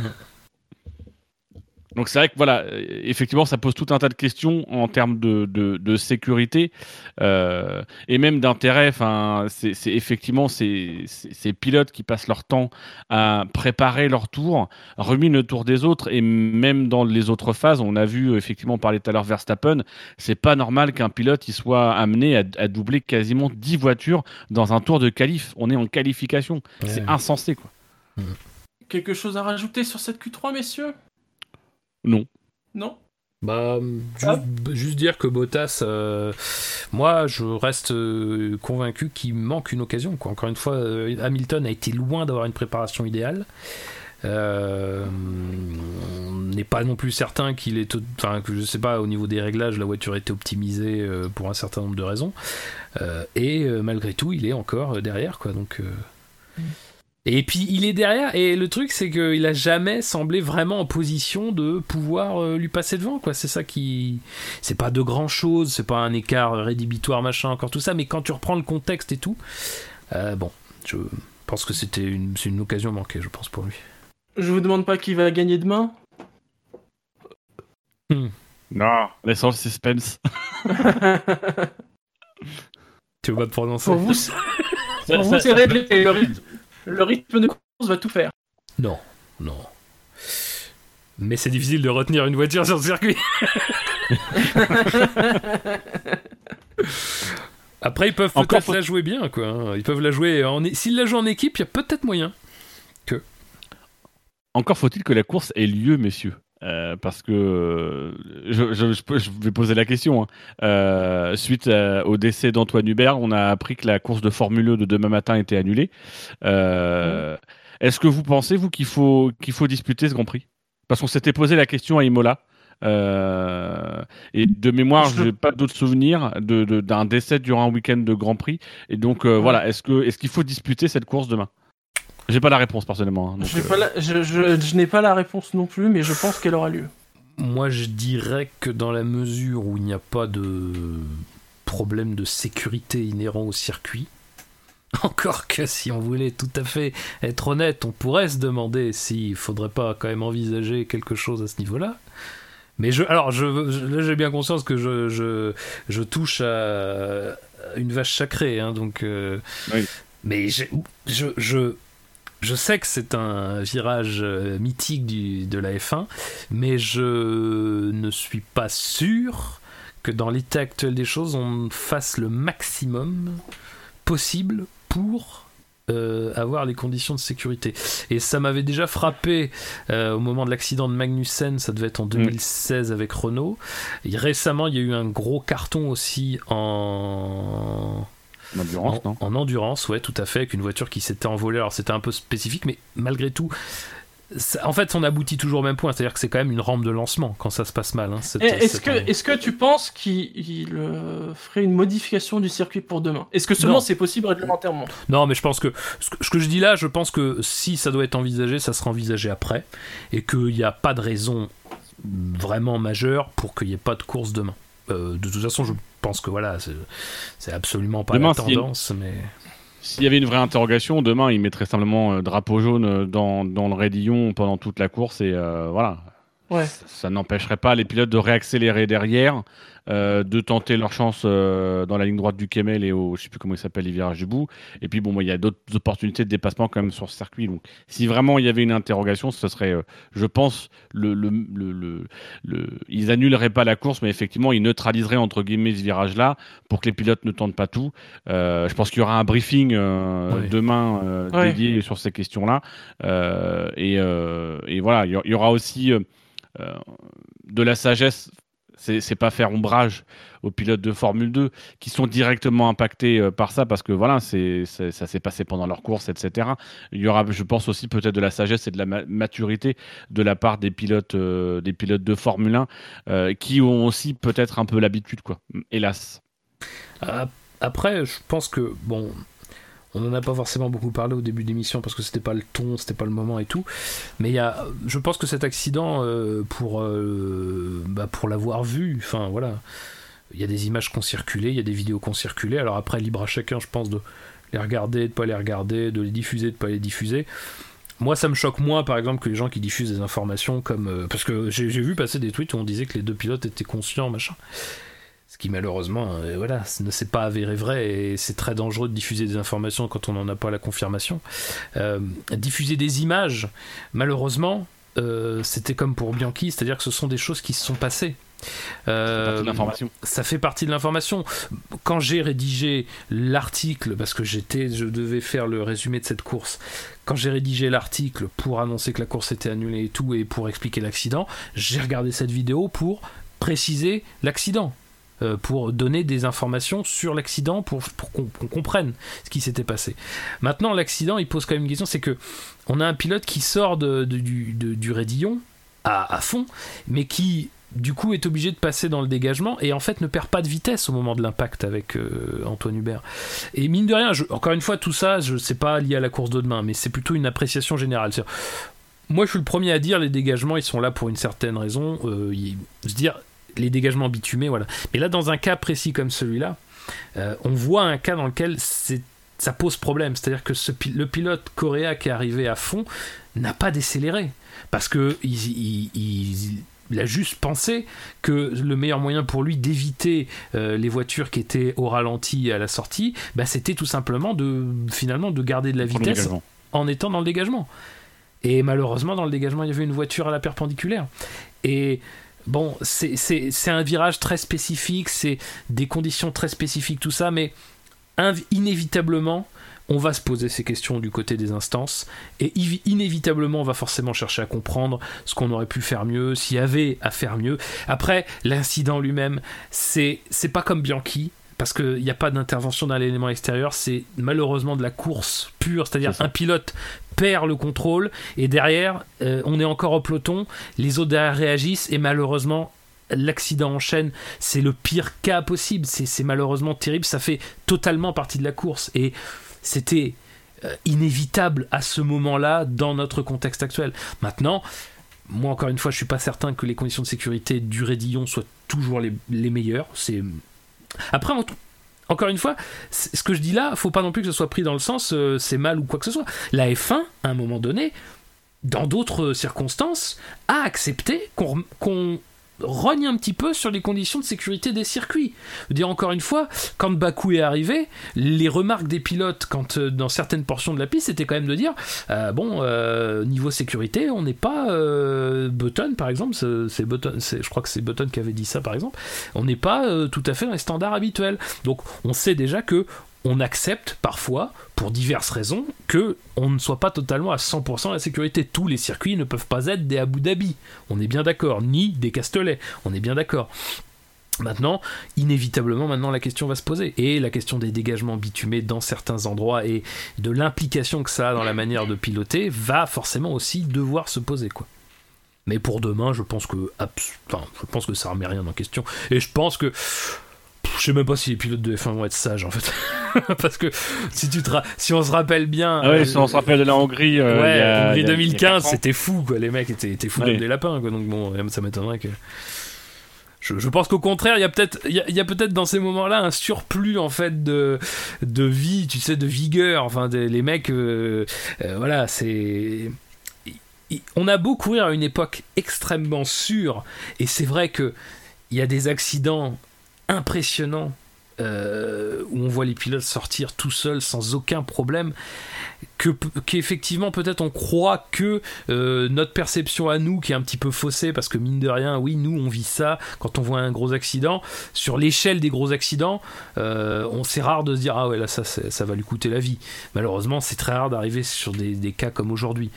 Donc c'est vrai que voilà, effectivement, ça pose tout un tas de questions en termes de sécurité et même d'intérêt. Enfin, c'est effectivement ces pilotes qui passent leur temps à préparer leur tour, ruminent le tour des autres, et même dans les autres phases, on a vu effectivement, on parlait tout à l'heure Verstappen, c'est pas normal qu'un pilote il soit amené à doubler quasiment 10 voitures dans un tour de qualif. On est en qualification, c'est insensé, quoi. Quelque chose à rajouter sur cette Q3, messieurs ? Non. Bah, juste dire que Bottas, moi je reste convaincu qu'il manque une occasion, quoi. Encore une fois, Hamilton a été loin d'avoir une préparation idéale. On n'est pas non plus certain qu'il est, enfin que je sais pas, au niveau des réglages la voiture était optimisée pour un certain nombre de raisons, et malgré tout il est encore derrière, quoi. Donc et puis il est derrière, et le truc c'est qu'il a jamais semblé vraiment en position de pouvoir lui passer devant, quoi. C'est ça qui... C'est pas de grand chose, c'est pas un écart rédhibitoire, machin, encore tout ça, mais quand tu reprends le contexte et tout, bon, je pense que c'est une occasion manquée, je pense, pour lui. Je vous demande pas qui va gagner demain. Non, laissons le suspense. Tu veux pas te prononcer? Pour vous, c'est réglé. Le rythme de course va tout faire. Non. Mais c'est difficile de retenir une voiture sur le circuit. Après, ils peuvent peut-être la jouer bien, quoi. Ils peuvent la jouer s'ils la jouent en équipe, il y a peut-être moyen que. Encore faut-il que la course ait lieu, messieurs. Parce que je vais poser la question. Suite au décès d'Antoine Hubert, on a appris que la course de Formule 1 de demain matin était annulée. Est-ce que vous pensez, vous, qu'il faut disputer ce Grand Prix? Parce qu'on s'était posé la question à Imola. Et de mémoire, je n'ai pas d'autres souvenirs d'un décès durant un week-end de Grand Prix. Et donc, voilà, est-ce qu'il faut disputer cette course demain? J'ai pas la réponse personnellement. Donc, je n'ai pas la réponse non plus, mais je pense qu'elle aura lieu. Moi, je dirais que dans la mesure où il n'y a pas de problème de sécurité inhérent au circuit, Encore que si on voulait tout à fait être honnête, on pourrait se demander s'il faudrait pas quand même envisager quelque chose à ce niveau-là. Mais là, j'ai bien conscience que je touche à une vache sacrée, hein, donc. Oui. Mais je sais que c'est un virage mythique de la F1, mais je ne suis pas sûr que dans l'état actuel des choses, on fasse le maximum possible pour avoir les conditions de sécurité. Et ça m'avait déjà frappé au moment de l'accident de Magnussen, ça devait être en 2016 avec Renault. Et récemment, il y a eu un gros carton aussi en endurance, ouais, tout à fait, avec une voiture qui s'était envolée. Alors c'était un peu spécifique, mais malgré tout, en fait, on aboutit toujours au même point, c'est-à-dire que c'est quand même une rampe de lancement quand ça se passe mal. Hein, est-ce que tu penses qu'il ferait une modification du circuit pour demain ? Est-ce que seulement c'est possible réglementairement ? Non, mais je pense que ce que je dis là, je pense que si ça doit être envisagé, ça sera envisagé après, et qu'il n'y a pas de raison vraiment majeure pour qu'il n'y ait pas de course demain. De toute façon, je pense que voilà, c'est absolument pas demain, la tendance, mais... S'il y avait une vraie interrogation, demain, il mettrait simplement drapeau jaune dans le raidillon pendant toute la course et voilà. Ouais. Ça n'empêcherait pas les pilotes de réaccélérer derrière, de tenter leur chance dans la ligne droite du Kemmel et je sais plus comment il s'appelle, les virages du bout. Et puis bon, il y a d'autres opportunités de dépassement quand même sur ce circuit. Donc, si vraiment il y avait une interrogation, ce serait, je pense, ils annuleraient pas la course, mais effectivement, ils neutraliseraient entre guillemets ce virage-là pour que les pilotes ne tentent pas tout. Je pense qu'il y aura un briefing demain dédié sur ces questions-là. Et voilà, il y aura aussi de la sagesse. C'est pas faire ombrage aux pilotes de Formule 2 qui sont directement impactés par ça parce que voilà, ça s'est passé pendant leur course, etc. Il y aura, je pense aussi peut-être de la sagesse et de la maturité de la part des pilotes de Formule 1 qui ont aussi peut-être un peu l'habitude, quoi. Hélas. Après, je pense que bon. On n'en a pas forcément beaucoup parlé au début de l'émission parce que c'était pas le ton, c'était pas le moment et tout. Mais je pense que cet accident, pour l'avoir vu, enfin voilà, il y a des images qui ont circulé, il y a des vidéos qui ont circulé. Alors après, libre à chacun, je pense, de les regarder, de pas les regarder, de les diffuser, de pas les diffuser. Moi, ça me choque moins, par exemple, que les gens qui diffusent des informations comme... parce que j'ai vu passer des tweets où on disait que les deux pilotes étaient conscients, machin. Ce qui malheureusement ne s'est pas avéré vrai et c'est très dangereux de diffuser des informations quand on n'en a pas la confirmation. Diffuser des images, malheureusement, c'était comme pour Bianchi, c'est-à-dire que ce sont des choses qui se sont passées. Ça fait partie de l'information. Quand j'ai rédigé l'article, parce que je devais faire le résumé de cette course, quand j'ai rédigé l'article pour annoncer que la course était annulée et tout, et pour expliquer l'accident, j'ai regardé cette vidéo pour préciser l'accident. Pour donner des informations sur l'accident pour qu'on comprenne ce qui s'était passé. Maintenant, l'accident, il pose quand même une question, c'est que on a un pilote qui sort du raidillon à fond, mais qui du coup est obligé de passer dans le dégagement et en fait ne perd pas de vitesse au moment de l'impact avec Antoine Hubert. Et mine de rien, encore une fois, tout ça, c'est pas lié à la course de demain, mais c'est plutôt une appréciation générale. Moi, je suis le premier à dire les dégagements, ils sont là pour une certaine raison. Se dire les dégagements bitumés, voilà. Mais là, dans un cas précis comme celui-là, on voit un cas dans lequel ça pose problème. C'est-à-dire que le pilote coréen qui est arrivé à fond n'a pas décéléré. Parce que il a juste pensé que le meilleur moyen pour lui d'éviter les voitures qui étaient au ralenti à la sortie, c'était tout simplement de garder de la vitesse en étant dans le dégagement. Et malheureusement, dans le dégagement, il y avait une voiture à la perpendiculaire. Et bon, c'est un virage très spécifique, c'est des conditions très spécifiques, tout ça, mais inévitablement, on va se poser ces questions du côté des instances, et inévitablement, on va forcément chercher à comprendre ce qu'on aurait pu faire mieux, s'il y avait à faire mieux. Après, l'incident lui-même, c'est pas comme Bianchi, parce qu'il n'y a pas d'intervention d'un élément extérieur, c'est malheureusement de la course pure, c'est-à-dire un pilote perd le contrôle, et derrière, on est encore au peloton, les autres derrière réagissent, et malheureusement, l'accident enchaîne. C'est le pire cas possible, c'est malheureusement terrible, ça fait totalement partie de la course, et c'était inévitable à ce moment-là, dans notre contexte actuel. Maintenant, moi encore une fois, je suis pas certain que les conditions de sécurité du raidillon soient toujours les meilleures, Après, encore une fois, ce que je dis là, faut pas non plus que ce soit pris dans le sens c'est mal ou quoi que ce soit. La F1, à un moment donné, dans d'autres circonstances, a accepté qu'on rogne un petit peu sur les conditions de sécurité des circuits. Je veux dire, encore une fois, quand Bakou est arrivé, les remarques des pilotes dans certaines portions de la piste, c'était quand même de dire niveau sécurité, on n'est pas Button par exemple, je crois que c'est Button qui avait dit ça par exemple, on n'est pas tout à fait dans les standards habituels. Donc on sait déjà que on accepte parfois, pour diverses raisons, qu'on ne soit pas totalement à 100% la sécurité. Tous les circuits ne peuvent pas être des Abu Dhabi, on est bien d'accord, ni des Castellet, on est bien d'accord. Maintenant, inévitablement, la question va se poser. Et la question des dégagements bitumés dans certains endroits et de l'implication que ça a dans la manière de piloter va forcément aussi devoir se poser, quoi. Mais pour demain, je pense que ça remet rien en question. Et je pense que je sais même pas si les pilotes de F1 vont être sages en fait. Parce que si on se rappelle bien. Ah ouais, si on se rappelle de la Hongrie. Hongrie 2015, c'était fou quoi. Les mecs étaient fous comme des lapins quoi. Donc bon, ça m'étonnerait que. Je pense qu'au contraire, il y a peut-être dans ces moments-là un surplus en fait de vie, tu sais, de vigueur. Enfin, les mecs, voilà, c'est. On a beau courir à une époque extrêmement sûre, et c'est vrai que il y a des accidents impressionnant où on voit les pilotes sortir tout seuls sans aucun problème, qu'effectivement peut-être on croit que notre perception à nous qui est un petit peu faussée, parce que mine de rien, oui, nous on vit ça quand on voit un gros accident. Sur l'échelle des gros accidents, c'est rare de se dire ah ouais là ça va lui coûter la vie. Malheureusement c'est très rare d'arriver sur des cas comme aujourd'hui.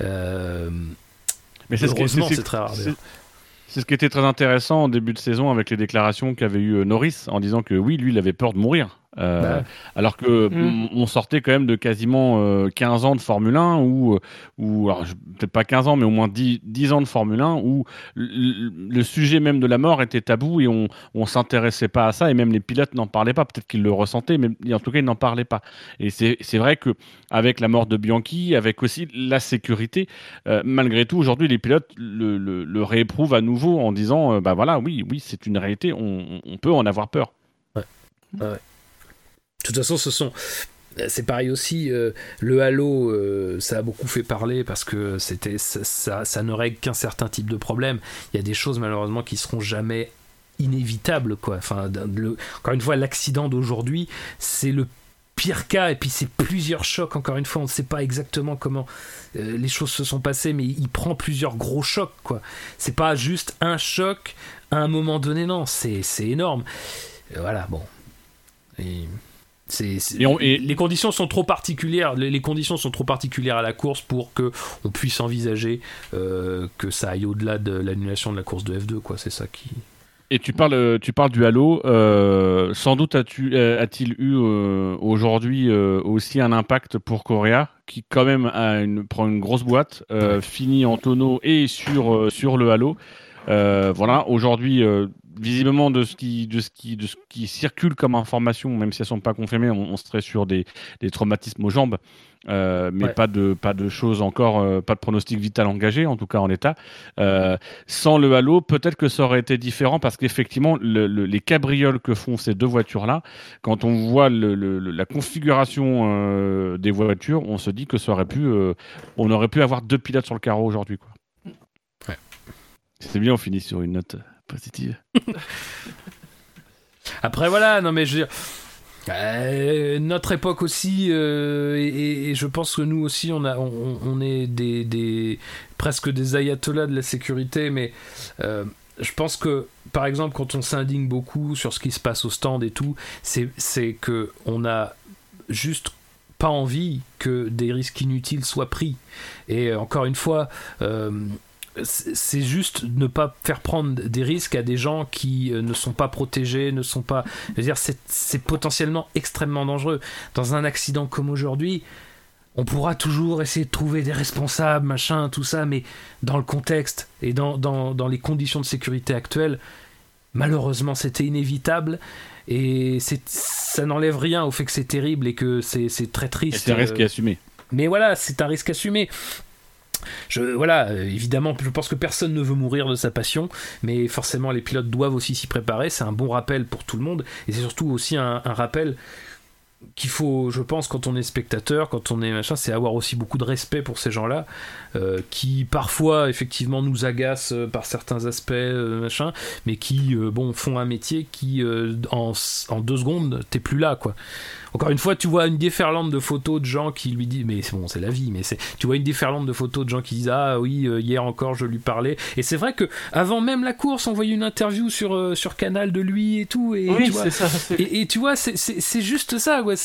Mais heureusement c'est très rare d'ailleurs. C'est ce qui était très intéressant en début de saison avec les déclarations qu'avait eu Norris en disant que oui, lui, il avait peur de mourir. Alors que on sortait quand même de quasiment 15 ans de Formule 1 ou alors, peut-être pas 15 ans, mais au moins 10 ans de Formule 1 où le sujet même de la mort était tabou et on s'intéressait pas à ça et même les pilotes n'en parlaient pas. Peut-être qu'ils le ressentaient, mais en tout cas, ils n'en parlaient pas. Et c'est vrai que avec la mort de Bianchi, avec aussi la sécurité, malgré tout, aujourd'hui, les pilotes le rééprouvent à nouveau en disant voilà, oui, c'est une réalité, on peut en avoir peur. Ouais. De toute façon, c'est pareil aussi, le halo, ça a beaucoup fait parler parce que ça ne règle qu'un certain type de problème. Il y a des choses malheureusement qui seront jamais inévitables, quoi. Enfin, encore une fois, l'accident d'aujourd'hui, c'est le pire cas, et puis c'est plusieurs chocs. Encore une fois, on ne sait pas exactement comment les choses se sont passées, mais il prend plusieurs gros chocs, quoi. C'est pas juste un choc à un moment donné, non, c'est énorme. Voilà, bon. Les conditions sont trop particulières. Les conditions sont trop particulières à la course pour que on puisse envisager que ça aille au-delà de l'annulation de la course de F2, quoi. C'est ça qui. Et tu parles du halo. Sans doute a-t-il eu aujourd'hui aussi un impact pour Correa, qui quand même prend une grosse boîte, finit en tonneau et sur le halo. Voilà, aujourd'hui. Visiblement de ce qui circule comme information, même si elles sont pas confirmées, on serait sur des traumatismes aux jambes, mais pas de choses encore, pas de pronostic vital engagé, en tout cas en l'état. Sans le halo, peut-être que ça aurait été différent parce qu'effectivement les cabrioles que font ces deux voitures-là, quand on voit la configuration des voitures, on se dit que on aurait pu avoir deux pilotes sur le carreau aujourd'hui, quoi. Ouais. C'est bien, on finit sur une note positive. Après voilà, non mais je veux dire, notre époque aussi, et je pense que nous aussi on est des presque des ayatollahs de la sécurité, mais je pense que par exemple quand on s'indigne beaucoup sur ce qui se passe au stand et tout, c'est que on a juste pas envie que des risques inutiles soient pris. Et encore une fois, c'est juste ne pas faire prendre des risques à des gens qui ne sont pas protégés, ne sont pas. Je veux dire, c'est potentiellement extrêmement dangereux. Dans un accident comme aujourd'hui, on pourra toujours essayer de trouver des responsables, machin, tout ça, mais dans le contexte et dans les conditions de sécurité actuelles, malheureusement, c'était inévitable. Et ça n'enlève rien au fait que c'est terrible et que c'est très triste. Et c'est un risque assumé. Mais voilà, c'est un risque assumé. Évidemment, je pense que personne ne veut mourir de sa passion, mais forcément les pilotes doivent aussi s'y préparer. C'est un bon rappel pour tout le monde, et c'est surtout aussi un rappel qu'il faut, je pense, quand on est spectateur, quand on est machin, c'est avoir aussi beaucoup de respect pour ces gens-là, qui parfois effectivement nous agacent par certains aspects, machin, mais qui font un métier qui en 2 secondes t'es plus là, quoi. Encore une fois, tu vois une déferlante de photos de gens qui lui disent, mais bon, c'est la vie, mais tu vois une déferlante de photos de gens qui disent ah oui, hier encore je lui parlais, et c'est vrai que avant même la course, on voyait une interview sur Canal de lui et tout, et oui, tu vois, c'est ça. et tu vois, c'est juste ça, ouais,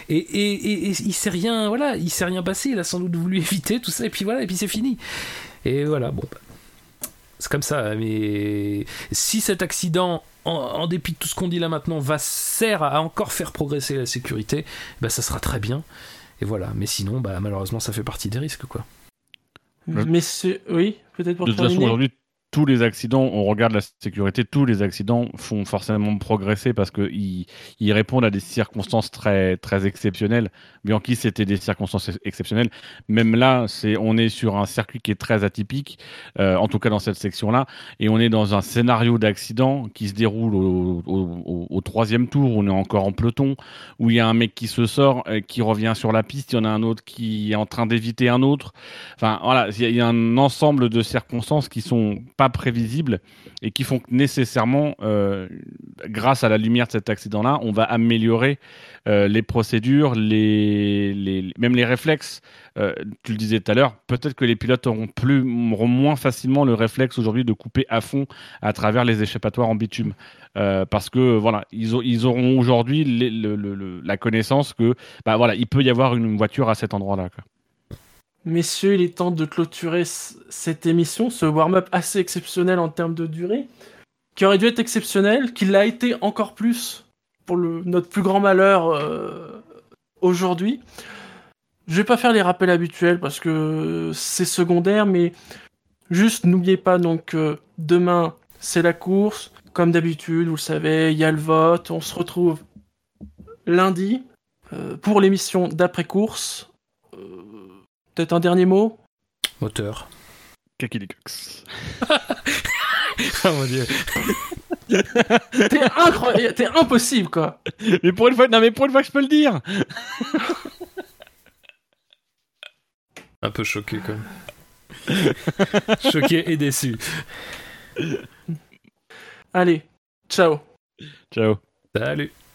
et il s'est rien passé, il a sans doute voulu éviter tout ça, et puis voilà, et puis c'est fini. Et voilà, bon, c'est comme ça, mais si cet accident, en dépit de tout ce qu'on dit là maintenant, sert à encore faire progresser la sécurité, ça sera très bien. Et voilà, mais sinon, malheureusement, ça fait partie des risques, quoi. Mais oui, peut-être pour de toute façon, terminer. aujourd'hui, tous les accidents, on regarde la sécurité, tous les accidents font forcément progresser parce qu'ils répondent à des circonstances très, très exceptionnelles. Bianchi, c'était des circonstances exceptionnelles. Même là, on est sur un circuit qui est très atypique, en tout cas dans cette section-là, et on est dans un scénario d'accident qui se déroule au 3e tour, où on est encore en peloton, où il y a un mec qui se sort, qui revient sur la piste, il y en a un autre qui est en train d'éviter un autre. Enfin, voilà, il y a un ensemble de circonstances qui sont pas prévisibles et qui font que nécessairement, grâce à la lumière de cet accident-là, on va améliorer les procédures, même les réflexes. Tu le disais tout à l'heure, peut-être que les pilotes auront moins facilement le réflexe aujourd'hui de couper à fond à travers les échappatoires en bitume. Parce que voilà, ils auront aujourd'hui la connaissance que il peut y avoir une voiture à cet endroit-là, quoi. Messieurs, il est temps de clôturer cette émission, ce warm-up assez exceptionnel en termes de durée, qui aurait dû être exceptionnel, qui l'a été encore plus pour notre plus grand malheur aujourd'hui. Je vais pas faire les rappels habituels parce que c'est secondaire, mais juste n'oubliez pas donc demain c'est la course, comme d'habitude, vous le savez, il y a le vote, on se retrouve lundi pour l'émission d'après-course. Peut-être un dernier mot ? Moteur. Kakilikox. Oh mon dieu. T'es incroyable, t'es impossible, quoi. Mais pour une fois que je peux le dire. Un peu choqué, quand même. Choqué et déçu. Allez, ciao. Ciao. Salut.